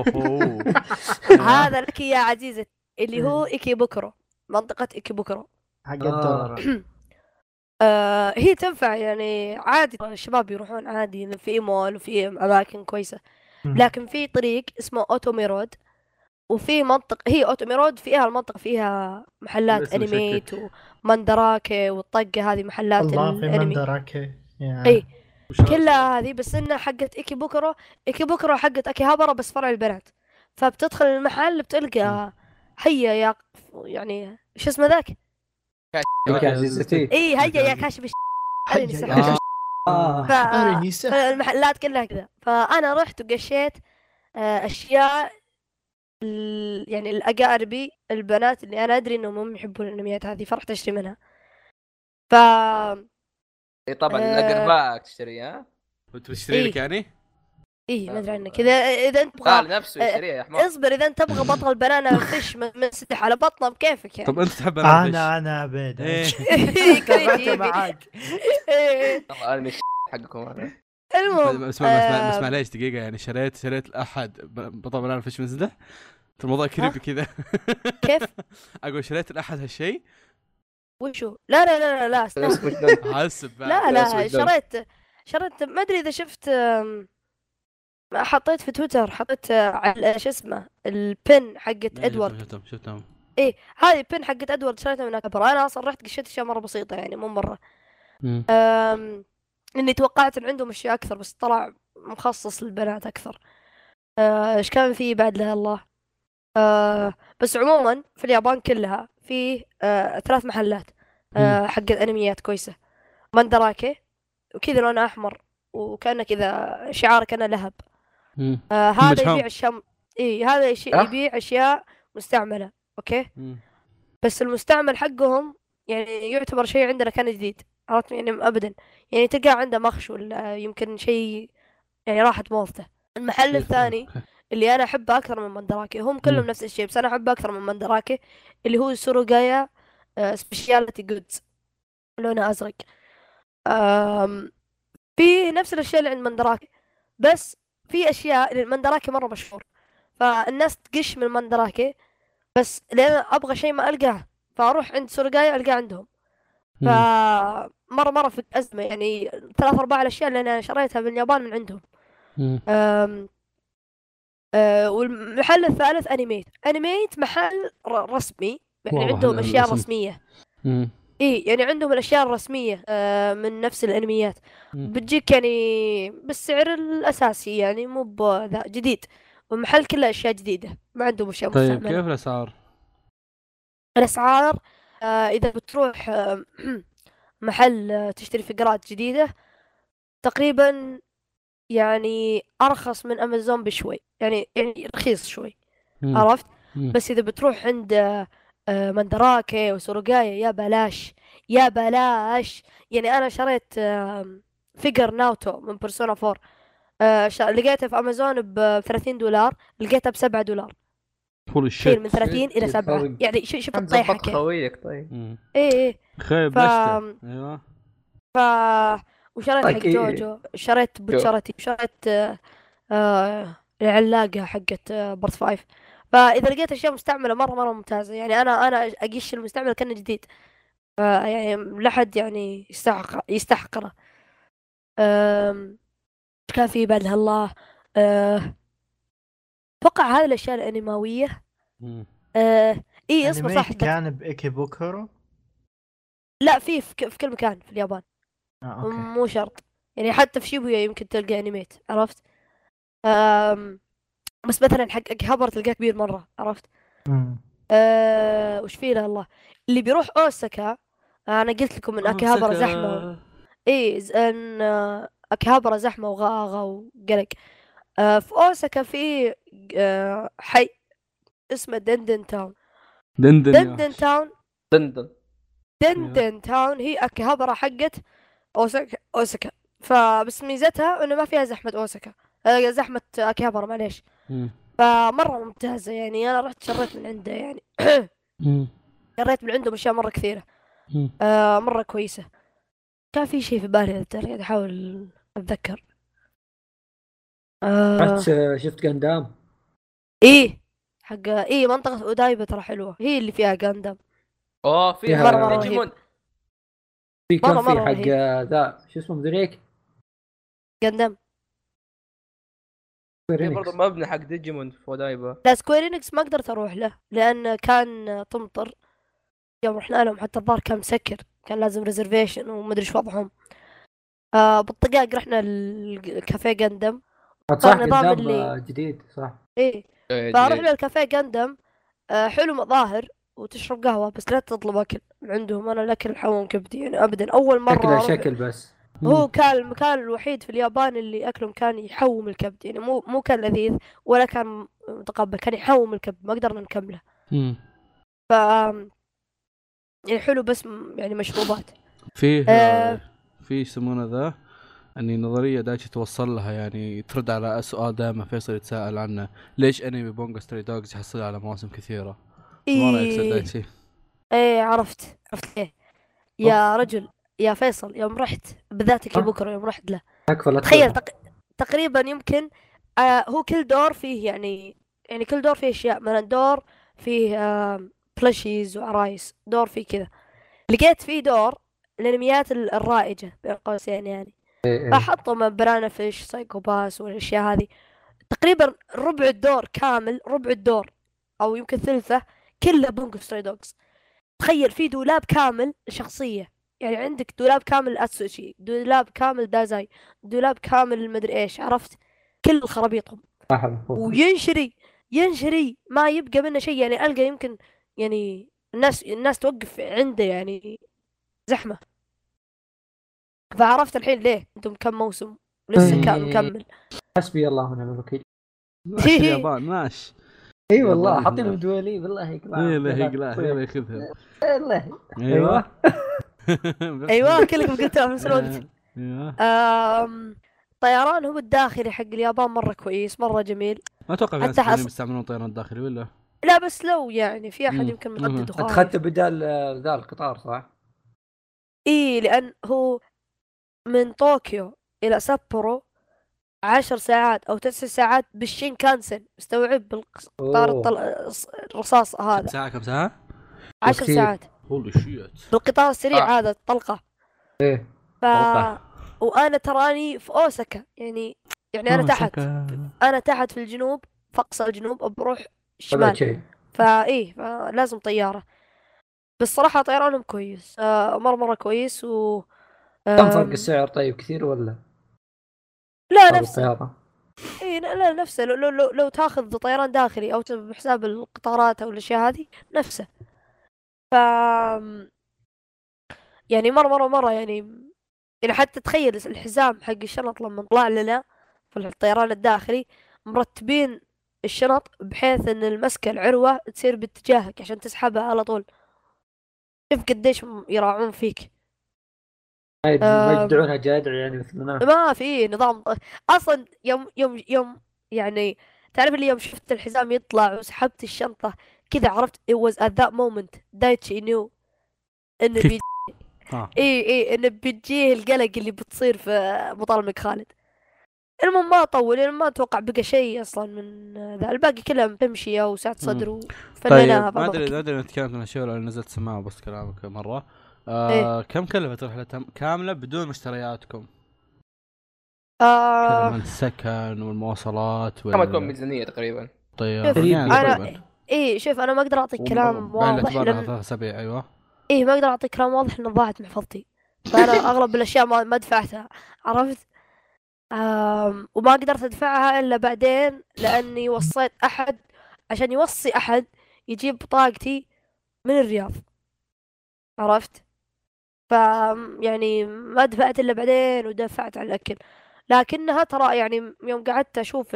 هذا لكي يا عزيزتي اللي هو إيكيبوكرو، منطقة إيكيبوكرو حق الدورة. هي تنفع يعني عادي الشباب يروحون عادي، في مول وفي أماكن كويسة. لكن في طريق اسمه أوتومي رود، وفي منطقة هي أوتومي رود فيها المنطقة فيها محلات أنيميت ومندراكي والطقة هذه محلات الله في الأنمي. مندراكي اي كلها هذه، بس انها حقت ايكي بوكرو حقت اكيهابارا بس فرع البنات. فبتدخل المحل بتلقى هيا يا يعني شو اسمه ذاك؟ لك يا عزيزتي. اي هيا يا كاشف فالمحلات كلها كذا. فانا رحت وقشيت اشياء يعني الاقاربي البنات اللي انا ادري انهم هم يحبون الانميات هذه، فرحت اشتري منها. ف اي طبعا الاقرباء تشتريها. وانت بتشتري لك يعني؟ ايه ما ادري عنك. اذا انت تبغى قال نفسه يشتريها يا حمار. اصبر، اذا انت تبغى بطل بنانا فيش منسدح على بطنه بكيفك يعني. طب انت تحب انا ابد كريجي معاك. والله انمي حقكم هذا. المهم بس معليش دقيقة، يعني شريت الأحد بطل بنانا فيش منزله؟ الموضوع كريبي كذا. كيف؟ أقول شريت الأحد هالشيء؟ وشو؟ لا حاسب لا شريت ما ادري اذا شفت، حطيت في تويتر، حطيت على شو اسمه البن حقت ادوارد. شفتهم. ايه هذه البن حقت ادوارد شريتها من اكبر. انا اصلا رحت قشيت اشياء مره بسيطه يعني مو مره. اني توقعت ان عندهم اشياء اكثر بس طلع مخصص للبنات اكثر. ايش كان فيه بعد لها الله. بس عموما في اليابان كلها في 3 محلات حق انميات كويسه. ماندراكي وكذا لونه احمر وكانه كذا شعار كانه لهب. هذا يبيع هذا يبيع اشياء مستعمله. اوكي. بس المستعمل حقهم يعني يعتبر شيء عندنا كان جديد، عرفت يعني ابدا. يعني تلقى عنده مخش ولا يمكن شيء يعني راحت موضته. المحل الثاني اللي انا احبه اكثر من ماندراكي، هم كلهم نفس الشيء بس انا احبه اكثر من ماندراكي، اللي هو سوروغايا سبيشاليتي جودز، لونه ازرق. في نفس الاشياء اللي عند ماندراكي، بس في اشياء ماندراكي مره مشهور فالناس تقش من ماندراكي، بس لان ابغى شيء ما القاه فاروح عند سوروغايا القاه عندهم. فمره في ازمه يعني 3/4 الاشياء اللي انا شريتها من اليابان من عندهم. والمحل الثالث انيميت محل رسمي يعني عندهم اشياء رسميه. ايه يعني عندهم الاشياء الرسميه من نفس الانميات بتجيك يعني بالسعر الاساسي يعني مو بذا جديد، والمحل كله اشياء جديده ما عندهم اشياء مستعمله. طيب كيف الاسعار اذا بتروح محل تشتري فقرات جديده تقريبا يعني ارخص من امازون بشوي، يعني رخيص شوي. عرفت؟ بس اذا بتروح عند ماندراكي وسوروغايا يا بلاش يعني. انا شريت فيجر ناوتو من بيرسونا 4 لقيتها في امازون $30 لقيتها $7. تخيل من 30 الى 7 يعني شوف الطيحه كيف. خويك طيب ايه خيب ايوه. وشريت حق جوجو، شريت بوتشارتي، شريت العلاقة حقت بارت 5. فإذا لقيت أشياء مستعملة مرة ممتازة يعني أنا أقيش المستعمل كأنه جديد، يعني لحد يعني يستحقره. كان في بعد الله أتوقع هذه الأشياء الأنيماوية. إيه اسمه صح كان بإيكي بوكرو؟ لا في كل مكان في اليابان. أوكي. مو شرط يعني حتى في شيبويا يمكن تلقى انيميت، عرفت؟ بس مثلا حق اكيهابارا تلقاه كبير مره، عرفت؟ وش فيه له الله اللي بيروح اوساكا. انا قلت لكم ان اكيهابارا زحمه ان اكيهابارا زحمه وغاغه وقلق. في اوساكا في حي اسمه دندن تاون. دندن تاون هي اكيهابارا حقت اوساكا. فبس ميزتها انه ما فيها زحمه اوساكا، زحمه اكيهابارا معليش. فمره ممتازه يعني. انا رحت شريت من عنده يعني شريت من عندهم اشياء مره كثيره مره كويسه. كان في شيء في بالي قاعد احاول اتذكر. رحت شفت غاندام. ايه حق منطقه اودايبا ترى حلوه، هي اللي فيها غاندام. فيها ديجيمون. في كان في حق ذا شو اسمه ذريك غاندام. في برضه مبنى حق ديجيمون في اودايبا. لا سكويرينكس ما قدرت اروح له لان كان تمطر يوم رحنا لهم، حتى الظاهر كان مسكر، كان لازم ريزرفيشن وما ادري ايش وضعهم. بالطقاق رحنا الكافيه جندم. صح نظام قدام اللي جديد صح. ايه فرحنا الكافيه جندم. حلو مظاهر وتشرب قهوة، بس لا تطلب أكل من عندهم. أنا الأكل حوم كبدي يعني أبدا. أول مرة شكله أروح، شكل بس. هو كان المكان الوحيد في اليابان اللي أكلهم كان يحوم الكبد، يعني مو كان لذيذ ولا كان متقبل، كان يحوم الكبد ما قدرنا نكمله. ف يعني حلو بس يعني مشروبات فيه في يسمونه ذا اني نظريه دايتش توصل لها، يعني ترد على سؤال دائما فيصل يتساءل عنه، ليش انمي بونجا ستري دوجز يحصل على مواسم كثيره؟ ما رايك سيد دايتشي؟ ايه عرفت ليه يا رجل يا فيصل. يوم رحت بذاتك بكره، يوم رحت له تخيل تقريبا يمكن هو كل دور فيه يعني كل دور فيه اشياء. مثلا دور فيه بلشيز وعرايس، دور فيه كذا. لقيت فيه دور الانميات الرائجه بين قوسين يعني. فحطوا من بنانا فيش، سايكو باس والاشياء هذه. تقريبا ربع الدور او يمكن ثلثه كله بونجو ستري دوجز. تخيل في دولاب كامل شخصيه، يعني عندك دولاب كامل اتسوشي، دولاب كامل دازاي، دولاب كامل المدري ايش، عرفت كل خرابيطهم. ينشري ما يبقى منه شيء. يعني القى يمكن يعني الناس توقف عنده يعني زحمه. فعرفت الحين ليه انتم كم موسم لسه مكمل. حسبي الله ونعم الوكيل. ماشي اليابان ماشي. اي والله حاطين دوالي بالله يقلع. يلا ياخذها. ايوه ايوه كلكم قلتوها في نفس الوقت. طيران هو الداخلي حق اليابان مره كويس، مره جميل. ما اتوقع في ناس بيستعملون طيران داخلي ولا لا، بس لو يعني في احد يمكن متردد وخايف. اخذته بدال ذا القطار صح؟ اي لان هو من طوكيو الى سابورو 10 ساعات او 9 ساعات بالشينكانسن، مستوعب؟ بالقطار الرصاص هذا كم ساعة؟ 10 ساعات. هولي شيت. بالقطار السريع هذا الطلقة. ايه وانا تراني في اوساكا، يعني انا تحت في الجنوب، في اقصى الجنوب، بروح الشمال. فلازم طيارة. بس صراحة طيرانهم كويس، مرة كويس. كم فرق السعر طيب كثير ولا؟ لا نفسه. اي لا نفسه. لو تاخذ طيران داخلي او بحساب القطارات او الاشياء هذه نفسه. ف يعني مرة يعني حتى تخيل الحزام حق الشنط لما طلع لنا في الطيران الداخلي، مرتبين الشنط بحيث ان المسكة العروة تصير باتجاهك عشان تسحبها على طول. شوف قديش يراعون فيك. ما يدعونها جادع يعني مثلنا. ما في نظام اصلا. يوم يعني تعرف اللي يوم شفت الحزام يطلع وسحبت الشنطة كذا، عرفت it was at that moment دايتشي knew انه انه بيجيه القلق اللي بتصير في مطار خالد. المهم ما طول، ما اتوقع بقى شيء اصلا من ذا. الباقي كلها تمشية وسعة صدر وفنيناها. طيب ما ادري نتكلم عن الشيء ولا نزلت سماعة بس كلامك مرة. كم كلفت رحلة كاملة بدون مشترياتكم؟ كلمة السكن والمواصلات كم تكون ميزانية تقريبا؟ طيب انا شوف انا ما اقدر اعطيك كلام واضح لان 3 أسابيع. ايوه ما اقدر اعطيك كلام واضح لان ضاعت محفظتي. فانا اغلب الاشياء ما دفعتها، عرفت؟ وما قدرت ادفعها الا بعدين لاني وصيت احد عشان يوصي احد يجيب بطاقتي من الرياض، عرفت؟ يعني ما دفعت الا بعدين ودفعت على الاكل. لكنها ترى يعني يوم قعدت اشوف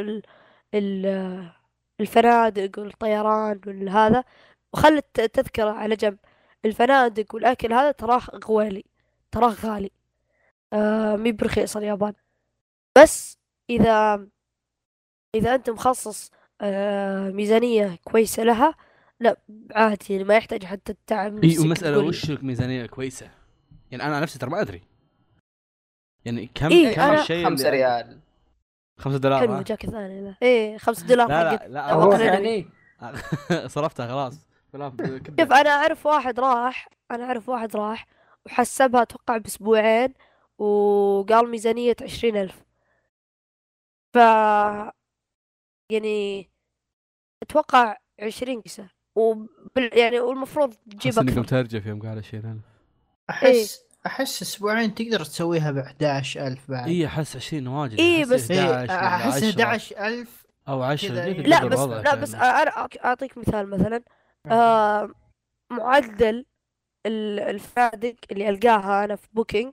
الفنادق والطيران والهذا، وخلت تذكرة على جنب. الفنادق والاكل هذا تراه غالي. مي برخيص اليابان. بس اذا انت مخصص ميزانية كويسة لها، لا عادي يعني ما يحتاج حتى التعب. ومسألة وش ميزانية كويسة؟ يعني انا نفسي ترى ما ادري يعني كم الشيء 5 ريال $5 حلو جاك ثاني ذا. $5 لا يعني صرفتها خلاص. شوف انا اعرف واحد راح وحسبها اتوقع باسبوعين وقال ميزانية 20,000. ف يعني اتوقع 20 كيسة يعني والمفروض تجيب اكثر. انكم ترجف يوم قال 20,000. احس احس اسبوعين تقدر تسويها ب 11,000 بعد. اي احس 20 واجد. إيه بس احس 11,000 او 10 كذا. لا بس لا بس انا اعطيك مثال مثلا معدل الفنادق اللي القاها انا في بوكينج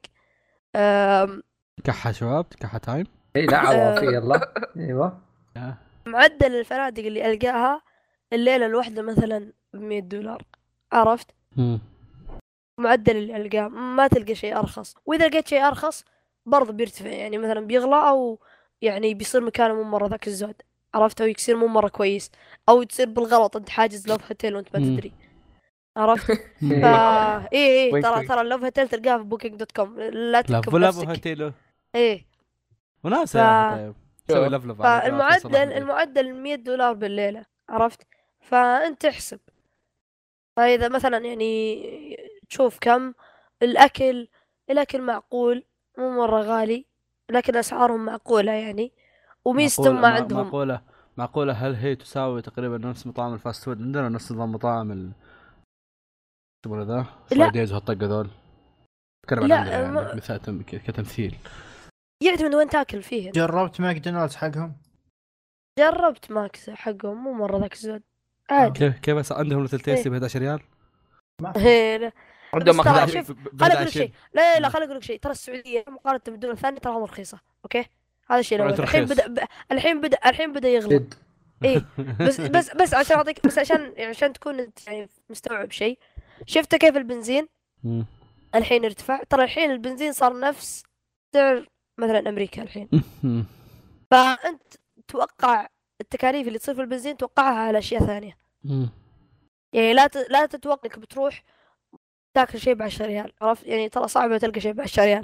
كحة شباب، كحة تايم. اي لا عوافي يلا. ايوه معدل الفنادق اللي القاها الليله الواحده مثلا $100، عرفت؟ معدل اللي القاه ما تلقى شيء ارخص، واذا لقيت شيء ارخص برضه بيرتفع، يعني مثلا بيغلى او يعني بيصير مكانه مو مره ذاك الزود، عرفت؟ او يصير مو مره كويس، او تصير بالغلط انت حاجز لوف هوتيل وانت ما تدري، عرفت؟ فا ايه ترى اللوف هوتيل تلقاها في بوكينج دوت كوم، لا تركب نفسك. هوتيل ايه وناسة. طيب سوي لفلف على المعدل $100 بالليله، عرفت؟ فانت احسب، فاذا مثلا يعني تشوف كم الاكل معقول، مو مره غالي، لكن اسعارهم معقوله يعني، وميزتهم ما عندهم معقولة. هل هي تساوي تقريبا نفس مطاعم الفاست فود عندنا، نفس نظام مطاعم يسمونه ذا فرايديز وهالطقة ذول؟ تكلم عن عندنا يعني مثال كتمثيل. يعتمد وين تاكل فيه. جربت ماكدونالدز حقهم؟ جربت ماكس حقهم مو مره ذاك الزود عادي. كيف عندهم مثل تيستي ب 11 ريال؟ ما لا عندهم شوف خليني اقول لك شيء، لا خليني اقول لك شيء، ترى السعوديه مقارنه بالدول الثانيه تراهم رخيصه، اوكي؟ هذا الشيء الاول. الحين بدا يغلى. ايه بس عشان اعطيك، بس عشان تكون انت يعني مستوعب شيء، شفت كيف البنزين الحين ارتفع؟ ترى الحين البنزين صار نفس سعر مثلا امريكا الحين. فانت توقع التكاليف اللي تصير في البنزين توقعها على اشياء ثانيه. يعني لا تتوقع انك بتروح تاكل شيء ب10 ريال، عرفت؟ يعني ترى صعب تلقى شيء ب10 ريال.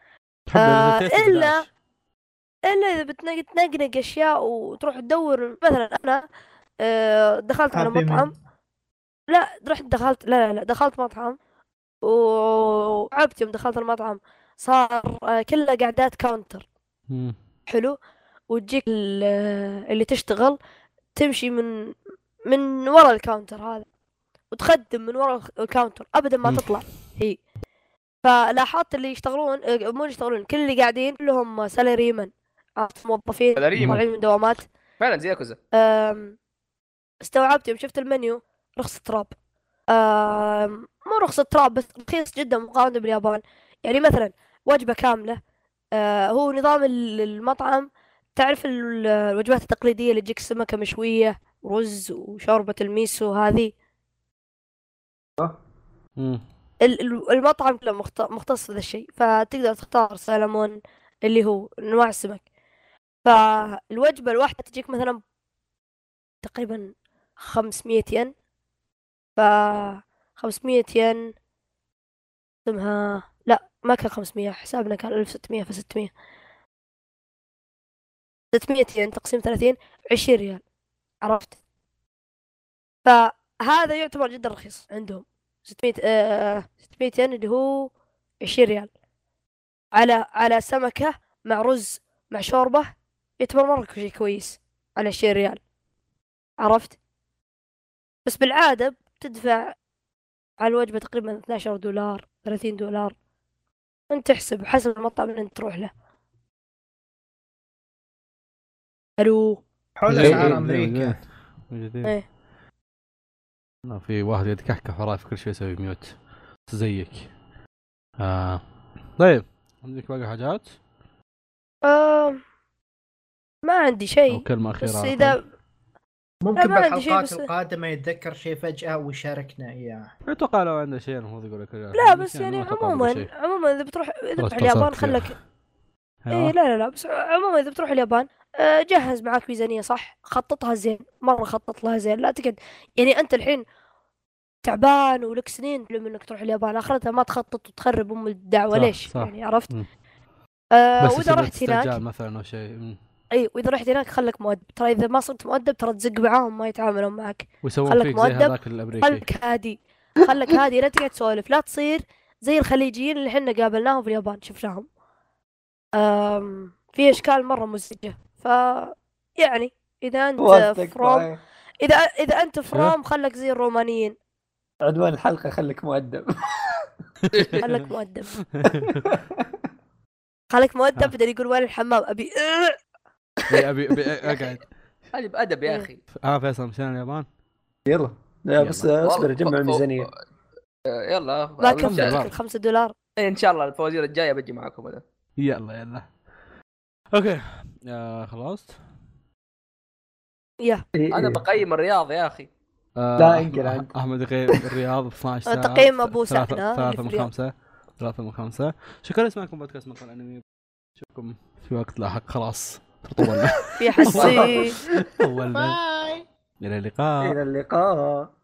الا اذا بتنقنق اشياء وتروح تدور. مثلا انا دخلت على مطعم، دخلت مطعم وعبت. يوم دخلت المطعم صار كله قعدات كاونتر حلو، وتجيك اللي تشتغل تمشي من ورا الكاونتر هذا وتخدم من ورا الكاونتر ابدا ما تطلع هي. فلاحظت اللي يشتغلون مو يشتغلون، كل اللي قاعدين كلهم سالاريمن، موظفين طالعين من دوامات فعلا زي ياكوزا. استوعبت يوم شفت المنيو رخص تراب، مو رخص تراب بس رخيص جدا مقارنة باليابان. يعني مثلا وجبة كاملة، هو نظام المطعم، تعرف الوجبات التقليدية اللي تجيك سمكة مشوية ورز وشوربة الميسو هذه. المطعم كله مختص في ذا الشيء، فتقدر تختار سالمون اللي هو انواع السمك. فالوجبة الواحدة تجيك مثلا تقريبا 500 ين. 500 ين اسمها لا ما كان 500، حسابنا كان 1600 في 600 ين تقسيم 30 20 ريال، عرفت؟ فهذا يعتبر جدا رخيص عندهم. 600 ين اللي هو 20 ريال على سمكة مع رز مع شوربة، يعتبر مرة شيء كويس على 20 ريال، عرفت؟ بس بالعادة بتدفع على الوجبة تقريبا $12 $30. انت تحسب حسب المطعم اللي انت تروح له. الو حول اسعار امريكا. ايه في واحد يتكحكح وراي في كل شيء يسوي ميوت زيك. طيب عندك باقي حاجات؟ ما عندي شيء. كلمة أخيرة بس إذا ممكن بالحلقات القادمة يتذكر شيء فجأة ويشاركنا إياه. أتوقع لو عنده شيء المفروض يقول لك. لا بس يعني عموما إذا بتروح اليابان خلك إيه لا بس عموما إذا بتروح اليابان جهز معاك ميزانية صح، خططها زين مرة، خطط لها زين، لا تقعد يعني أنت الحين تعبان ولك سنين انك تروح اليابان، اخرتها ما تخطط وتخرب الدعوه. ليش صح. يعني، عرفت؟ واذا رحت هناك مثلا او شيء واذا رحت هناك خلك مؤدب، ترى اذا ما صرت مؤدب ترى تزق معاهم ما يتعاملون معك. خلك فيك زي هذاك الامريكي. خلك هادي لا تقعد تسولف، لا تصير زي الخليجيين اللي احنا قابلناهم في اليابان شفناهم في اشكال مره مزعجه. ف يعني اذا انت فروم اذا انت فروم خلك زي الرومانيين. عنوان الحلقة خلك مؤدب. خلك مؤدب. خلك مؤدب بدل يقول وين الحمام ابي ابي اقعد. هذه بأدب يا اخي. فيصل مشان اليابان. يلا لا بس اصبر اجمع الميزانيه. يلا ما كفيتك $5. ان شاء الله الفوازير الجايه بجي معكم انا. يلا اوكي خلاص. انا بقيم الرياض يا اخي. لا انقل عند احمد يقيم الرياض ب 12 ساعه. تقييم ابو سعد 3 من 5. شكرا لسماعكم بودكاست مقال انمي. نشوفكم في وقت لاحق. خلاص طولنا في حسين. طولنا. الى اللقاء.